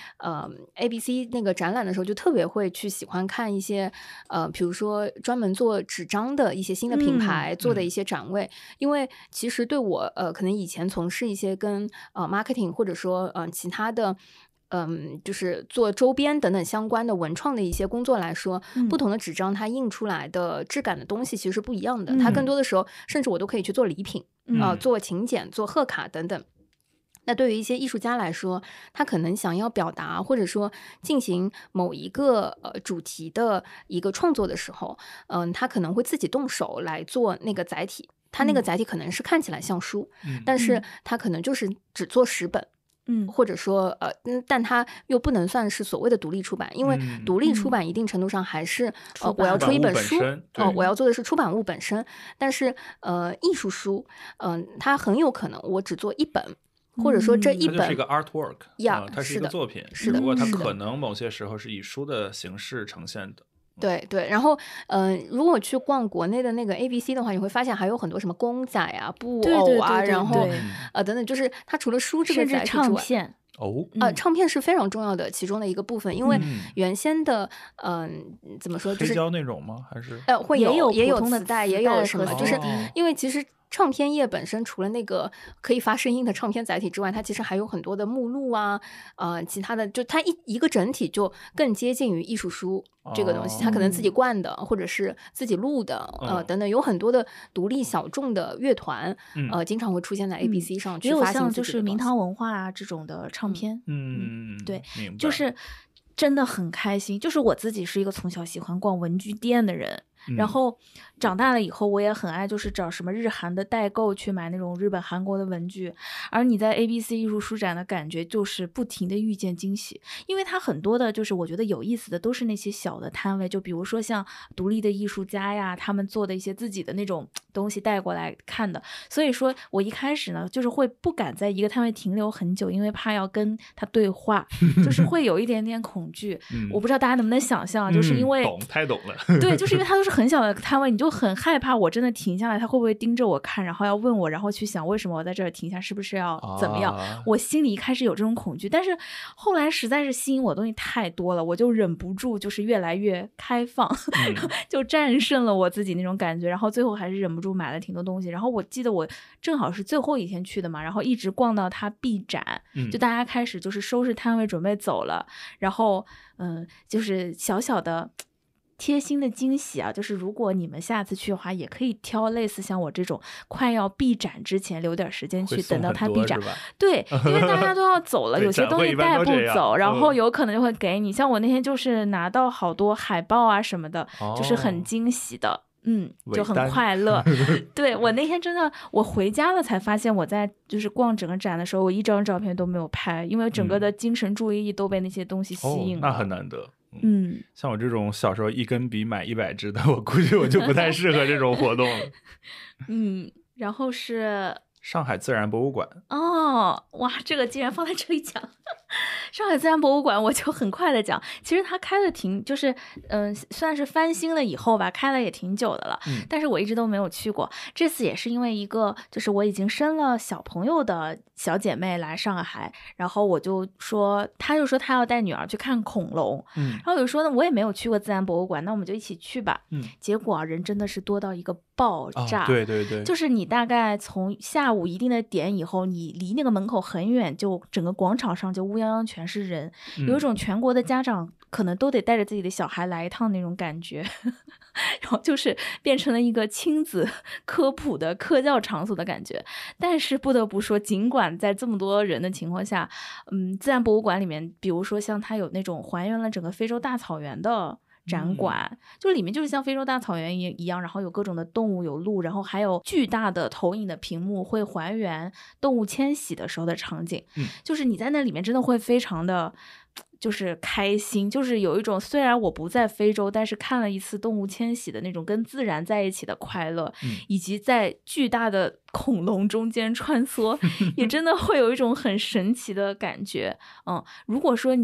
ABC 那个展览的时候，就特别会去喜欢看一些比如说专门做纸张的一些新的品牌做的一些展位，因为其实对我可能以前从事一些跟marketing 或者说其他的就是做周边等等相关的文创的一些工作来说，不同的纸张它印出来的质感的东西其实是不一样的，它更多的时候甚至我都可以去做礼品做请柬做贺卡等等。那对于一些艺术家来说，他可能想要表达或者说进行某一个主题的一个创作的时候，他可能会自己动手来做那个载体，他那个载体可能是看起来像书，但是他可能就是只做10本。或者说但它又不能算是所谓的独立出版，因为独立出版一定程度上还是我要出一本书我要做的是出版物本身，但是艺术书它很有可能我只做1本，或者说这一本它就是一个 artwork 它是一个作品， 是的， 不过它可能某些时候是以书的形式呈现的。 对对，然后如果去逛国内的那个 ABC 的话，你会发现还有很多什么公仔啊、布偶啊，然后等等，就是它除了书这个载体之外， 唱片唱片是非常重要的其中的一个部分，因为原先的怎么说，就是黑胶那种吗？还是会也有普通的磁带，也有什么，就是因为其实唱片业本身除了那个可以发声音的唱片载体之外，它其实还有很多的目录啊，其他的，就它一个整体就更接近于艺术书这个东西，它可能自己灌的，或者是自己录的，等等，有很多的独立小众的乐团，经常会出现在 ABC 上去发行自己的东西， 也有像就是明堂文化啊这种的唱片，对，就是真的很开心。就是我自己是一个从小喜欢逛文具店的人。然后长大了以后，我也很爱就是找什么日韩的代购去买那种日本韩国的文具，而你在 ABC 艺术书展的感觉就是不停的遇见惊喜，因为它很多的就是我觉得有意思的都是那些小的摊位，就比如说像独立的艺术家呀，他们做的一些自己的那种东西带过来看的，所以说我一开始呢就是会不敢在一个摊位停留很久，因为怕要跟他对话，就是会有一点点恐惧我不知道大家能不能想象，就是因为太懂了对，就是因为它都是很小的摊位，你就很害怕我真的停下来他会不会盯着我看，然后要问我，然后去想为什么我在这儿停下，是不是要怎么样，我心里一开始有这种恐惧，但是后来实在是吸引我的东西太多了，我就忍不住就是越来越开放就战胜了我自己那种感觉，然后最后还是忍不住买了挺多东西。然后我记得我正好是最后一天去的嘛，然后一直逛到它闭展，就大家开始就是收拾摊位准备走了，然后就是小小的贴心的惊喜啊，就是如果你们下次去的话，也可以挑类似像我这种快要闭展之前留点时间去，等到它闭展。对，因为大家都要走了，有些东西带不走，然后有可能就会给你。像我那天就是拿到好多海报啊什么的，就是很惊喜的。就很快乐。对，我那天真的，我回家了才发现，我在就是逛整个展的时候，我一张照片都没有拍，因为整个的精神注意力都被那些东西吸引了。 那很难得。像我这种小时候一根笔买100支的，我估计我就不太适合这种活动了。 然后是上海自然博物馆。 哇，这个竟然放在这里讲。上海自然博物馆我就很快的讲，其实它开的就是算是翻新了以后吧，开了也挺久的了，但是我一直都没有去过。这次也是因为一个就是我已经生了小朋友的小姐妹来上海，然后我就说，她就说她要带女儿去看恐龙，然后我就说呢，我也没有去过自然博物馆，那我们就一起去吧。结果人真的是多到一个爆炸。 对对对， 就是你大概从下午一定的点以后，你离那个门口很远，就整个广场上就乌泱泱全是人，有一种全国的家长可能都得带着自己的小孩来一趟那种感觉然后就是变成了一个亲子科普的科教场所的感觉。但是不得不说，尽管在这么多人的情况下，自然博物馆里面比如说像它有那种还原了整个非洲大草原的展馆，就里面就是像非洲大草原一样，然后有各种的动物，有鹿，然后还有巨大的投影的屏幕会还原动物迁徙的时候的场景，就是你在那里面真的会非常的就是开心，就是有一种虽然我不在非洲，但是看了一次动物迁徙的那种跟自然在一起的快乐，以及在巨大的恐龙中间穿梭也真的会有一种很神奇的感觉。如果说你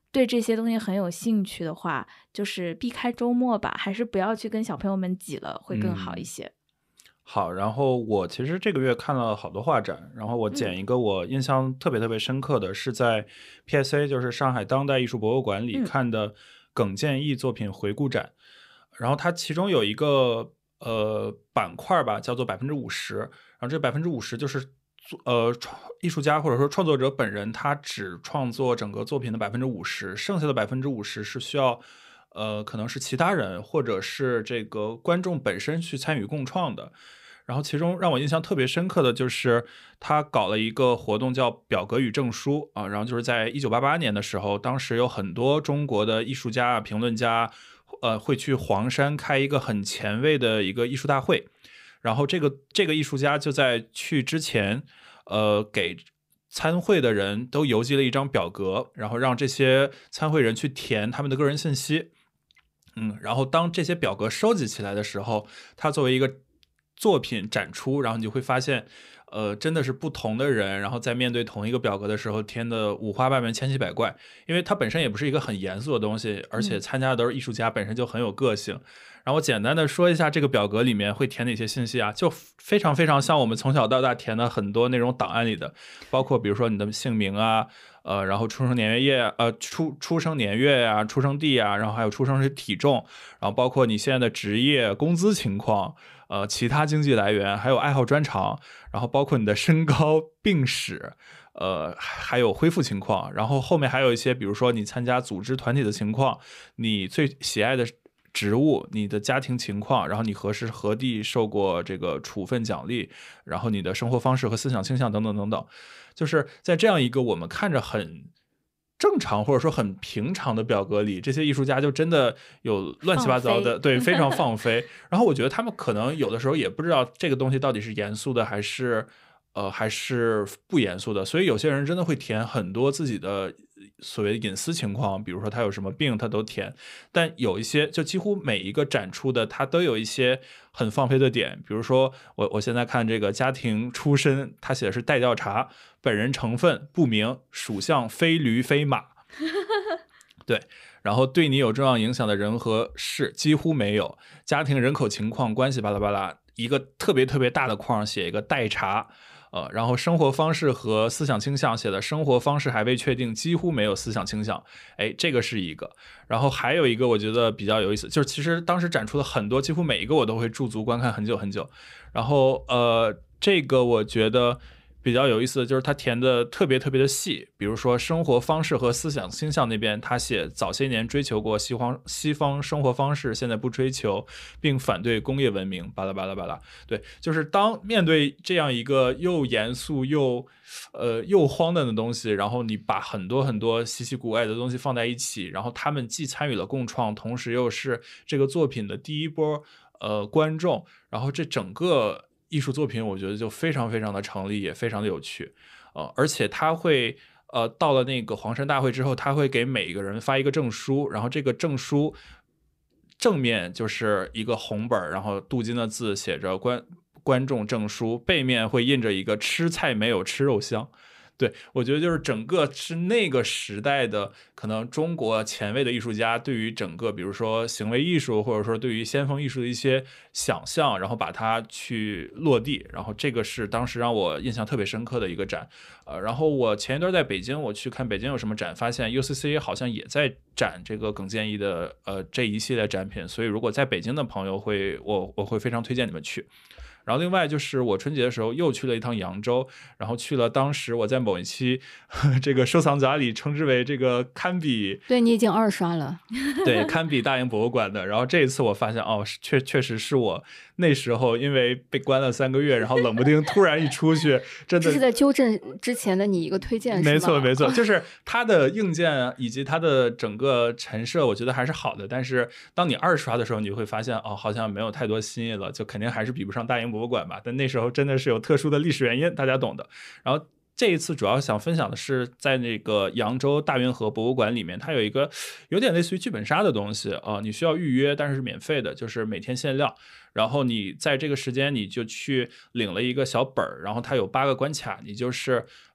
对这些东西很有兴趣的话，就是避开周末吧，还是不要去跟小朋友们挤了，会更好一些。 好，然后我其实这个月看了好多画展，然后我捡一个我印象特别特别深刻的是在 PSA， 就是上海当代艺术博物馆里看的耿建义作品回顾展，然后它其中有一个板块吧，叫做50%，然后这50%就是艺术家或者说创作者本人他只创作整个作品的50%，剩下的50%是需要可能是其他人或者是这个观众本身去参与共创的。然后其中让我印象特别深刻的就是他搞了一个活动叫表格与证书啊，然后就是在1988年的时候，当时有很多中国的艺术家啊评论家会去黄山开一个很前卫的一个艺术大会，然后这个艺术家就在去之前给参会的人都邮寄了一张表格，然后让这些参会人去填他们的个人信息。然后当这些表格收集起来的时候，它作为一个作品展出，然后你就会发现真的是不同的人，然后在面对同一个表格的时候填的五花八门千奇百怪，因为它本身也不是一个很严肃的东西，而且参加的都是艺术家，本身就很有个性。然后我简单的说一下这个表格里面会填哪些信息啊，就非常非常像我们从小到大填的很多那种档案里的，包括比如说你的姓名啊，然后出生年月出生年月啊，出生地啊，然后还有出生时体重，然后包括你现在的职业、工资情况，其他经济来源，还有爱好专长，然后包括你的身高、病史，还有恢复情况，然后后面还有一些，比如说你参加组织团体的情况，你最喜爱的职务，你的家庭情况，然后你何时何地受过这个处分奖励，然后你的生活方式和思想倾向等等等等，就是在这样一个我们看着很正常或者说很平常的表格里，这些艺术家就真的有乱七八糟的，对，非常放飞。然后我觉得他们可能有的时候也不知道这个东西到底是严肃的还是不严肃的，所以有些人真的会填很多自己的所谓的隐私情况，比如说他有什么病他都填，但有一些就几乎每一个展出的他都有一些很放飞的点，比如说我现在看这个家庭出身，他写的是待调查，本人成分不明，属相非驴非马对，然后对你有重要影响的人和事几乎没有，家庭人口情况关系巴拉巴拉，一个特别特别大的框写一个待查，然后生活方式和思想倾向写的生活方式还未确定，几乎没有思想倾向，这个是一个。然后还有一个我觉得比较有意思，就是其实当时展出了很多，几乎每一个我都会驻足观看很久很久。然后这个我觉得比较有意思的就是他填的特别特别的细，比如说生活方式和思想倾向那边，他写早些年追求过西方生活方式，现在不追求，并反对工业文明，巴拉巴拉巴拉。对，就是当面对这样一个又严肃又荒诞的东西，然后你把很多很多稀奇古怪的东西放在一起，然后他们既参与了共创，同时又是这个作品的第一波观众，然后这整个艺术作品我觉得就非常非常的成立，也非常的有趣，而且他会到了那个黄山大会之后，他会给每一个人发一个证书，然后这个证书正面就是一个红本，然后镀金的字写着观众证书，背面会印着一个吃菜没有吃肉香。对，我觉得就是整个是那个时代的可能中国前卫的艺术家对于整个比如说行为艺术或者说对于先锋艺术的一些想象，然后把它去落地，然后这个是当时让我印象特别深刻的一个展。然后我前一段在北京，我去看北京有什么展，发现 UCC 好像也在展这个耿建义的这一系列展品，所以如果在北京的朋友我会非常推荐你们去。然后另外就是我春节的时候又去了一趟扬州，然后去了当时我在某一期这个收藏夹里称之为这个堪比， 对，你已经2刷了， 对，堪比大英博物馆的。然后这一次我发现确实是我那时候因为被关了3个月，然后冷不丁突然一出去，真的这是在纠正之前的你一个推荐， 没错没错，就是它的硬件以及它的整个陈设我觉得还是好的，但是当你2刷的时候，你会发现好像没有太多新意了，就肯定还是比不上大英博物馆吧，但那时候真的是有特殊的历史原因，大家懂的。然后这一次主要想分享的是在那个扬州大运河博物馆里面，它有一个有点类似于剧本杀的东西你需要预约，但是是免费的，就是每天限量，然后你在这个时间你就去领了一个小本儿，然后它有8个关卡，你就是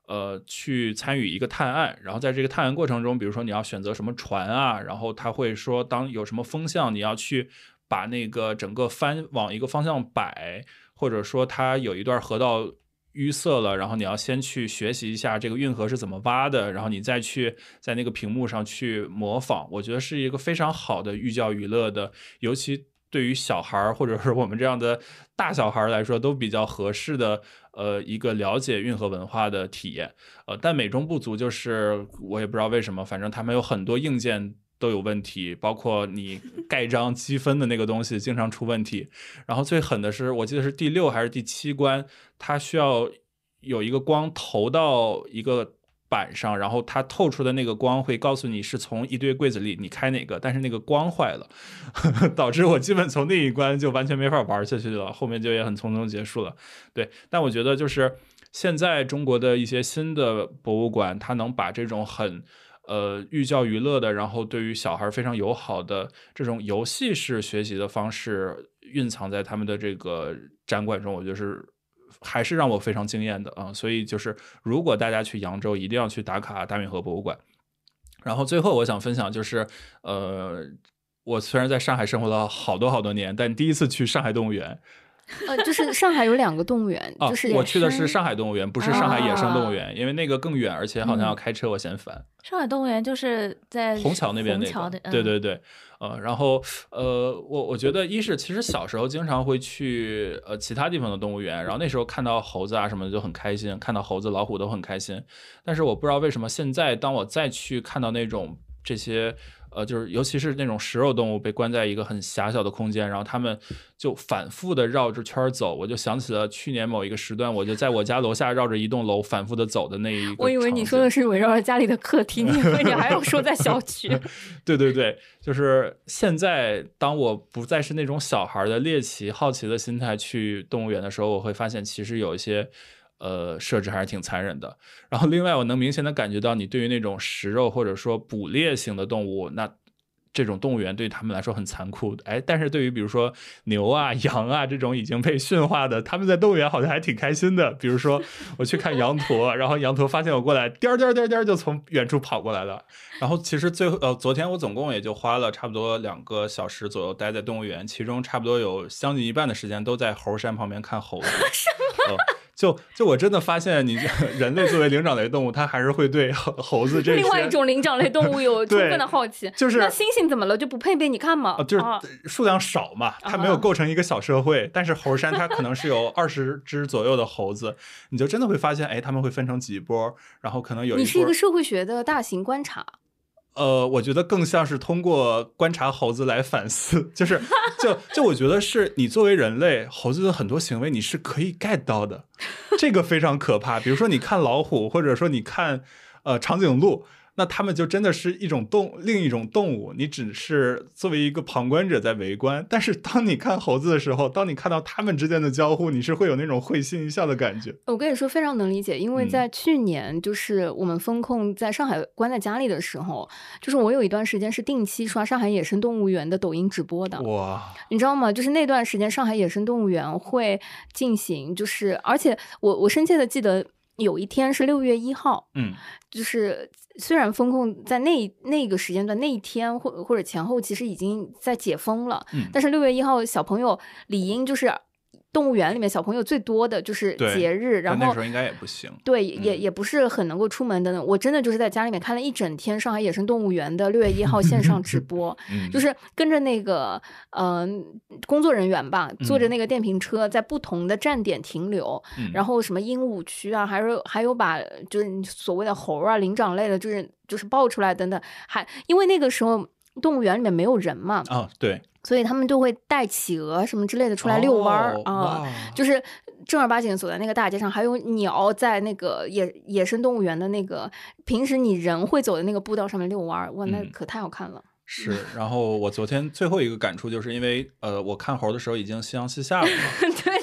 去参与一个探案，然后在这个探案过程中，比如说你要选择什么船啊，然后他会说当有什么风向，你要去把那个整个帆往一个方向摆，或者说他有一段河道淤塞了，然后你要先去学习一下这个运河是怎么挖的，然后你再去在那个屏幕上去模仿。我觉得是一个非常好的寓教于乐的，尤其对于小孩或者是我们这样的大小孩来说都比较合适的一个了解运河文化的体验。但美中不足就是我也不知道为什么，反正他们有很多硬件都有问题，包括你盖章积分的那个东西经常出问题。然后最狠的是我记得是第6还是第7关，它需要有一个光投到一个板上，然后它透出的那个光会告诉你是从一堆柜子里你开哪个，但是那个光坏了导致我基本从那一关就完全没法玩下去了，后面就也很匆匆结束了。对，但我觉得就是现在中国的一些新的博物馆，它能把这种很寓教于乐的，然后对于小孩非常友好的这种游戏式学习的方式蕴藏在他们的这个展馆中，我觉得是还是让我非常惊艳的啊！所以就是如果大家去扬州，一定要去打卡大运河博物馆。然后最后我想分享就是我虽然在上海生活了好多年，但第一次去上海动物园。 就是上海有2个动物园，就是我去的是上海动物园，不是上海野生动物园，因为那个更远，而且好像要开车，我嫌烦。 上海动物园就是在虹桥那边那个，对，然后我觉得一是其实小时候经常会去其他地方的动物园，然后那时候看到猴子啊什么的就很开心，看到猴子老虎都很开心，但是我不知道为什么现在当我再去看到那种这些就是尤其是那种食肉动物被关在一个很狭小的空间，然后他们就反复的绕着圈走，我就想起了去年某一个时段，我就在我家楼下绕着一栋楼反复的走的那一个。 我以为你说的是围绕着家里的客厅，因为你还要说在小区。 对，就是现在当我不再是那种小孩的猎奇好奇的心态去动物园的时候，我会发现其实有一些设置还是挺残忍的。然后另外我能明显的感觉到，你对于那种食肉或者说捕猎型的动物，那这种动物园对他们来说很残酷，但是对于比如说牛啊羊啊这种已经被驯化的，他们在动物园好像还挺开心的。比如说我去看羊驼，然后羊驼发现我过来，颠就从远处跑过来了。然后其实昨天我总共也就花了差不多2个小时左右待在动物园，其中差不多有将近一半的时间都在猴山旁边看猴子。什么？就我真的发现，你人类作为灵长类动物，它还是会对猴子这些另外一种灵长类动物有充分的好奇。 就是那猩猩怎么了？就不配被你看吗？ 就是数量少嘛，它没有构成一个小社会。但是猴山它可能是有20只左右的猴子，你就真的会发现，他们会分成几波，然后可能有一波。 你是一个社会学的大型观察。 我觉得更像是通过观察猴子来反思，就是我觉得是你作为人类，猴子的很多行为你是可以 get 到的，这个非常可怕。比如说你看老虎，或者说你看长颈鹿，那他们就真的是另一种动物，你只是作为一个旁观者在围观。但是当你看猴子的时候，当你看到他们之间的交互，你是会有那种会心一笑的感觉。 我跟你说非常能理解，因为在去年就是我们封控在上海关在家里的时候，就是我有一段时间是定期刷上海野生动物园的抖音直播的。 哇， 你知道吗？就是那段时间上海野生动物园会进行，就是而且我深切的记得有一天是6月1号，就是虽然封控在那个时间段那一天或者前后其实已经在解封了，但是6月1号小朋友理应就是动物园里面小朋友最多的就是节日，然后那时候应该也不行， 对，也不是很能够出门的。我真的就是在家里面看了一整天上海野生动物园的6月1号线上直播，就是跟着那个工作人员吧，坐着那个电瓶车在不同的站点停留，然后什么鹦鹉区啊，还有把就是所谓的猴啊灵长类的，就是抱出来等等，还因为那个时候动物园里面没有人嘛， 对。 所以他们就会带企鹅什么之类的出来遛弯儿就是正儿八经走在那个大街上，还有鸟在那个野生动物园的那个平时你人会走的那个步道上面遛弯儿，哇，那可太好看了。 是，然后我昨天最后一个感触就是因为我看猴的时候已经夕阳西下了嘛， 对，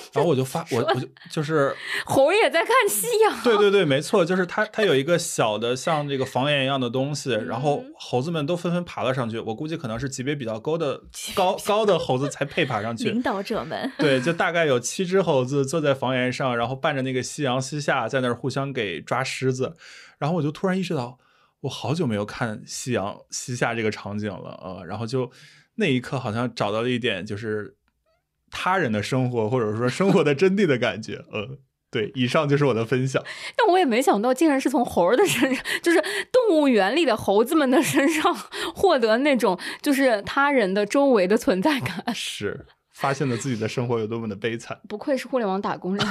然后我就就是猴也在看夕阳。 对对对，没错，就是它有一个小的像这个房檐一样的东西，然后猴子们都纷纷爬了上去。我估计可能是级别比较高的猴子才配爬上去。 领导者们， 对，就大概有7只猴子坐在房檐上，然后伴着那个夕阳西下，在那儿互相给抓虱子。然后我就突然意识到，我好久没有看夕阳西下这个场景了然后就那一刻好像找到了一点就是他人的生活或者说生活的真谛的感觉对，以上就是我的分享。 但我也没想到竟然是从猴儿的身上，就是动物园里的猴子们的身上获得那种就是他人的周围的存在感， 是发现了自己的生活有多么的悲惨。 不愧是互联网打工人。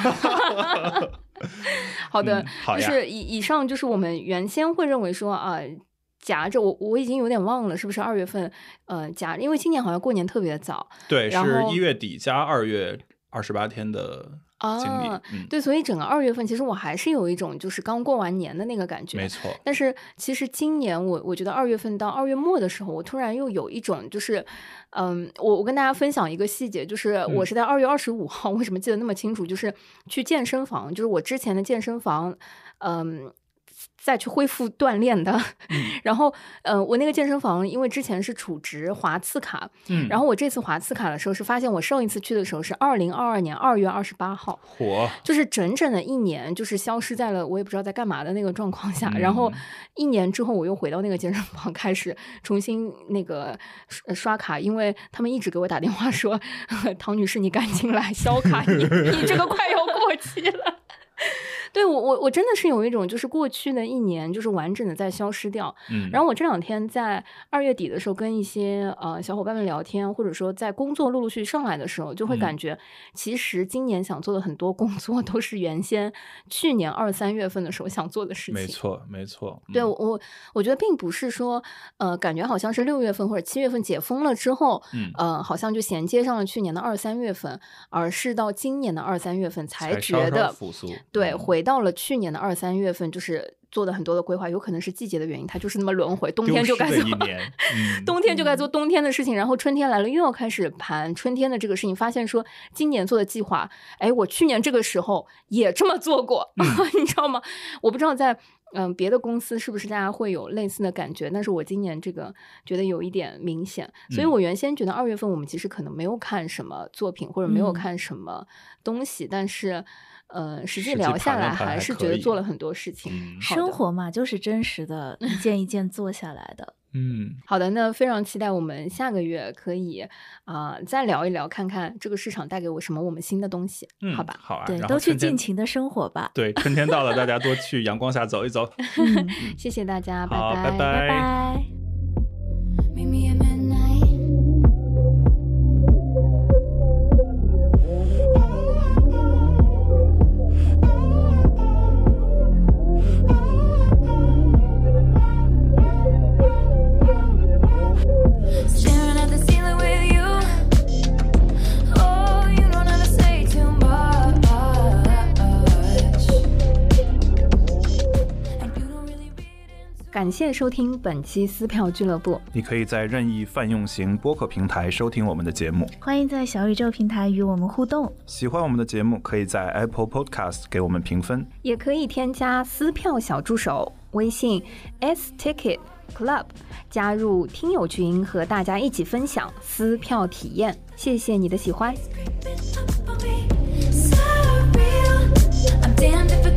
好的， 好呀， 就是以上就是我们原先会认为说夹着我已经有点忘了是不是2月份夹，因为今年好像过年特别早， 对，是 1 月底加2月28天的经历对，所以整个2月份其实我还是有一种就是刚过完年的那个感觉， 没错。 但是其实今年我觉得2月份到2月末的时候，我突然又有一种就是我跟大家分享一个细节，就是我是在2月25号为什么记得那么清楚，就是去健身房，就是我之前的健身房再去恢复锻炼的然后我那个健身房因为之前是储值滑次卡然后我这次滑次卡的时候是发现我上一次去的时候是2022年2月28号，就是整整的1年就是消失在了我也不知道在干嘛的那个状况下然后1年之后我又回到那个健身房开始重新那个刷卡，因为他们一直给我打电话说唐女士你赶紧来消卡，你这个快要过期了。对，我真的是有一种就是过去的1年就是完整的在消失掉然后我这2天在2月底的时候跟一些小伙伴们聊天，或者说在工作陆续上来的时候，就会感觉其实今年想做的很多工作都是原先去年2、3月份的时候想做的事情。 没错没错。 对，我觉得并不是说感觉好像是6月份或者7月份解封了之后好像就衔接上了去年的2、3月份，而是到今年的2、3月份才觉得复苏， 对，回到了去年的2、3月份，就是做的很多的规划，有可能是季节的原因，它就是那么轮回，冬天就该做冬天就该做冬天的事情，然后春天来了又要开始盘春天的这个事情，发现说今年做的计划，哎，我去年这个时候也这么做过你知道吗？我不知道在别的公司是不是大家会有类似的感觉，但是我今年这个觉得有一点明显，所以我原先觉得2月份我们其实可能没有看什么作品或者没有看什么东西但是实际聊下来还是觉得做了很多事情生活嘛就是真实的一件一件做下来的好的，那非常期待我们下个月可以再聊一聊，看看这个市场带给我什么我们新的东西好吧？ 好啊， 对，都去尽情的生活吧。 对，春天到了大家多去阳光下走一走谢谢大家，拜拜拜拜拜。 感谢收听本期撕票俱乐部。 你可以在任意泛用型播客平台收听我们的节目， 欢迎在小宇宙平台与我们互动。 喜欢我们的节目，可以在 Apple Podcast 给我们评分， 也可以添加撕票小助手微信 STicket Club， 加入听友群和大家一起分享撕票体验。谢谢你的喜欢。